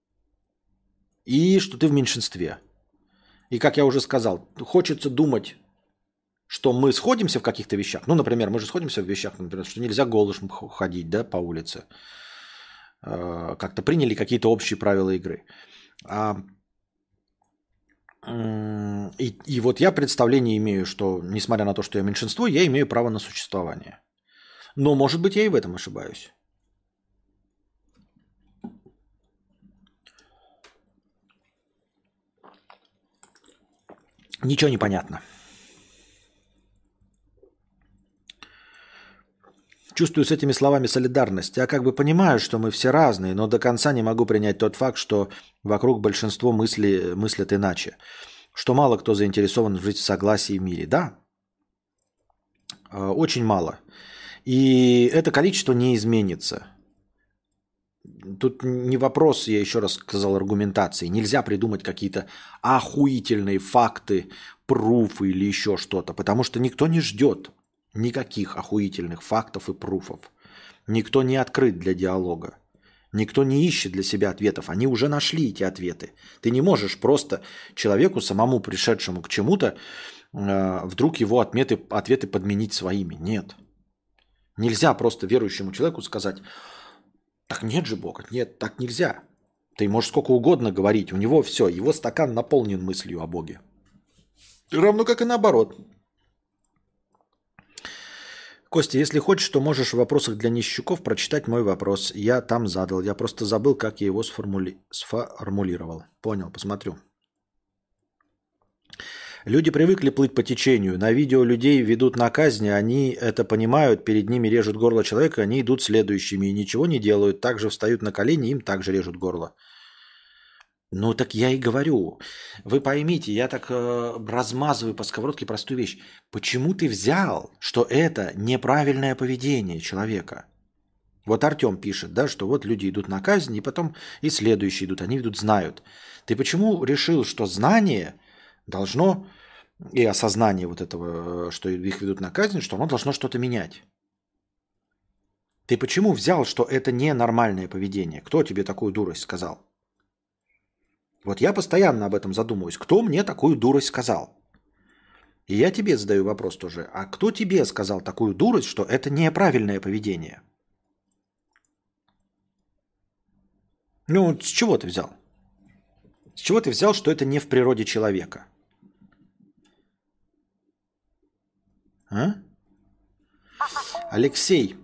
И что ты в меньшинстве. И как я уже сказал, хочется думать, что мы сходимся в каких-то вещах. Ну, например, мы же сходимся в вещах, например, что нельзя голышом ходить, да, по улице. Как-то приняли какие-то общие правила игры. И вот я представление имею, что, несмотря на то, что я меньшинство, я имею право на существование. Но, может быть, я и в этом ошибаюсь. Ничего не понятно. Чувствую с этими словами солидарность. Я как бы понимаю, что мы все разные, но до конца не могу принять тот факт, что вокруг большинство мыслят иначе. Что мало кто заинтересован жить в согласии в мире. Да, очень мало. И это количество не изменится. Тут не вопрос, я еще раз сказал, аргументации. Нельзя придумать какие-то охуительные факты, пруфы или еще что-то, потому что никто не ждет никаких охуительных фактов и пруфов. Никто не открыт для диалога. Никто не ищет для себя ответов. Они уже нашли эти ответы. Ты не можешь просто человеку, самому пришедшему к чему-то, вдруг его ответы подменить своими. Нет. Нельзя просто верующему человеку сказать, так нет же Бога. Нет, так нельзя. Ты можешь сколько угодно говорить. У него все, его стакан наполнен мыслью о Боге. Равно как и наоборот. Костя, если хочешь, то можешь в вопросах для нищуков прочитать мой вопрос. Я там задал. Я просто забыл, как я его сформулировал. Понял, посмотрю. Люди привыкли плыть по течению. На видео людей ведут на казни, они это понимают, перед ними режут горло человека, они идут следующими и ничего не делают. Также встают на колени, им также режут горло. Ну так я и говорю. Вы поймите, я так размазываю по сковородке простую вещь. Почему ты взял, что это неправильное поведение человека? Вот Артем пишет, да, что вот люди идут на казнь, и потом и следующие идут, они идут, знают. Ты почему решил, что знание должно, и осознание вот этого, что их ведут на казнь, что оно должно что-то менять? Ты почему взял, что это ненормальное поведение? Кто тебе такую дурость сказал? Вот я постоянно об этом задумываюсь. Кто мне такую дурость сказал? И я тебе задаю вопрос тоже. А кто тебе сказал такую дурость, что это неправильное поведение? Ну, с чего ты взял? С чего ты взял, что это не в природе человека? А? Алексей,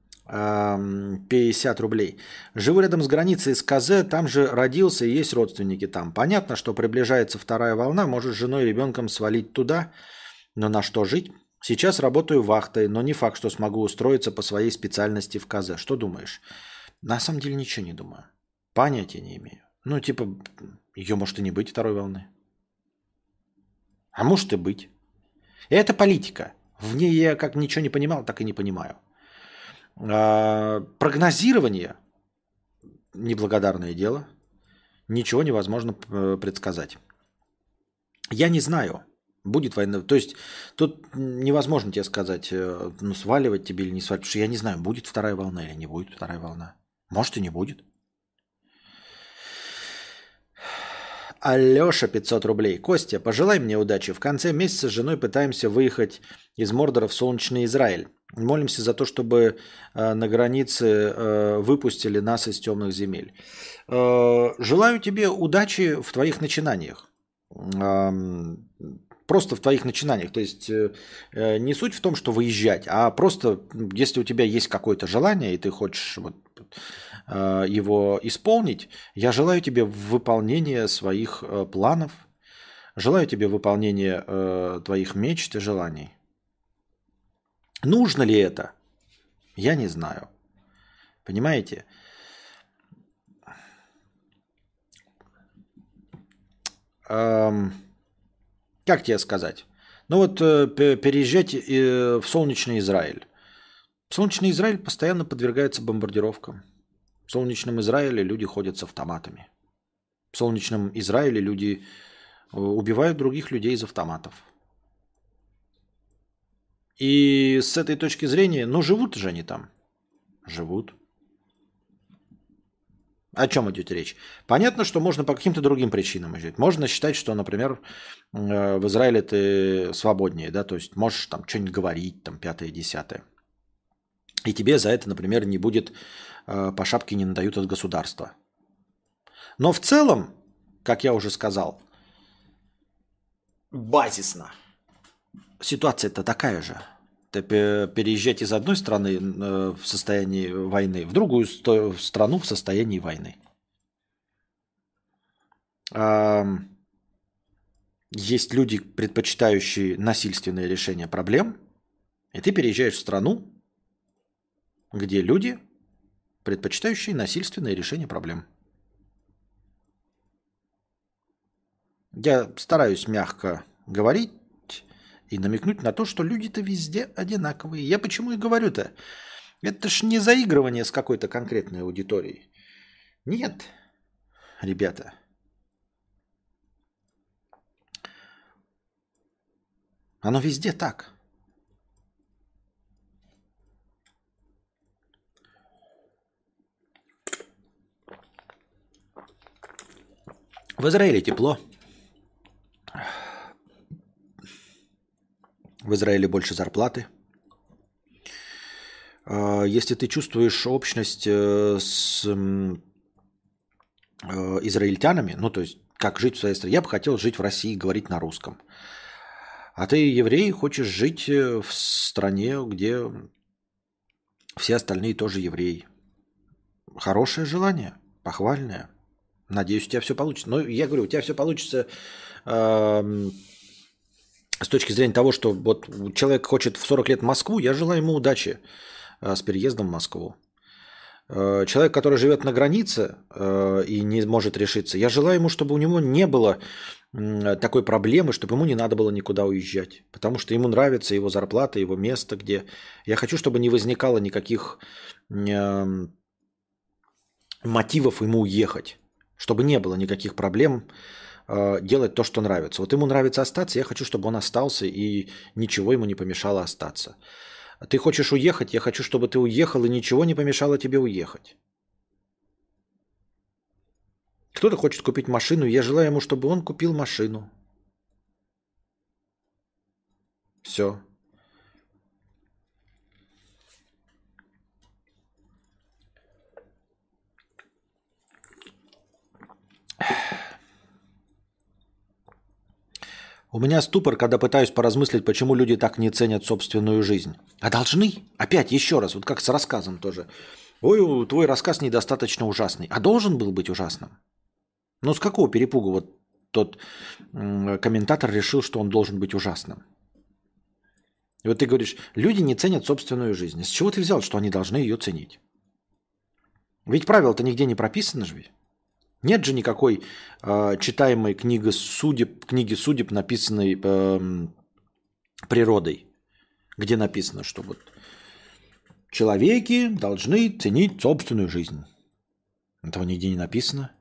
50 рублей. Живу рядом с границей с КЗ, там же родился и есть родственники там. Понятно, что приближается вторая волна, может с женой и ребенком свалить туда, но на что жить? Сейчас работаю вахтой, но не факт, что смогу устроиться по своей специальности в КЗ. Что думаешь? На самом деле ничего не думаю. Понятия не имею. Ну, типа, ее может и не быть второй волны. А может и быть. И это политика. В ней я как ничего не понимал, так и не понимаю. Прогнозирование – неблагодарное дело. Ничего невозможно предсказать. Я не знаю, будет война. То есть тут невозможно тебе сказать, ну, сваливать тебе или не сваливать. Потому что я не знаю, будет вторая волна или не будет вторая волна. Может и не будет. Алеша, 500 рублей. Костя, пожелай мне удачи. В конце месяца с женой пытаемся выехать из Мордора в солнечный Израиль. Молимся за то, чтобы на границе выпустили нас из темных земель. Желаю тебе удачи в твоих начинаниях. Просто в твоих начинаниях. То есть не суть в том, что выезжать, а просто если у тебя есть какое-то желание, и ты хочешь вот, его исполнить, я желаю тебе выполнения своих планов, желаю тебе выполнения твоих мечт и желаний. Нужно ли это? Я не знаю. Понимаете? Как тебе сказать? Ну вот переезжать в солнечный Израиль. Солнечный Израиль постоянно подвергается бомбардировкам. В солнечном Израиле люди ходят с автоматами. В солнечном Израиле люди убивают других людей из автоматов. И с этой точки зрения, ну живут же они там. Живут. О чем идет речь? Понятно, что можно по каким-то другим причинам жить. Можно считать, что, например, в Израиле ты свободнее, да, то есть можешь там что-нибудь говорить, там, пятое, десятое. И тебе за это, например, не будет, по шапке не надают от государства. Но в целом, как я уже сказал, базисно, ситуация-то такая же. Переезжать из одной страны в состоянии войны в другую страну в состоянии войны. Есть люди, предпочитающие насильственное решение проблем, и ты переезжаешь в страну, где люди, предпочитающие насильственное решение проблем. Я стараюсь мягко говорить и намекнуть на то, что люди-то везде одинаковые. Я почему и говорю-то? Это ж не заигрывание с какой-то конкретной аудиторией. Нет, ребята. Оно везде так. В Израиле тепло. В Израиле больше зарплаты. Если ты чувствуешь общность с израильтянами, ну то есть как жить в своей стране, я бы хотел жить в России и говорить на русском. А ты, еврей, хочешь жить в стране, где все остальные тоже евреи. Хорошее желание, похвальное. Надеюсь, у тебя все получится. Но я говорю, у тебя все получится с точки зрения того, что вот человек хочет в 40 лет в Москву, я желаю ему удачи с переездом в Москву. Человек, который живет на границе и не может решиться, я желаю ему, чтобы у него не было такой проблемы, чтобы ему не надо было никуда уезжать. Потому что ему нравится его зарплата, его место, где... Я хочу, чтобы не возникало никаких мотивов ему уехать. Чтобы не было никаких проблем делать то, что нравится. Вот ему нравится остаться, я хочу, чтобы он остался, и ничего ему не помешало остаться. Ты хочешь уехать, я хочу, чтобы ты уехал, и ничего не помешало тебе уехать. Кто-то хочет купить машину, я желаю ему, чтобы он купил машину. Все. У меня ступор, когда пытаюсь поразмыслить, почему люди так не ценят собственную жизнь. А должны? Опять, еще раз, вот как с рассказом тоже. Ой, твой рассказ недостаточно ужасный. А должен был быть ужасным? Ну, с какого перепугу вот тот комментатор решил, что он должен быть ужасным? И вот ты говоришь, люди не ценят собственную жизнь. С чего ты взял, что они должны ее ценить? Ведь правила-то нигде не прописаны же ведь. Нет же никакой читаемой книги судеб, написанной природой, где написано, что вот человеки должны ценить собственную жизнь. Этого нигде не написано.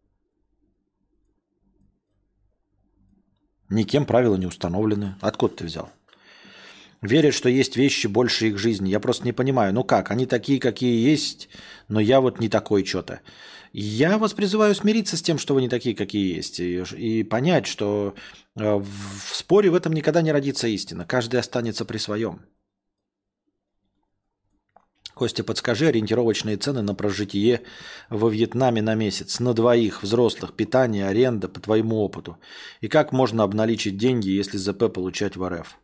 Никем правила не установлены. Откуда ты взял? Верят, что есть вещи больше их жизни. Я просто не понимаю, ну как, они такие, какие есть, но я вот не такой что-то. Я вас призываю смириться с тем, что вы не такие, какие есть, и понять, что в споре в этом никогда не родится истина. Каждый останется при своем. Костя, подскажи ориентировочные цены на прожитие во Вьетнаме на месяц, на двоих, взрослых, питание, аренда, по твоему опыту. И как можно обналичить деньги, если ЗП получать в РФ?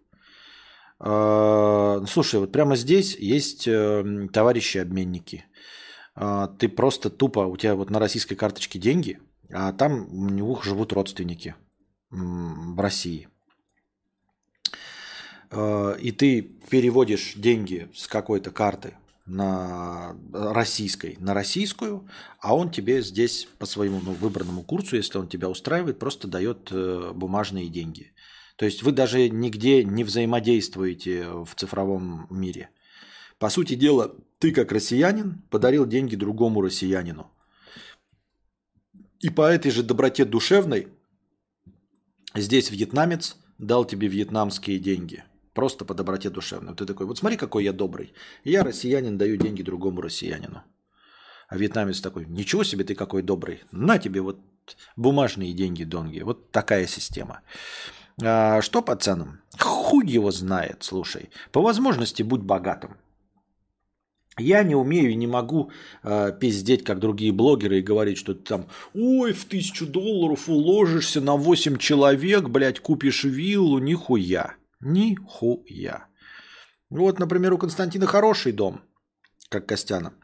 Слушай, вот прямо здесь есть товарищи-обменники. Ты просто тупо, у тебя вот на российской карточке деньги, а там у них живут родственники в России. И ты переводишь деньги с какой-то карты на российскую, а он тебе здесь по своему выбранному курсу, если он тебя устраивает, просто дает бумажные деньги. То есть вы даже нигде не взаимодействуете в цифровом мире. По сути дела, ты как россиянин подарил деньги другому россиянину. И по этой же доброте душевной здесь вьетнамец дал тебе вьетнамские деньги. Просто по доброте душевной. Ты такой, вот смотри, какой я добрый. Я, россиянин, даю деньги другому россиянину. А вьетнамец такой, ничего себе ты какой добрый. На тебе вот бумажные деньги, донги. Вот такая система. Что по ценам? Хуй его знает, слушай. По возможности будь богатым. Я не умею и не могу пиздеть, как другие блогеры, и говорить, что ты там, ой, в $1000 уложишься на 8 человек, блядь, купишь виллу, нихуя. Нихуя. Вот, например, у Константина хороший дом, как Костяна.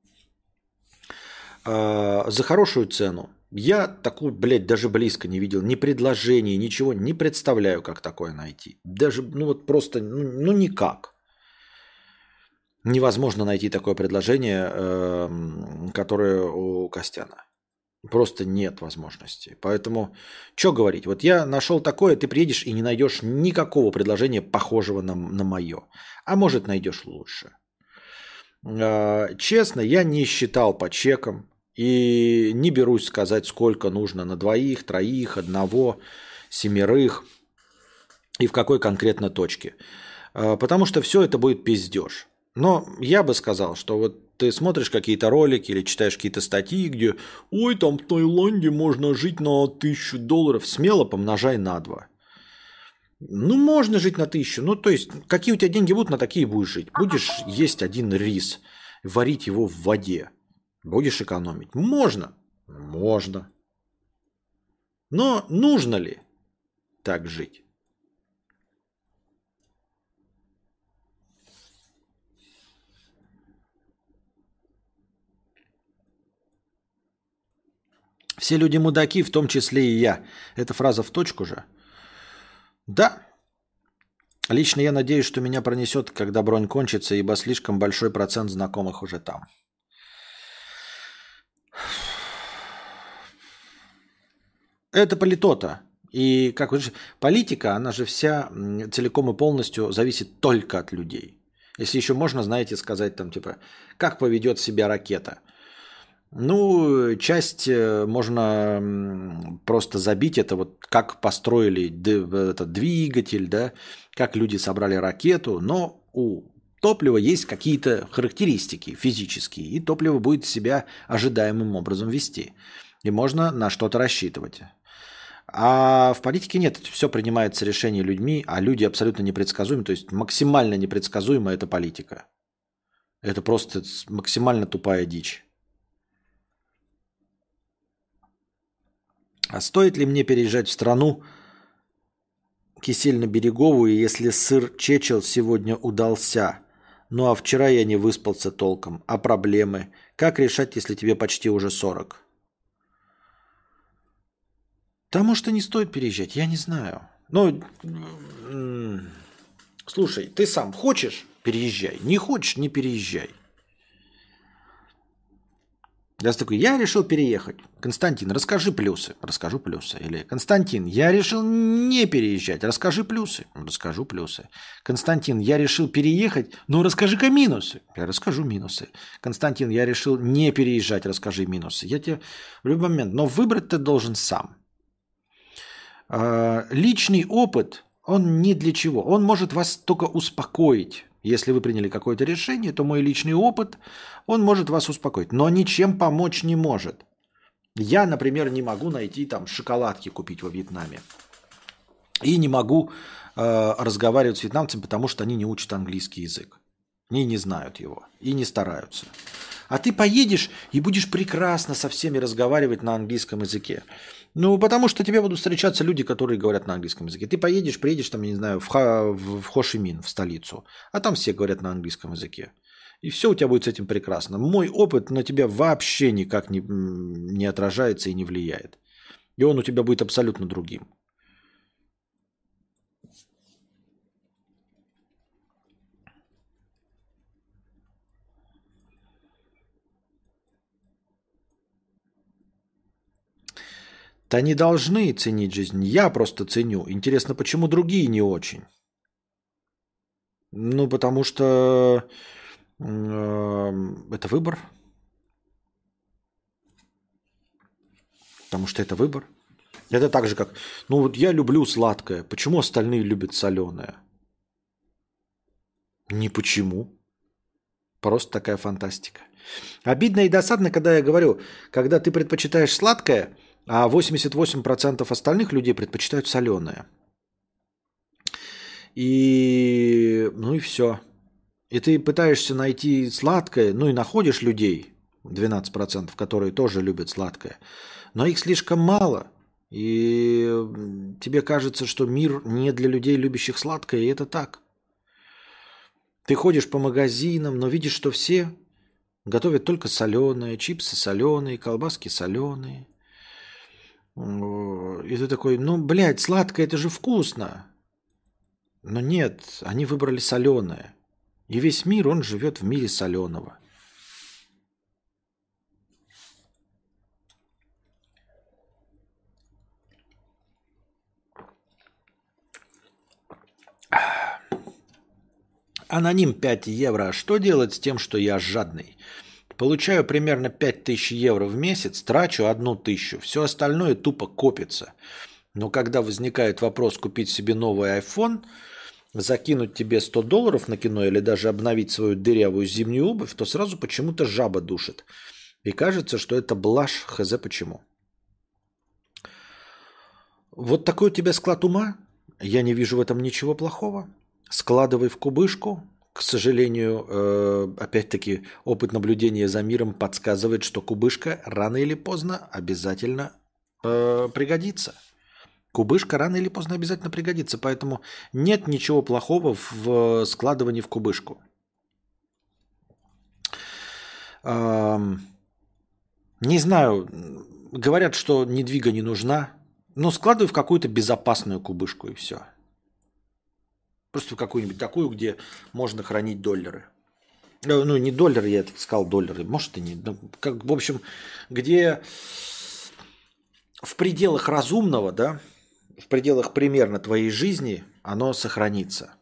За хорошую цену. Я такую, блядь, даже близко не видел. Ни предложений, ничего. Не представляю, как такое найти. Даже, ну вот просто, ну никак. Невозможно найти такое предложение, которое у Костяна. Просто нет возможности. Поэтому, что говорить? Вот я нашел такое, ты приедешь и не найдешь никакого предложения, похожего на мое. А может, найдешь лучше. Честно, я не считал по чекам. И не берусь сказать, сколько нужно на двоих, троих, одного, 7 и в какой конкретно точке. Потому что все это будет пиздеж. Но я бы сказал, что вот ты смотришь какие-то ролики или читаешь какие-то статьи, где «Ой, там в Таиланде можно жить на $1000». Смело помножай на 2. Ну, можно жить на 1000. Ну, то есть, какие у тебя деньги будут, на такие будешь жить. Будешь есть один рис, варить его в воде. Будешь экономить? Можно. Можно. Но нужно ли так жить? Все люди мудаки, в том числе и я. Эта фраза в точку же? Да. Лично я надеюсь, что меня пронесет, когда бронь кончится, ибо слишком большой процент знакомых уже там. Это политота. И как вы же, политика, она же вся целиком и полностью зависит только от людей. Если еще можно, знаете, сказать там типа, как поведет себя ракета. Ну, часть можно просто забить, это вот как построили этот двигатель, да, как люди собрали ракету, но у топлива есть какие-то характеристики физические, и топливо будет себя ожидаемым образом вести. И можно на что-то рассчитывать. А в политике нет, все принимается решение людьми, а люди абсолютно непредсказуемы, то есть максимально непредсказуема эта политика. Это просто максимально тупая дичь. А стоит ли мне переезжать в страну Кисельно-Береговую, если сыр Чечел сегодня удался? Ну а вчера я не выспался толком. А проблемы? Как решать, если тебе почти уже 40? Да, может, и не стоит переезжать, я не знаю. Ну, слушай, ты сам хочешь – переезжай. Не хочешь – не переезжай. Я такой, я решил переехать. Константин, расскажи плюсы. Расскажу плюсы. Или Константин, я решил не переезжать. Расскажи плюсы. Расскажу плюсы. Константин, я решил переехать. Ну, расскажи-ка минусы. Я расскажу минусы. Константин, я решил не переезжать. Расскажи минусы. Я тебе в любой момент. Но выбрать ты должен сам. Личный опыт, он ни для чего. Он может вас только успокоить. Если вы приняли какое-то решение, то мой личный опыт, он может вас успокоить, но ничем помочь не может. Я, например, не могу найти там шоколадки купить во Вьетнаме. И не могу разговаривать с вьетнамцами, потому что они не учат английский язык. Они не знают его и не стараются. А ты поедешь и будешь прекрасно со всеми разговаривать на английском языке. Ну, потому что тебе будут встречаться люди, которые говорят на английском языке. Ты поедешь, приедешь там, я не знаю, в Хошимин, в столицу, а там все говорят на английском языке. И все у тебя будет с этим прекрасно. Мой опыт на тебя вообще никак не отражается и не влияет. И он у тебя будет абсолютно другим. Да не должны ценить жизнь. Я просто ценю. Интересно, почему другие не очень? Ну, потому что это выбор. Потому что это выбор. Это так же, как... Ну, вот я люблю сладкое. Почему остальные любят соленое? Не почему. Просто такая фантастика. Обидно и досадно, когда я говорю, когда ты предпочитаешь сладкое, а 88% остальных людей предпочитают соленое. И, ну и все. И ты пытаешься найти сладкое, ну и находишь людей, 12%, которые тоже любят сладкое. Но их слишком мало. И тебе кажется, что мир не для людей, любящих сладкое, и это так. Ты ходишь по магазинам, но видишь, что все готовят только соленые, чипсы соленые, колбаски соленые. И ты такой, ну, блядь, сладкое, это же вкусно. Но нет, они выбрали соленое. И весь мир, он живет в мире соленого. Аноним 5 евро. Что делать с тем, что я жадный? Получаю примерно 5000 евро в месяц, трачу 1000. Все остальное тупо копится. Но когда возникает вопрос купить себе новый iPhone, закинуть тебе $100 на кино или даже обновить свою дырявую зимнюю обувь, то сразу почему-то жаба душит. И кажется, что это блажь, хз почему. Вот такой у тебя склад ума. Я не вижу в этом ничего плохого. Складывай в кубышку. К сожалению, опять-таки, опыт наблюдения за миром подсказывает, что кубышка рано или поздно обязательно пригодится. Кубышка рано или поздно обязательно пригодится, поэтому нет ничего плохого в складывании в кубышку. Не знаю, говорят, что недвига не нужна, но складывай в какую-то безопасную кубышку и все. Просто в какую-нибудь такую, где можно хранить доллары. Ну, не доллары, я сказал доллары, может и не. Как, в общем, где в пределах разумного, да, в пределах примерно твоей жизни оно сохранится.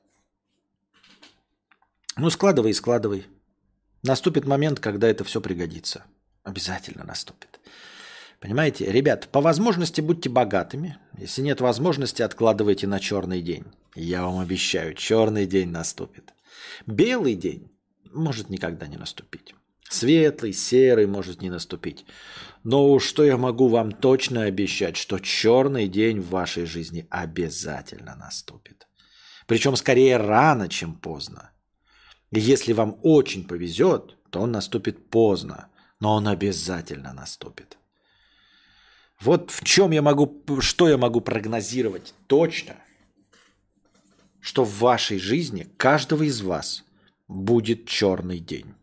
Ну, складывай и складывай. Наступит момент, когда это все пригодится. Обязательно наступит. Понимаете? Ребят, по возможности будьте богатыми. Если нет возможности, откладывайте на черный день. Я вам обещаю, черный день наступит. Белый день может никогда не наступить. Светлый, серый может не наступить. Но уж что я могу вам точно обещать, что черный день в вашей жизни обязательно наступит. Причем скорее рано, чем поздно. И если вам очень повезет, то он наступит поздно, но он обязательно наступит. Вот в чем я могу, что я могу прогнозировать точно, что в вашей жизни каждого из вас будет черный день.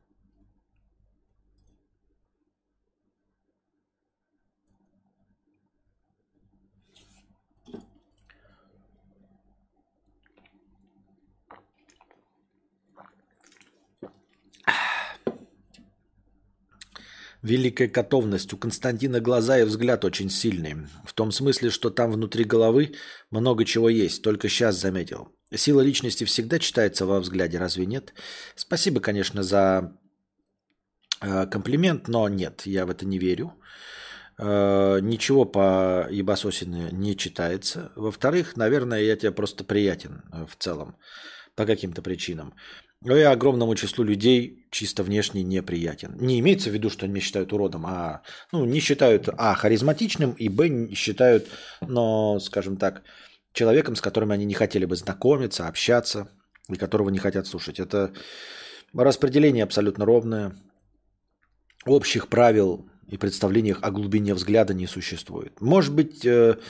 Великая готовность. У Константина глаза и взгляд очень сильные. В том смысле, что там внутри головы много чего есть. Только сейчас заметил. Сила личности всегда читается во взгляде, разве нет? Спасибо, конечно, за комплимент, но нет, я в это не верю. Ничего по ебасосине не читается. Во-вторых, наверное, я тебе просто приятен в целом по каким-то причинам. Но я огромному числу людей чисто внешне неприятен. Не имеется в виду, что они меня считают уродом, а не считают харизматичным, и б, считают, но, скажем так, человеком, с которым они не хотели бы знакомиться, общаться, и которого не хотят слушать. Это распределение абсолютно ровное. Общих правил и представлениях о глубине взгляда не существует. Может быть,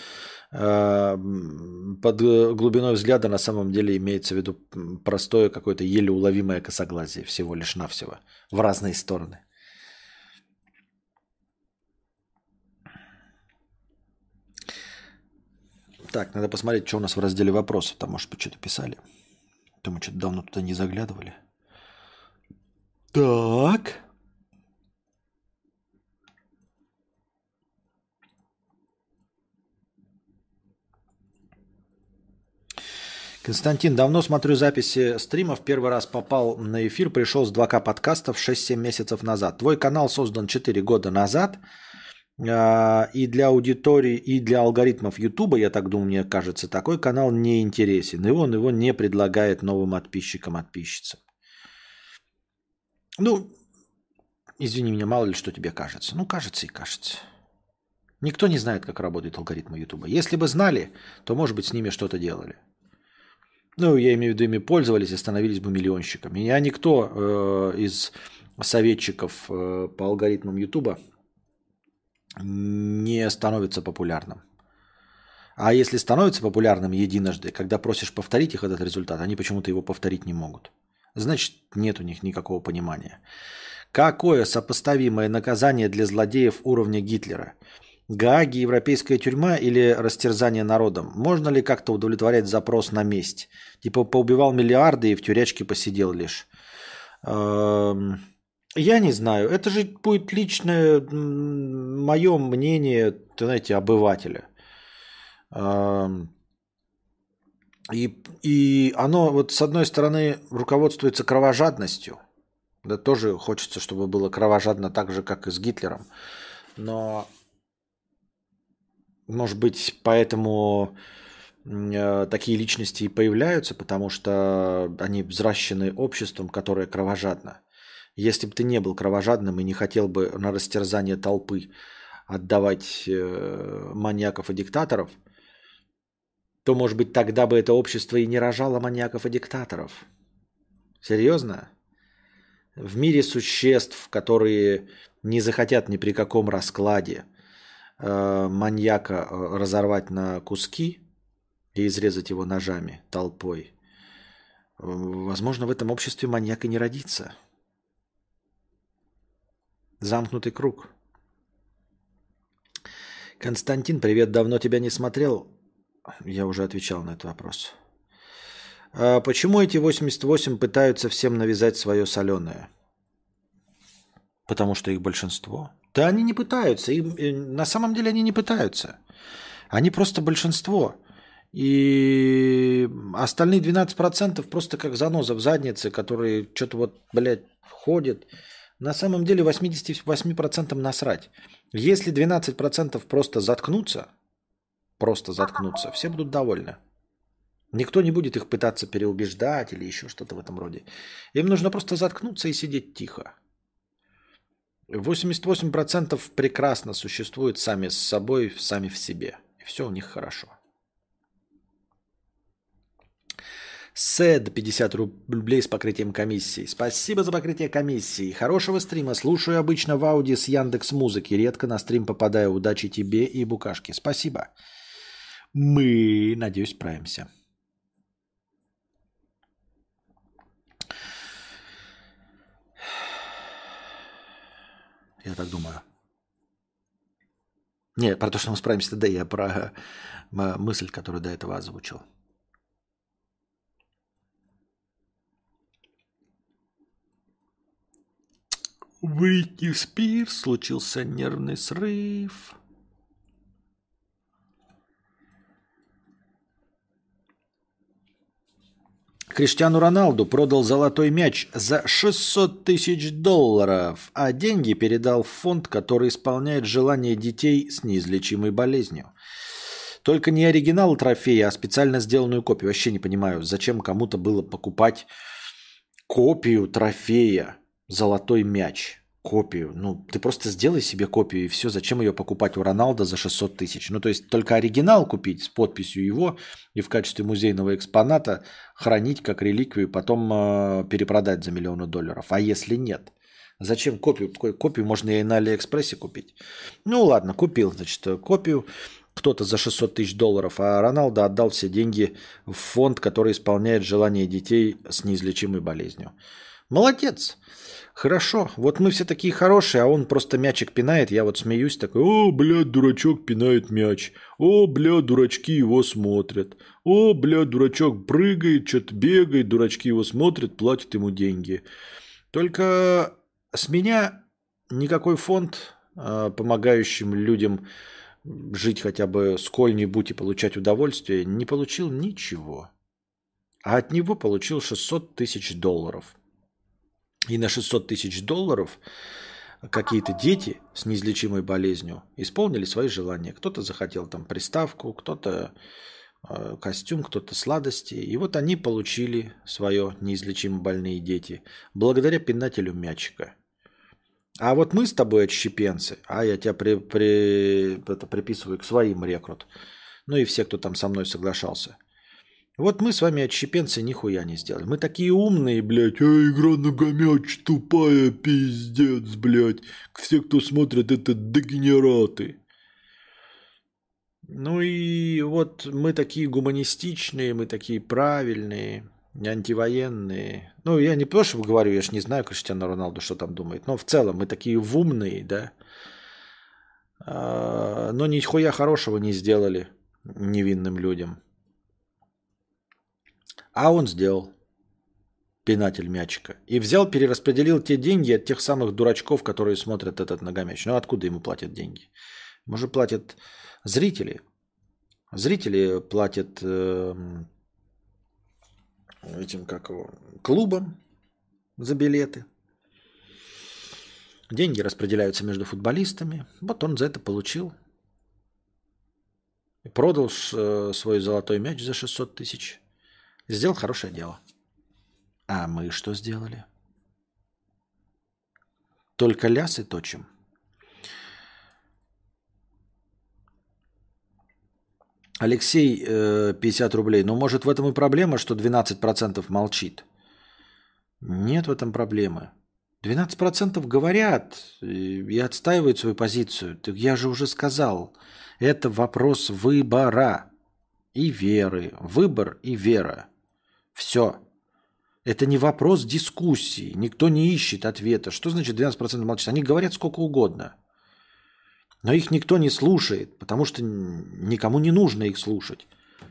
под глубиной взгляда на самом деле имеется в виду простое какое-то еле уловимое косоглазие всего лишь навсего в разные стороны. Так, надо посмотреть, что у нас в разделе вопросов. Там, может быть, что-то писали. То мы что-то давно туда не заглядывали. Так. Константин, давно смотрю записи стримов. Первый раз попал на эфир, пришел с 2К подкастов 6-7 месяцев назад. Твой канал создан 4 года назад. И для аудитории, и для алгоритмов Ютуба, я так думаю, мне кажется, такой канал не интересен. И он его не предлагает новым подписчикам, подписчицам. Извини меня, мало ли что тебе кажется. Кажется и кажется. Никто не знает, как работают алгоритмы Ютуба. Если бы знали, то, может быть, с ними что-то делали. Я имею в виду, ими пользовались и становились бы миллионщиками. А никто из советчиков по алгоритмам Ютуба не становится популярным. А если становится популярным единожды, когда просишь повторить их этот результат, они почему-то его повторить не могут. Значит, нет у них никакого понимания. Какое сопоставимое наказание для злодеев уровня Гитлера? Гааги, европейская тюрьма или растерзание народом? Можно ли как-то удовлетворять запрос на месть? Типа поубивал миллиарды и в тюрячке посидел лишь. Я не знаю. Это же будет личное мое мнение, знаете, обывателя. И оно вот с одной стороны руководствуется кровожадностью. Да тоже хочется, чтобы было кровожадно так же, как и с Гитлером. Но... Может быть, поэтому такие личности и появляются, потому что они взращены обществом, которое кровожадно. Если бы ты не был кровожадным и не хотел бы на растерзание толпы отдавать маньяков и диктаторов, то, может быть, тогда бы это общество и не рожало маньяков и диктаторов. Серьезно? В мире существ, которые не захотят ни при каком раскладе маньяка разорвать на куски и изрезать его ножами толпой, возможно, в этом обществе маньяк и не родится. Замкнутый круг. Константин, привет, давно тебя не смотрел. Я уже отвечал на этот вопрос. Почему эти 88 пытаются всем навязать свое соленое? Потому что их большинство. Да они не пытаются. На самом деле они не пытаются. Они просто большинство. И остальные 12% просто как заноза в заднице, которые что-то ходят. На самом деле 88% насрать. Если 12% просто заткнутся, все будут довольны. Никто не будет их пытаться переубеждать или еще что-то в этом роде. Им нужно просто заткнуться и сидеть тихо. 88% прекрасно существуют сами с собой, сами в себе. И все у них хорошо. Сэд 50 рублей с покрытием комиссии. Спасибо за покрытие комиссии. Хорошего стрима. Слушаю обычно в ауди с Яндекс Музыки. Редко на стрим попадаю. Удачи тебе и Букашке. Спасибо. Мы, надеюсь, справимся. Я так думаю. Нет, про то, что мы справимся, да, я про мысль, которую до этого озвучил. Бритни Спирс, случился нервный срыв. Криштиану Роналду продал золотой мяч за 600 тысяч долларов, а деньги передал в фонд, который исполняет желания детей с неизлечимой болезнью. Только не оригинал трофея, а специально сделанную копию. Вообще не понимаю, зачем кому-то было покупать копию трофея «Золотой мяч». Копию. Ну, ты просто сделай себе копию и все. Зачем ее покупать у Роналда за 600 тысяч? Ну, то есть только оригинал купить с подписью его и в качестве музейного экспоната хранить как реликвию, потом перепродать за миллионы долларов. А если нет? Зачем копию? Копию можно и на Алиэкспрессе купить. Ну, ладно, купил, значит, копию кто-то за 600 тысяч долларов, а Роналдо отдал все деньги в фонд, который исполняет желания детей с неизлечимой болезнью. Молодец. Хорошо. Вот мы все такие хорошие, а он просто мячик пинает. Я вот смеюсь такой: о, бля, дурачок пинает мяч. О, бля, дурачки его смотрят. О, бля, дурачок прыгает, что-то бегает, дурачки его смотрят, платят ему деньги. Только с меня никакой фонд, помогающим людям жить хотя бы сколь-нибудь и получать удовольствие, не получил ничего. А от него получил 600 тысяч долларов. И на 600 тысяч долларов какие-то дети с неизлечимой болезнью исполнили свои желания. Кто-то захотел там приставку, кто-то костюм, кто-то сладости. И вот они получили свое, неизлечимо больные дети, благодаря пинателю мячика. А вот мы с тобой отщепенцы, а я тебя приписываю к своим рекрут. Ну и все, кто там со мной соглашался. Вот мы с вами отщепенцы нихуя не сделали. Мы такие умные, блядь. А игра Ногомяч тупая, пиздец, блядь. Все, кто смотрит, это дегенераты. Ну и вот мы такие гуманистичные, мы такие правильные, антивоенные. Ну, я не то, что говорю, я же не знаю Криштиану Роналду, что там думает. Но в целом мы такие умные, да. Но нихуя хорошего не сделали невинным людям. А он сделал, пинатель мячика. И взял, перераспределил те деньги от тех самых дурачков, которые смотрят этот Ногомяч. Ну, откуда ему платят деньги? Ему же платят зрители. Зрители платят этим, как его, клубам за билеты. Деньги распределяются между футболистами. Вот он за это получил. И продал свой золотой мяч за 600 тысяч. Сделал хорошее дело. А мы что сделали? Только лясы точим. Алексей, 50 рублей. Ну, может, в этом и проблема, что 12% молчит? Нет в этом проблемы. 12% говорят и отстаивают свою позицию. Так я же уже сказал. Это вопрос выбора и веры. Выбор и вера. Все. Это не вопрос дискуссии. Никто не ищет ответа. Что значит 12% молчат? Они говорят сколько угодно. Но их никто не слушает, потому что никому не нужно их слушать.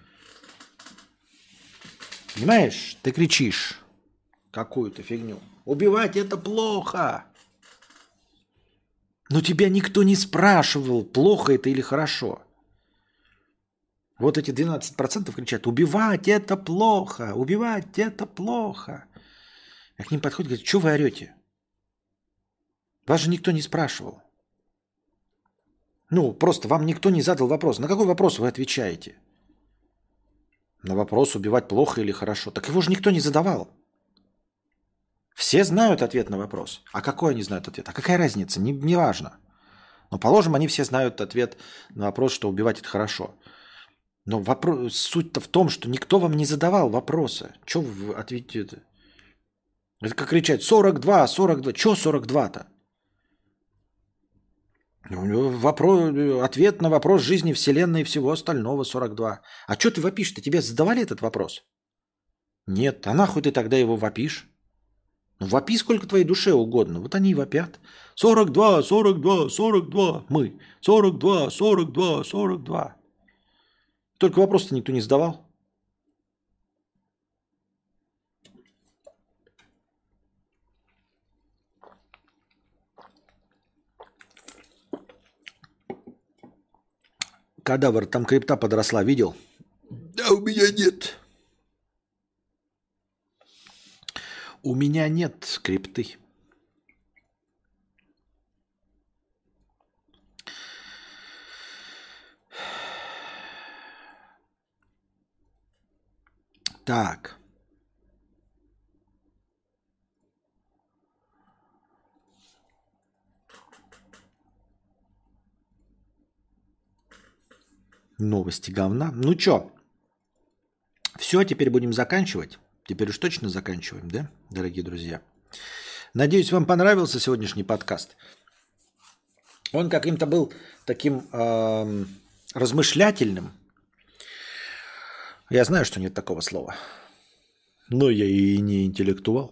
Понимаешь? Ты кричишь какую-то фигню. Убивать это плохо. Но тебя никто не спрашивал, плохо это или хорошо. Вот эти 12% кричат: убивать это плохо, убивать это плохо. А к ним подходит и говорит: что вы орете? Вас же никто не спрашивал. Ну, просто вам никто не задал вопрос. На какой вопрос вы отвечаете? На вопрос, убивать плохо или хорошо. Так его же никто не задавал. Все знают ответ на вопрос. А какой они знают ответ? А какая разница? Не важно. Но, положим, они все знают ответ на вопрос, что убивать это хорошо. Но суть-то в том, что никто вам не задавал вопросы. Чего вы ответите? Это как кричать 42, 42. Чего 42-то? Ответ на вопрос жизни, Вселенной и всего остального 42. А что ты вопишь-то? Тебе задавали этот вопрос? Нет. А нахуй ты тогда его вопишь? Ну, вопи сколько твоей душе угодно. Вот они и вопят. 42, 42, 42. Мы. 42, 42, 42. Только вопрос-то никто не задавал. Кадавр, там крипта подросла, видел? Да, у меня нет. У меня нет крипты. Так. Новости говна. Ну чё? Все, теперь будем заканчивать. Теперь уж точно заканчиваем, да, дорогие друзья? Надеюсь, вам понравился сегодняшний подкаст. Он каким-то был таким размышлятельным. Я знаю, что нет такого слова. Но я и не интеллектуал.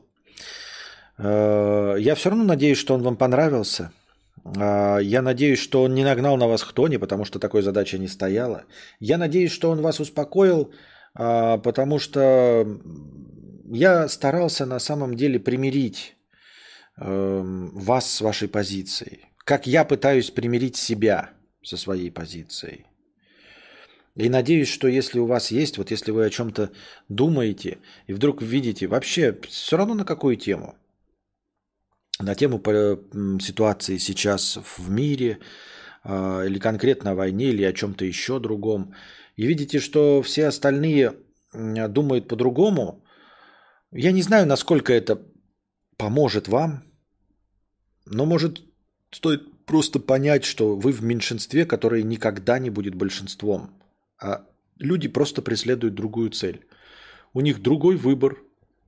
Я все равно надеюсь, что он вам понравился. Я надеюсь, что он не нагнал на вас хтони, потому что такой задачи не стояло. Я надеюсь, что он вас успокоил, потому что я старался на самом деле примирить вас с вашей позицией. Как я пытаюсь примирить себя со своей позицией. И надеюсь, что если у вас есть, вот если вы о чем-то думаете, и вдруг видите, вообще все равно на какую тему? На тему ситуации сейчас в мире, или конкретно о войне, или о чем-то еще другом. И видите, что все остальные думают по-другому. Я не знаю, насколько это поможет вам, но может стоит просто понять, что вы в меньшинстве, которое никогда не будет большинством. А люди просто преследуют другую цель. У них другой выбор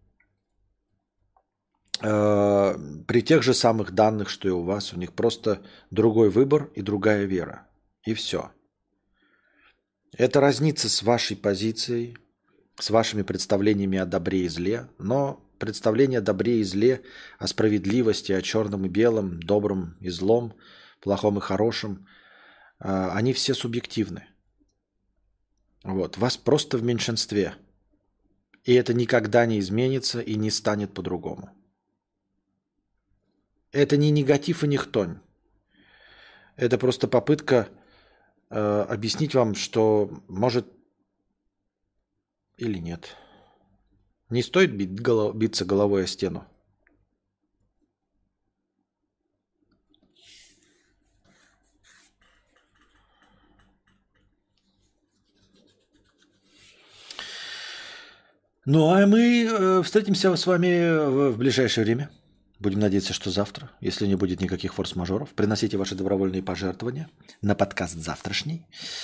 при тех же самых данных, что и у вас. У них просто другой выбор и другая вера. И все. Это разнится с вашей позицией, с вашими представлениями о добре и зле, но представления о добре и зле, о справедливости, о черном и белом, добром и злом, плохом и хорошем, они все субъективны. Вот. Вас просто в меньшинстве. И это никогда не изменится и не станет по-другому. Это не негатив и не хтонь. Это просто попытка объяснить вам, что может или нет. Не стоит биться головой о стену. Ну, а мы встретимся с вами в ближайшее время. Будем надеяться, что завтра, если не будет никаких форс-мажоров. Приносите ваши добровольные пожертвования на подкаст завтрашний.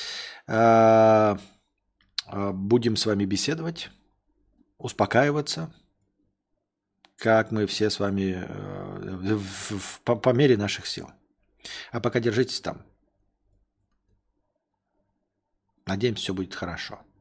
Будем с вами беседовать, успокаиваться, как мы все с вами по мере наших сил. А пока держитесь там. Надеемся, все будет хорошо.